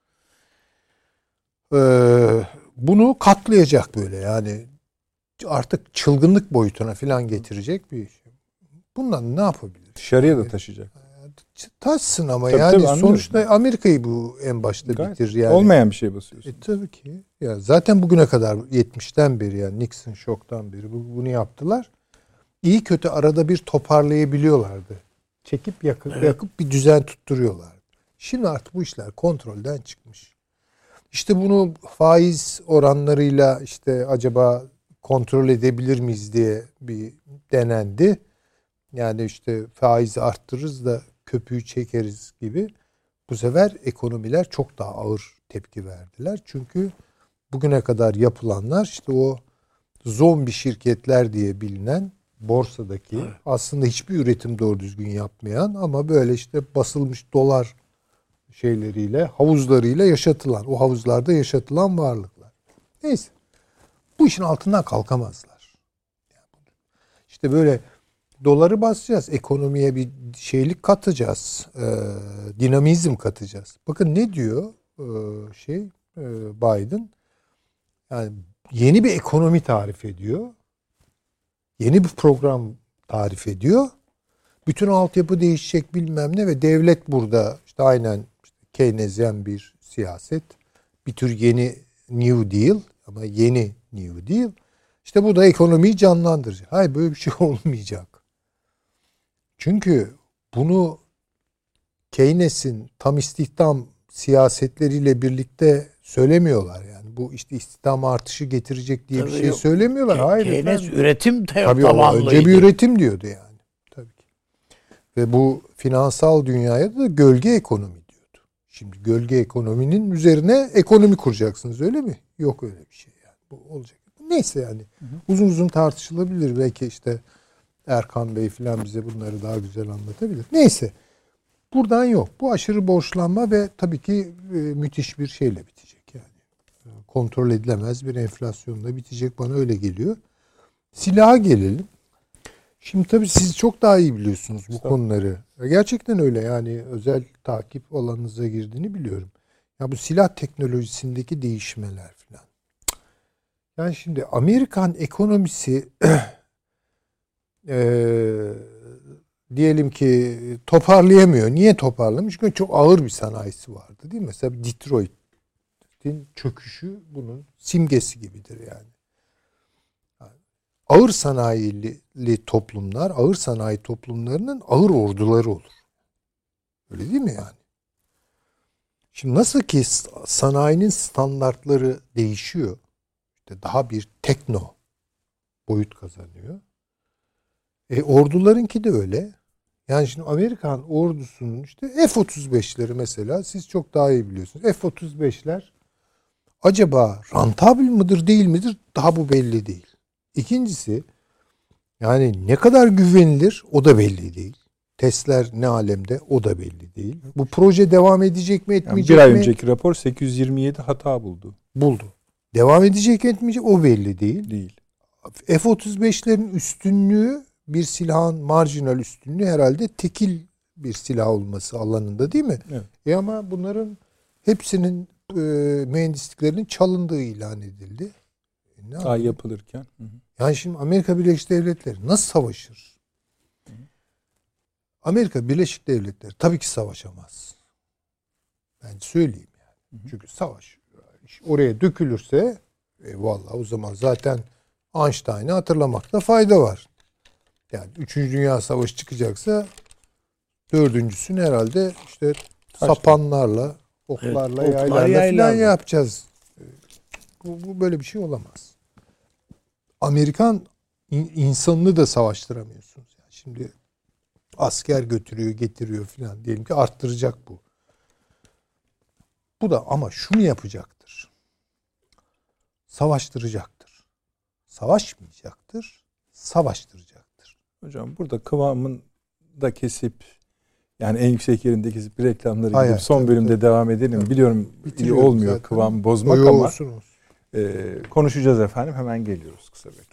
Bunu katlayacak böyle yani, artık çılgınlık boyutuna falan getirecek bir şey. Bundan ne yapabilir? Dışarıya da taşıyacak. Taşsın ama tabii, yani tabii, sonuçta Amerika'yı bu en başta bitir yani. Olmayan bir şey basıyorsun. Tabii ki. Ya zaten bugüne kadar 70'ten beri, yani Nixon şoktan beri bunu yaptılar. İyi kötü arada bir toparlayabiliyorlardı. Çekip yakıp bir düzen tutturuyorlardı. Şimdi artık bu işler kontrolden çıkmış. İşte bunu faiz oranlarıyla işte acaba kontrol edebilir miyiz diye bir denendi. Yani işte faizi arttırırız da köpüğü çekeriz gibi. Bu sefer ekonomiler çok daha ağır tepki verdiler. Çünkü bugüne kadar yapılanlar işte o zombi şirketler diye bilinen borsadaki, aslında hiçbir üretim doğru düzgün yapmayan ama böyle işte basılmış dolar şeyleriyle, havuzlarıyla yaşatılan, o havuzlarda yaşatılan varlıklar. Neyse. Bu işin altından kalkamazlar. İşte böyle doları basacağız, ekonomiye bir şeylik katacağız, dinamizm katacağız. Bakın ne diyor Biden? Yani yeni bir ekonomi tarif ediyor. Yeni bir program tarif ediyor. Bütün altyapı değişecek bilmem ne ve devlet burada işte aynen Keynesyen bir siyaset. Bir tür yeni New Deal ama yeni New Deal. İşte bu da ekonomiyi canlandıracak. Hayır, böyle bir şey olmayacak. Çünkü bunu Keynes'in tam istihdam siyasetleriyle birlikte söylemiyorlar. Yani bu işte istihdam artışı getirecek diye bir şey söylemiyorlar. Hayır Keynes efendim. üretim Tabii tabanlıydı. önce bir üretim diyordu yani. Tabii ki. Ve bu finansal dünyaya da gölge ekonomi diyordu. Şimdi gölge ekonominin üzerine ekonomi kuracaksınız, öyle mi? Yok öyle bir şey yani. Bu olacak. Neyse yani. Uzun uzun tartışılabilir. Belki işte Erkan Bey falan bize bunları daha güzel anlatabilir. Neyse. Buradan yok. Bu aşırı borçlanma ve tabii ki müthiş bir şeyle bitecek yani. Kontrol edilemez bir enflasyonla bitecek, bana öyle geliyor. Silaha gelelim. Şimdi tabii siz çok daha iyi biliyorsunuz bu konuları. Gerçekten öyle yani, özel takip alanınıza girdiğini biliyorum. Ya bu silah teknolojisindeki değişmeler falan. Yani şimdi Amerikan ekonomisi diyelim ki toparlayamıyor. Niye toparlamış? Çünkü çok ağır bir sanayisi vardı değil mi? Mesela Detroit'in çöküşü bunun simgesi gibidir yani. Ağır sanayili toplumlar, ağır sanayi toplumlarının ağır orduları olur. Öyle değil mi yani? Şimdi nasıl ki sanayinin standartları değişiyor, işte daha bir tekno boyut kazanıyor. Ordularınki de öyle. Yani şimdi Amerikan ordusunun işte F-35'leri mesela, siz çok daha iyi biliyorsunuz. F-35'ler acaba rantabil midir değil midir? Daha bu belli değil. İkincisi, yani ne kadar güvenilir o da belli değil. Testler ne alemde o da belli değil. Bu proje devam edecek mi etmeyecek mi? Bir ay önceki rapor 827 hata buldu. Buldu. Devam edecek mi etmeyecek o belli değil. Değil. F-35'lerin üstünlüğü, bir silahın marjinal üstünlüğü herhalde tekil bir silah olması alanında değil mi? Evet. Ama bunların hepsinin mühendisliklerinin çalındığı ilan edildi. Daha yapılırken. Yani şimdi Amerika Birleşik Devletleri nasıl savaşır? Amerika Birleşik Devletleri tabii ki savaşamaz. Ben söyleyeyim yani. Çünkü savaş oraya dökülürse vallahi o zaman zaten Einstein'ı hatırlamakta fayda var. Yani 3. Dünya Savaşı çıkacaksa 4.'sünün herhalde işte sapanlarla, oklarla, yaylarla falan yapacağız. Bu böyle bir şey olamaz. Amerikan insanını da savaştıramıyorsunuz. Yani şimdi asker götürüyor, getiriyor falan. Diyelim ki arttıracak bu. Bu da ama şunu yapacaktır. Savaştıracaktır. Savaşmayacaktır. Savaştıracaktır. Hocam burada kıvamın da kesip, yani en yüksek yerinde kesip bir reklamları gidip son bölümde devam edelim. Evet. Biliyorum iyi olmuyor zaten. Kıvam bozmak ama olsun. Konuşacağız efendim. Hemen geliyoruz, kısa bir reklam.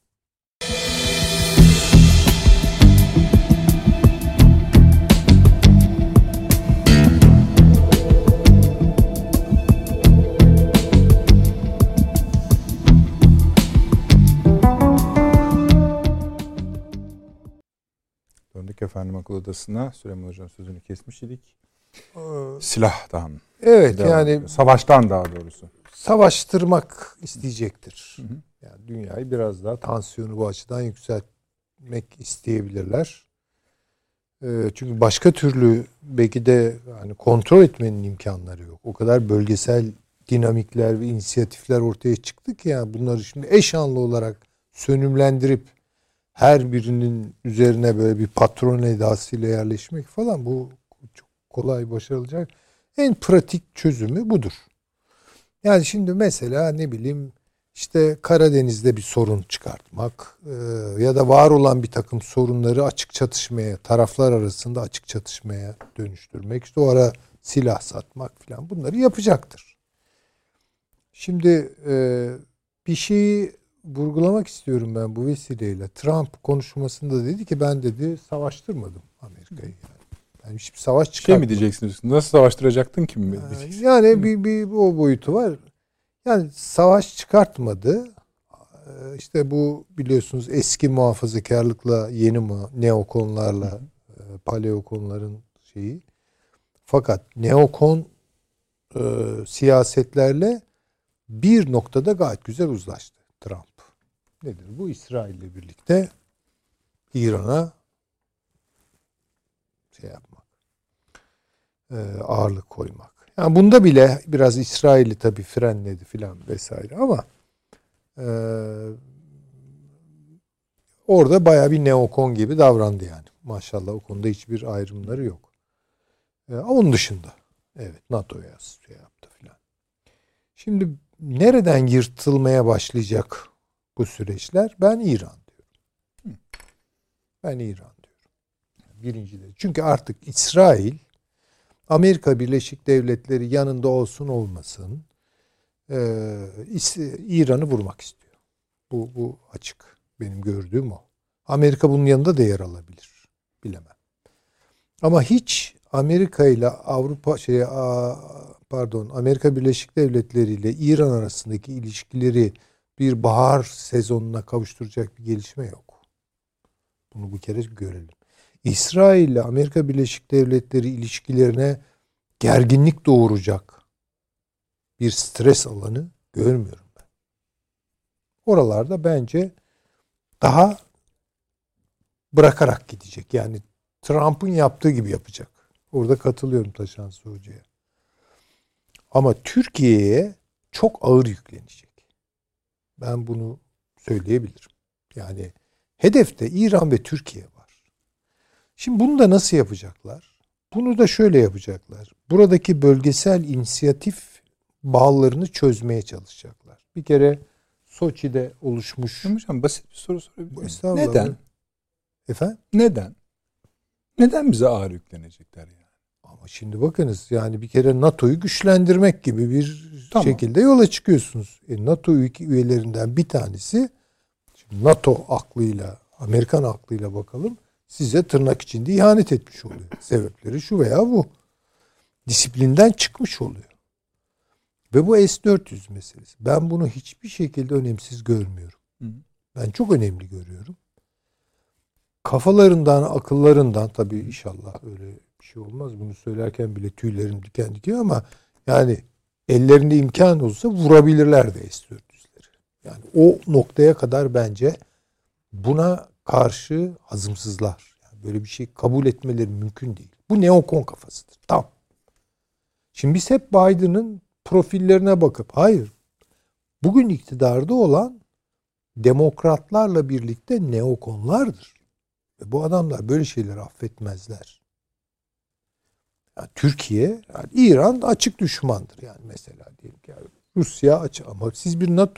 Döndük efendim akıl odasına. Süleyman Hoca'nın sözünü kesmiş idik. Silahtan. Evet yani. Savaştan daha doğrusu. Savaştırmak isteyecektir. Yani dünyayı biraz daha tansiyonu bu açıdan yükseltmek isteyebilirler. Çünkü başka türlü belki de hani kontrol etmenin imkanları yok. O kadar bölgesel dinamikler ve inisiyatifler ortaya çıktı ki yani bunları şimdi eşanlı olarak sönümlendirip her birinin üzerine böyle bir patron edasıyla yerleşmek falan, bu çok kolay başarılacak. En pratik çözümü budur. Yani şimdi mesela ne bileyim işte Karadeniz'de bir sorun çıkartmak ya da var olan bir takım sorunları açık çatışmaya, taraflar arasında açık çatışmaya dönüştürmek, işte o ara silah satmak falan, bunları yapacaktır. Şimdi bir şeyi vurgulamak istiyorum ben bu vesileyle. Trump konuşmasında dedi ki ben dedi savaştırmadım Amerika'yı. Yani hiçbir savaş çıkartmadım. Şey mi diyeceksiniz? Nasıl savaştıracaktın ki mi diyeceksiniz? Yani bir o boyutu var. Yani savaş çıkartmadı. İşte bu biliyorsunuz eski muhafazakarlıkla yeni neokonlarla paleokonların şeyi. Fakat neokon siyasetlerle bir noktada gayet güzel uzlaştı Trump. Nedir bu? İsrail'le birlikte İran'a şey yapmak, ağırlık koymak. Yani bunda bile biraz İsrail'i tabii frenledi filan vesaire ama orada bayağı bir neokon gibi davrandı yani. Maşallah o konuda hiçbir ayrımları yok. Onun dışında evet NATO'ya şey yaptı filan. Şimdi nereden yırtılmaya başlayacak bu süreçler? Ben İran diyorum. Ben İran diyorum. Birincileri. Çünkü artık İsrail Amerika Birleşik Devletleri yanında olsun olmasın İran'ı vurmak istiyor. Bu açık. Benim gördüğüm o. Amerika bunun yanında da yer alabilir. Bilemem. Ama hiç Amerika ile Amerika Birleşik Devletleri ile İran arasındaki ilişkileri bir bahar sezonuna kavuşturacak bir gelişme yok. Bunu bir kere görelim. İsrail ile Amerika Birleşik Devletleri ilişkilerine gerginlik doğuracak bir stres alanı görmüyorum ben. Oralarda bence daha bırakarak gidecek. Yani Trump'ın yaptığı gibi yapacak. Orada katılıyorum Taşansı Hoca'ya. Ama Türkiye'ye çok ağır yüklenecek. Ben bunu söyleyebilirim. Yani hedefte İran ve Türkiye var. Şimdi bunu da nasıl yapacaklar? Bunu da şöyle yapacaklar. Buradaki bölgesel inisiyatif bağlarını çözmeye çalışacaklar. Bir kere Soçi'de oluşmuş. Hocam basit bir soru sorabilir miyim? Estağfurullah. Neden? Efendim? Neden? Neden bize ağır yüklenecekler yani? Ama şimdi bakınız yani bir kere NATO'yu güçlendirmek gibi bir Tamam. şekilde yola çıkıyorsunuz. NATO üyelerinden bir tanesi şimdi NATO aklıyla, Amerikan aklıyla bakalım size tırnak içinde ihanet etmiş oluyor. Sebepleri şu veya bu. Disiplinden çıkmış oluyor. Ve bu S-400 meselesi. Ben bunu hiçbir şekilde önemsiz görmüyorum. Ben çok önemli görüyorum. Kafalarından, akıllarından tabii inşallah öyle bir şey olmaz. Bunu söylerken bile tüylerim diken dikiyor ama yani ellerinde imkan olsa vurabilirler de S-400'leri. Yani o noktaya kadar bence buna karşı hazımsızlar. Yani böyle bir şey kabul etmeleri mümkün değil. Bu neokon kafasıdır. Tamam. Şimdi biz hep Biden'ın profillerine bakıp hayır. Bugün iktidarda olan demokratlarla birlikte neokonlardır. Ve bu adamlar böyle şeyleri affetmezler. Yani Türkiye, yani İran açık düşmandır. Yani mesela diyelim ki Rusya açık ama siz bir NATO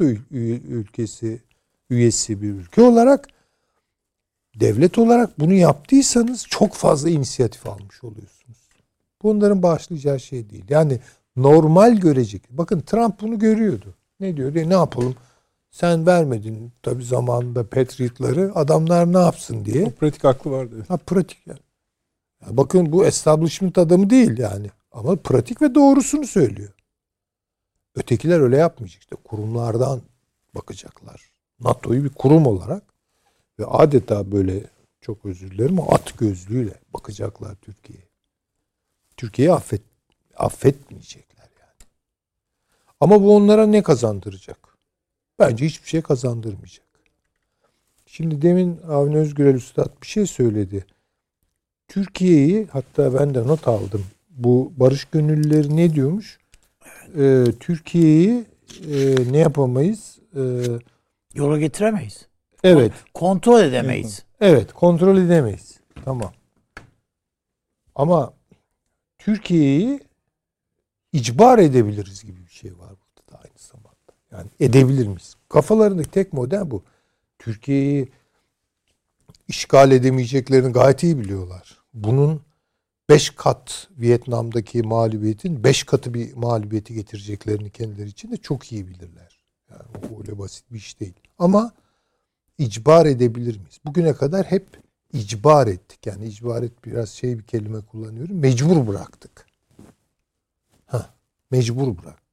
üyesi bir ülke olarak devlet olarak bunu yaptıysanız çok fazla inisiyatif almış oluyorsunuz. Bunların bağışlayacağı şey değil. Yani normal görecek. Bakın Trump bunu görüyordu. Ne diyor? Ne yapalım? Sen vermedin tabii zamanında Patriot'ları. Adamlar ne yapsın diye. O pratik aklı vardı. Ha, pratik yani. Yani bakın bu establishment adamı değil yani. Ama pratik ve doğrusunu söylüyor. Ötekiler öyle yapmayacak. İşte kurumlardan bakacaklar. NATO'yu bir kurum olarak ve adeta böyle çok özür dilerim ama at gözlüğüyle bakacaklar Türkiye'ye. Türkiye'yi affetmeyecekler yani. Ama bu onlara ne kazandıracak? Bence hiçbir şey kazandırmayacak. Şimdi demin Avni Özgürel Üstad bir şey söyledi. Türkiye'yi hatta ben de not aldım. Bu barış gönüllüleri ne diyormuş? Türkiye'yi ne yapamayız? Yola getiremeyiz. Evet. Kontrol edemeyiz. Evet, kontrol edemeyiz. Tamam. Ama Türkiye'yi icbar edebiliriz gibi bir şey var burada da aynı zamanda. Yani edebilir miyiz? Kafalarındaki tek model bu. Türkiye'yi işgal edemeyeceklerini gayet iyi biliyorlar. Bunun 5 kat Vietnam'daki mağlubiyetin 5 katı bir mağlubiyeti getireceklerini kendileri için de çok iyi bilirler. Yani öyle basit bir iş değil. Ama icbar edebilir miyiz? Bugüne kadar hep icbar ettik. Yani icbar et biraz bir kelime kullanıyorum. Mecbur bıraktık. Mecbur bırak.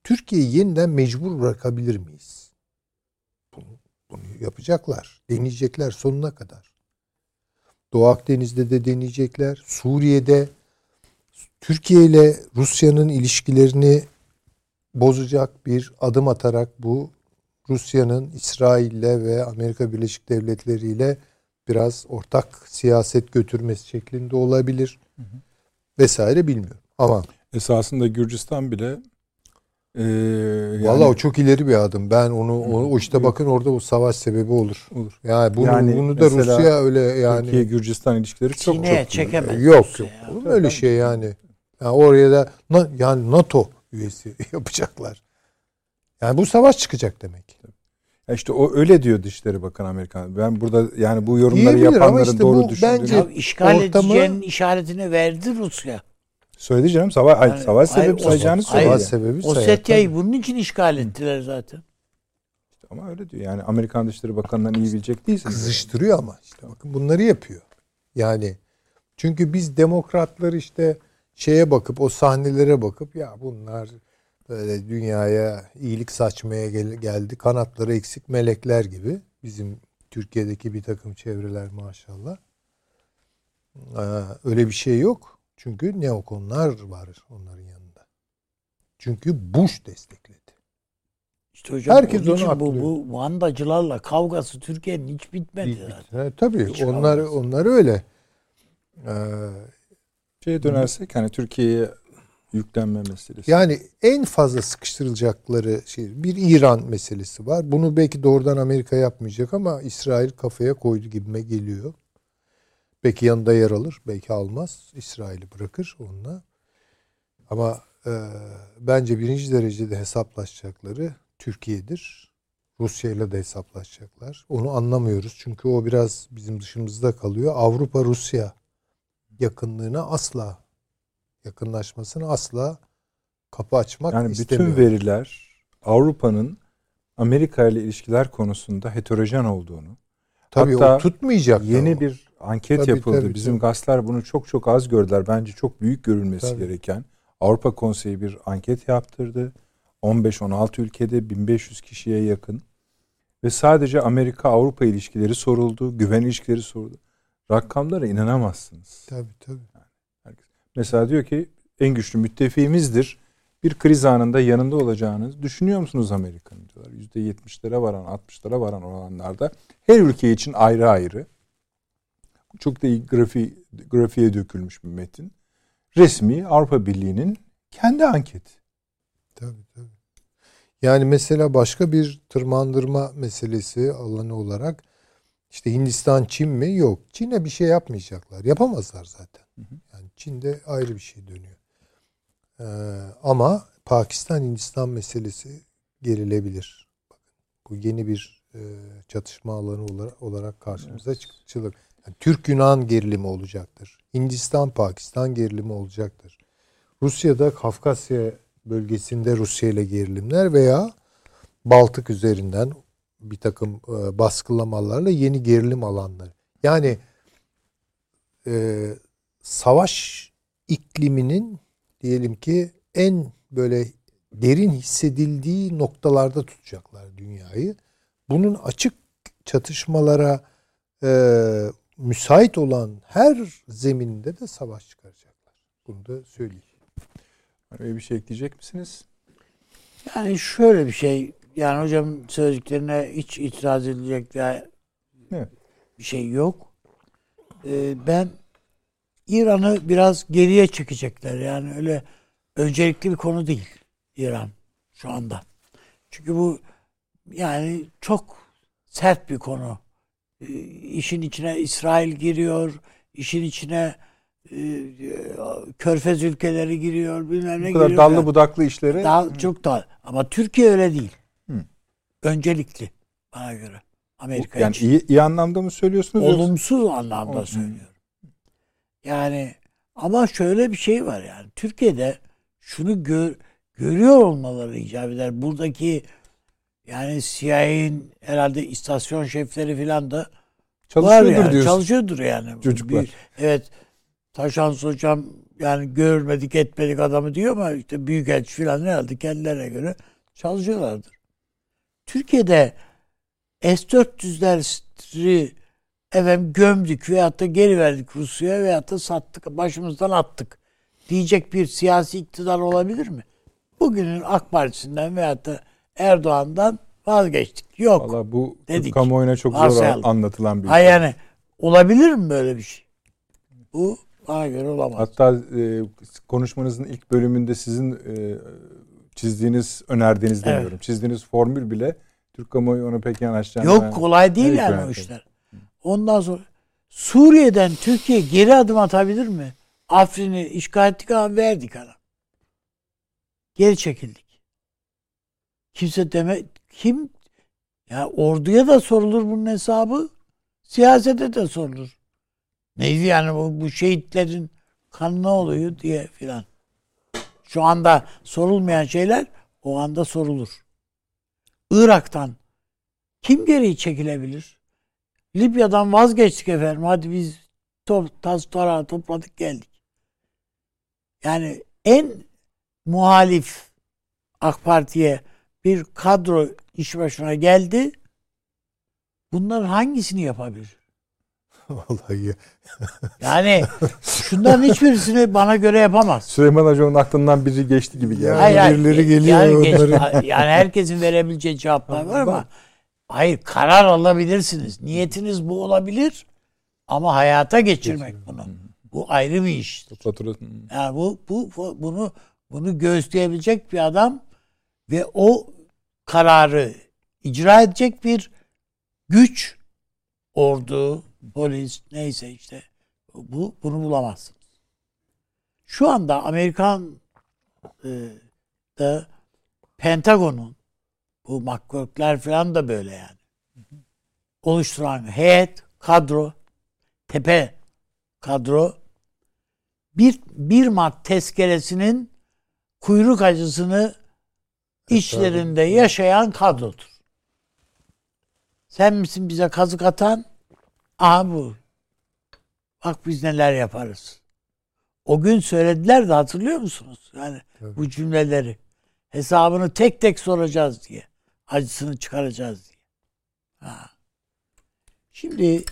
Türkiye'yi yeniden mecbur bırakabilir miyiz? Bunu yapacaklar. Deneyecekler sonuna kadar. Doğu Akdeniz'de de deneyecekler. Suriye'de Türkiye ile Rusya'nın ilişkilerini bozacak bir adım atarak bu Rusya'nın İsrail'le ve Amerika Birleşik Devletleri ile biraz ortak siyaset götürmesi şeklinde olabilir. Vesaire bilmiyorum. Ama esasında Gürcistan bile vallahi o çok ileri bir adım. Ben o işte bakın orada o savaş sebebi olur. Yani bunu da Rusya öyle yani Türkiye Gürcistan ilişkileri çok Çin'e çekemez. yok. Olur mu öyle şey yani? Yani oraya da yani NATO üyesi yapacaklar. Yani bu savaş çıkacak demek. Ya işte o öyle diyor Dışişleri Bakanı Amerikan. Ben burada yani bu yorumları Diyebilir ama yapanların işte doğru bu düşündüğünü bence işgal edeceğinin işaretini verdi Rusya. söyledi canım. Savaş sebebi sayacağını söyledi. Savaş sebebi Osetya'yı bunun için işgal ettiler zaten. Ama öyle diyor. Yani Amerikan Dışişleri Bakanı'ndan iyi bilecek değilsiniz. Kızıştırıyor ama işte bakın bunları yapıyor. Yani çünkü biz demokratlar işte şeye bakıp o sahnelere bakıp ya bunlar böyle dünyaya iyilik saçmaya geldi. Kanatları eksik melekler gibi. Bizim Türkiye'deki bir takım çevreler maşallah. Öyle bir şey yok. Çünkü neokonlar var onların yanında. Çünkü Bush destekledi. İşte hocam herkes onu için bu mandacılarla kavgası Türkiye'nin hiç bitmedi zaten. Tabii Hiç onlar öyle. Şeye dönersek hani Türkiye'ye yüklenme meselesi. Yani en fazla sıkıştırılacakları bir İran meselesi var. Bunu belki doğrudan Amerika yapmayacak ama İsrail kafaya koydu gibime geliyor. Belki yanında yer alır, belki almaz. İsrail'i bırakır onunla. Ama bence birinci derecede hesaplaşacakları Türkiye'dir. Rusya ile de hesaplaşacaklar. Onu anlamıyoruz. Çünkü o biraz bizim dışımızda kalıyor. Avrupa-Rusya yakınlaşmasına asla kapı açmak yani istemiyor. bütün veriler Avrupa'nın Amerika ile ilişkiler konusunda heterojen olduğunu. Tabii hatta o tutmayacak. Yeni bir anket yapıldı. Bizim gazeteler bunu çok çok az gördüler. Bence çok büyük görülmesi gereken. Avrupa Konseyi bir anket yaptırdı. 15-16 ülkede 1500 kişiye yakın. Ve sadece Amerika-Avrupa ilişkileri soruldu. Güven ilişkileri soruldu. Rakamlara inanamazsınız. Tabii. Yani mesela diyor ki en güçlü müttefiğimizdir. Bir kriz anında yanında olacağınızı düşünüyor musunuz Amerika'nın diyorlar. %70'lere varan, 60'lara varan oranlarda her ülke için ayrı ayrı. Çok da iyi grafiğe dökülmüş bir metin. Resmi Avrupa Birliği'nin kendi anketi. Tabii. Yani mesela başka bir tırmandırma meselesi alanı olarak işte Hindistan, Çin mi? Yok. Çin'e bir şey yapmayacaklar. Yapamazlar zaten. Yani Çin'de ayrı bir şey dönüyor. Ama Pakistan-Hindistan meselesi gerilebilir. Bakın, bu yeni bir çatışma alanı olarak karşımıza çıkacak. Yani Türk-Yunan gerilimi olacaktır. Hindistan-Pakistan gerilimi olacaktır. Rusya'da Kafkasya bölgesinde Rusya ile gerilimler veya Baltık üzerinden bir takım baskılamalarla yeni gerilim alanları. Yani savaş ikliminin diyelim ki en böyle derin hissedildiği noktalarda tutacaklar dünyayı. Bunun açık çatışmalara müsait olan her zeminde de savaş çıkaracaklar. Bunu da söyleyeyim. Öyle bir şey ekleyecek misiniz? Yani şöyle bir şey. Yani hocam söylediklerine hiç itiraz edilecek bir şey yok. Ben İran'ı biraz geriye çekecekler. Yani öyle öncelikli bir konu değil İran şu anda. Çünkü bu yani çok sert bir konu. İşin içine İsrail giriyor, işin içine Körfez ülkeleri giriyor, bilmem ne giriyor. Bu kadar dallı budaklı işleri. Daha çok da. Ama Türkiye öyle değil. Öncelikli bana göre. Amerika yani için. iyi anlamda mı söylüyorsunuz? Olumsuz anlamda söylüyorum. Yani ama şöyle bir şey var yani. Türkiye'de şunu görüyor olmaları icap eder. Buradaki yani CIA'nin herhalde istasyon şefleri filan da çalışıyordur var yani. diyorsun. Çalışıyordur yani. Çocuklar. Evet. Taşans hocam yani görmedik etmedik adamı diyor ama işte büyükelçi falan herhalde kendilerine göre çalışıyorlardır. Türkiye'de S-400'leri gömdük veyahut da geri verdik Rusya'ya veyahut da sattık, başımızdan attık diyecek bir siyasi iktidar olabilir mi? Bugünün AK Partisi'nden veyahut da Erdoğan'dan vazgeçtik. Yok. Valla bu dedik. kamuoyuna çok zor anlatılan bir şey. şey. Yani olabilir mi böyle bir şey? Bu bana göre olamaz. Hatta konuşmanızın ilk bölümünde sizin çizdiğiniz, önerdiğiniz demiyorum. Evet. Çizdiğiniz formül bile Türk kamuoyu onu pek yanaşacağını... Yok, kolay değil yani o işler. Ondan sonra Suriye'den Türkiye geri adım atabilir mi? Afrin'i işgal ettik ama verdik ana. Geri çekildik. Kim? Ya orduya da sorulur bunun hesabı. Siyasete de sorulur. Neydi yani bu şehitlerin kanı ne oluyor diye filan. Şu anda sorulmayan şeyler o anda sorulur. Irak'tan kim geri çekilebilir? Libya'dan vazgeçtik efendim. Hadi biz topladık geldik. Yani en muhalif AK Parti'ye bir kadro iş başına geldi. Bunların hangisini yapabilir? Vallahi yani şunların hiçbirisini bana göre yapamaz. Süleyman Hoca'nın aklından biri geçti gibi geldi. Hayır, birileri geliyor. Yani herkesin verebileceği cevaplar var ama hayır, karar alabilirsiniz. Niyetiniz bu olabilir ama hayata geçirmek bunu. Bu ayrı bir iş. Yani bunu göğüsleyebilecek bir adam ve o kararı icra edecek bir güç, ordu, polis, neyse işte bunu bulamazsınız. Şu anda Amerikan da Pentagon'un bu McCork'ler falan da böyle yani. Oluşturan heyet, kadro, tepe kadro bir Mart tezkeresinin kuyruk acısını içlerinde yaşayan kadrodur. Sen misin bize kazık atan? Aha bu. Bak biz neler yaparız. O gün söylediler de hatırlıyor musunuz? Yani tabii. Bu cümleleri. Hesabını tek tek soracağız diye. Acısını çıkaracağız diye. Ha. Şimdi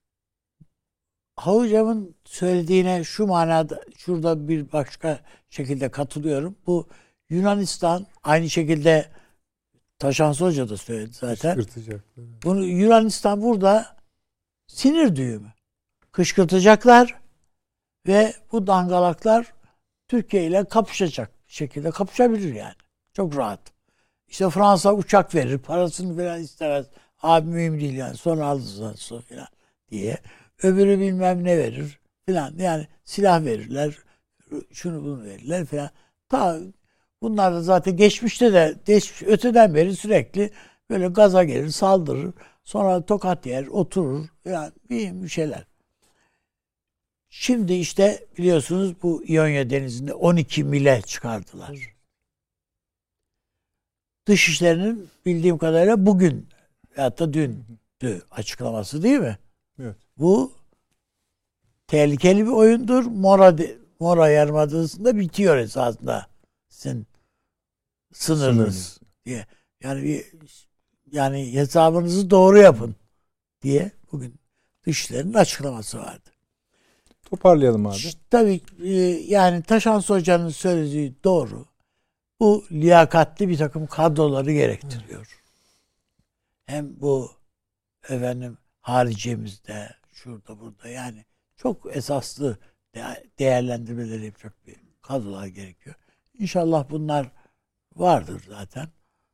hocamın söylediğine şu manada şurada bir başka şekilde katılıyorum. Bu Yunanistan aynı şekilde Taşansı Hoca da söyledi zaten. Bunu Yunanistan burada sinir düğümü. Kışkırtacaklar ve bu dangalaklar Türkiye ile kapışacak şekilde kapışabilir yani. Çok rahat. İşte Fransa uçak verir, parasını falan istemez. Abi mühim değil yani. Sonra alırız falan diye. Öbürü bilmem ne verir falan. Yani silah verirler. Şunu bunu verirler falan. Bunlar da zaten geçmişte de öteden beri sürekli böyle gaza gelir, saldırır. Sonra tokat yer, oturur. Yani bir şeyler. Şimdi işte biliyorsunuz bu İonya Denizi'nde 12 mile çıkardılar. Dışişlerinin bildiğim kadarıyla bugün veyahut da dündü açıklaması değil mi? Evet. Bu tehlikeli bir oyundur. Mora Yarımadası'nda bitiyor esasında sizin sınırınız diye. Yani hesabınızı doğru yapın diye bugün Dışişleri'nin açıklaması vardı. Toparlayalım abi. Tabii yani Taşansı Hoca'nın söylediği doğru. Bu liyakatli bir takım kadroları gerektiriyor. Hem bu haricimizde, şurada burada yani çok esaslı değerlendirmeleri yapacak bir kadrolar gerekiyor. İnşallah bunlar vardır zaten.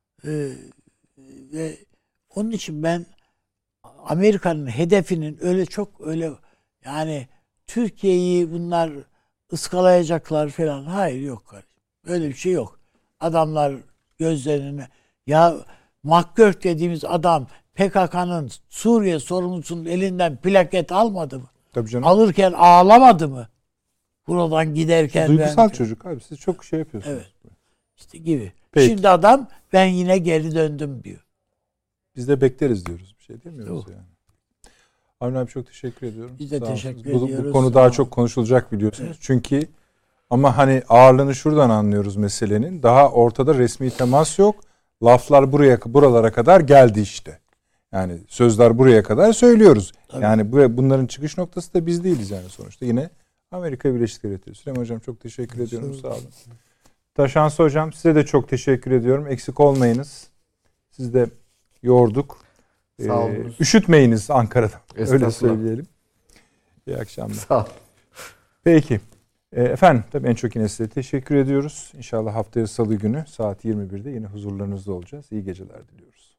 Ve onun için ben Amerika'nın hedefinin öyle yani Türkiye'yi bunlar ıskalayacaklar falan. Hayır, yok kardeşim. Öyle bir şey yok. Adamlar gözlerine McGurk dediğimiz adam PKK'nın Suriye sorumlusunun elinden plaket almadı mı? Tabii canım. Alırken ağlamadı mı? Buradan giderken. Duygusal çocuk abi. Siz çok şey yapıyorsunuz. Evet. İşte gibi. Peki. Şimdi adam ben yine geri döndüm diyor. Biz de bekleriz diyoruz. Bir şey demiyoruz yani. Avni abi çok teşekkür ediyorum. Biz de teşekkür ediyoruz. ediyoruz. Bu konu daha çok konuşulacak biliyorsunuz. Evet. Çünkü Ama hani ağırlığını şuradan anlıyoruz meselenin. Daha ortada resmi temas yok. Laflar buralara kadar geldi işte. Yani sözler buraya kadar söylüyoruz. Tabii. Yani bunların çıkış noktası da biz değiliz yani sonuçta. Yine Amerika Birleşik Devletleri. Süleyman Hocam çok teşekkür ediyorum. Sağ olun. Taşansı Hocam size de çok teşekkür ediyorum. Eksik olmayınız. Siz de yorduk. Sağ olun. Üşütmeyiniz Ankara'dan. Öyle Estağfurullah. söyleyelim. İyi akşamlar. Sağ ol. Peki. Efendim tabii en çok yine size teşekkür ediyoruz. İnşallah haftaya Salı günü saat 21'de yine huzurlarınızda olacağız. İyi geceler diliyoruz.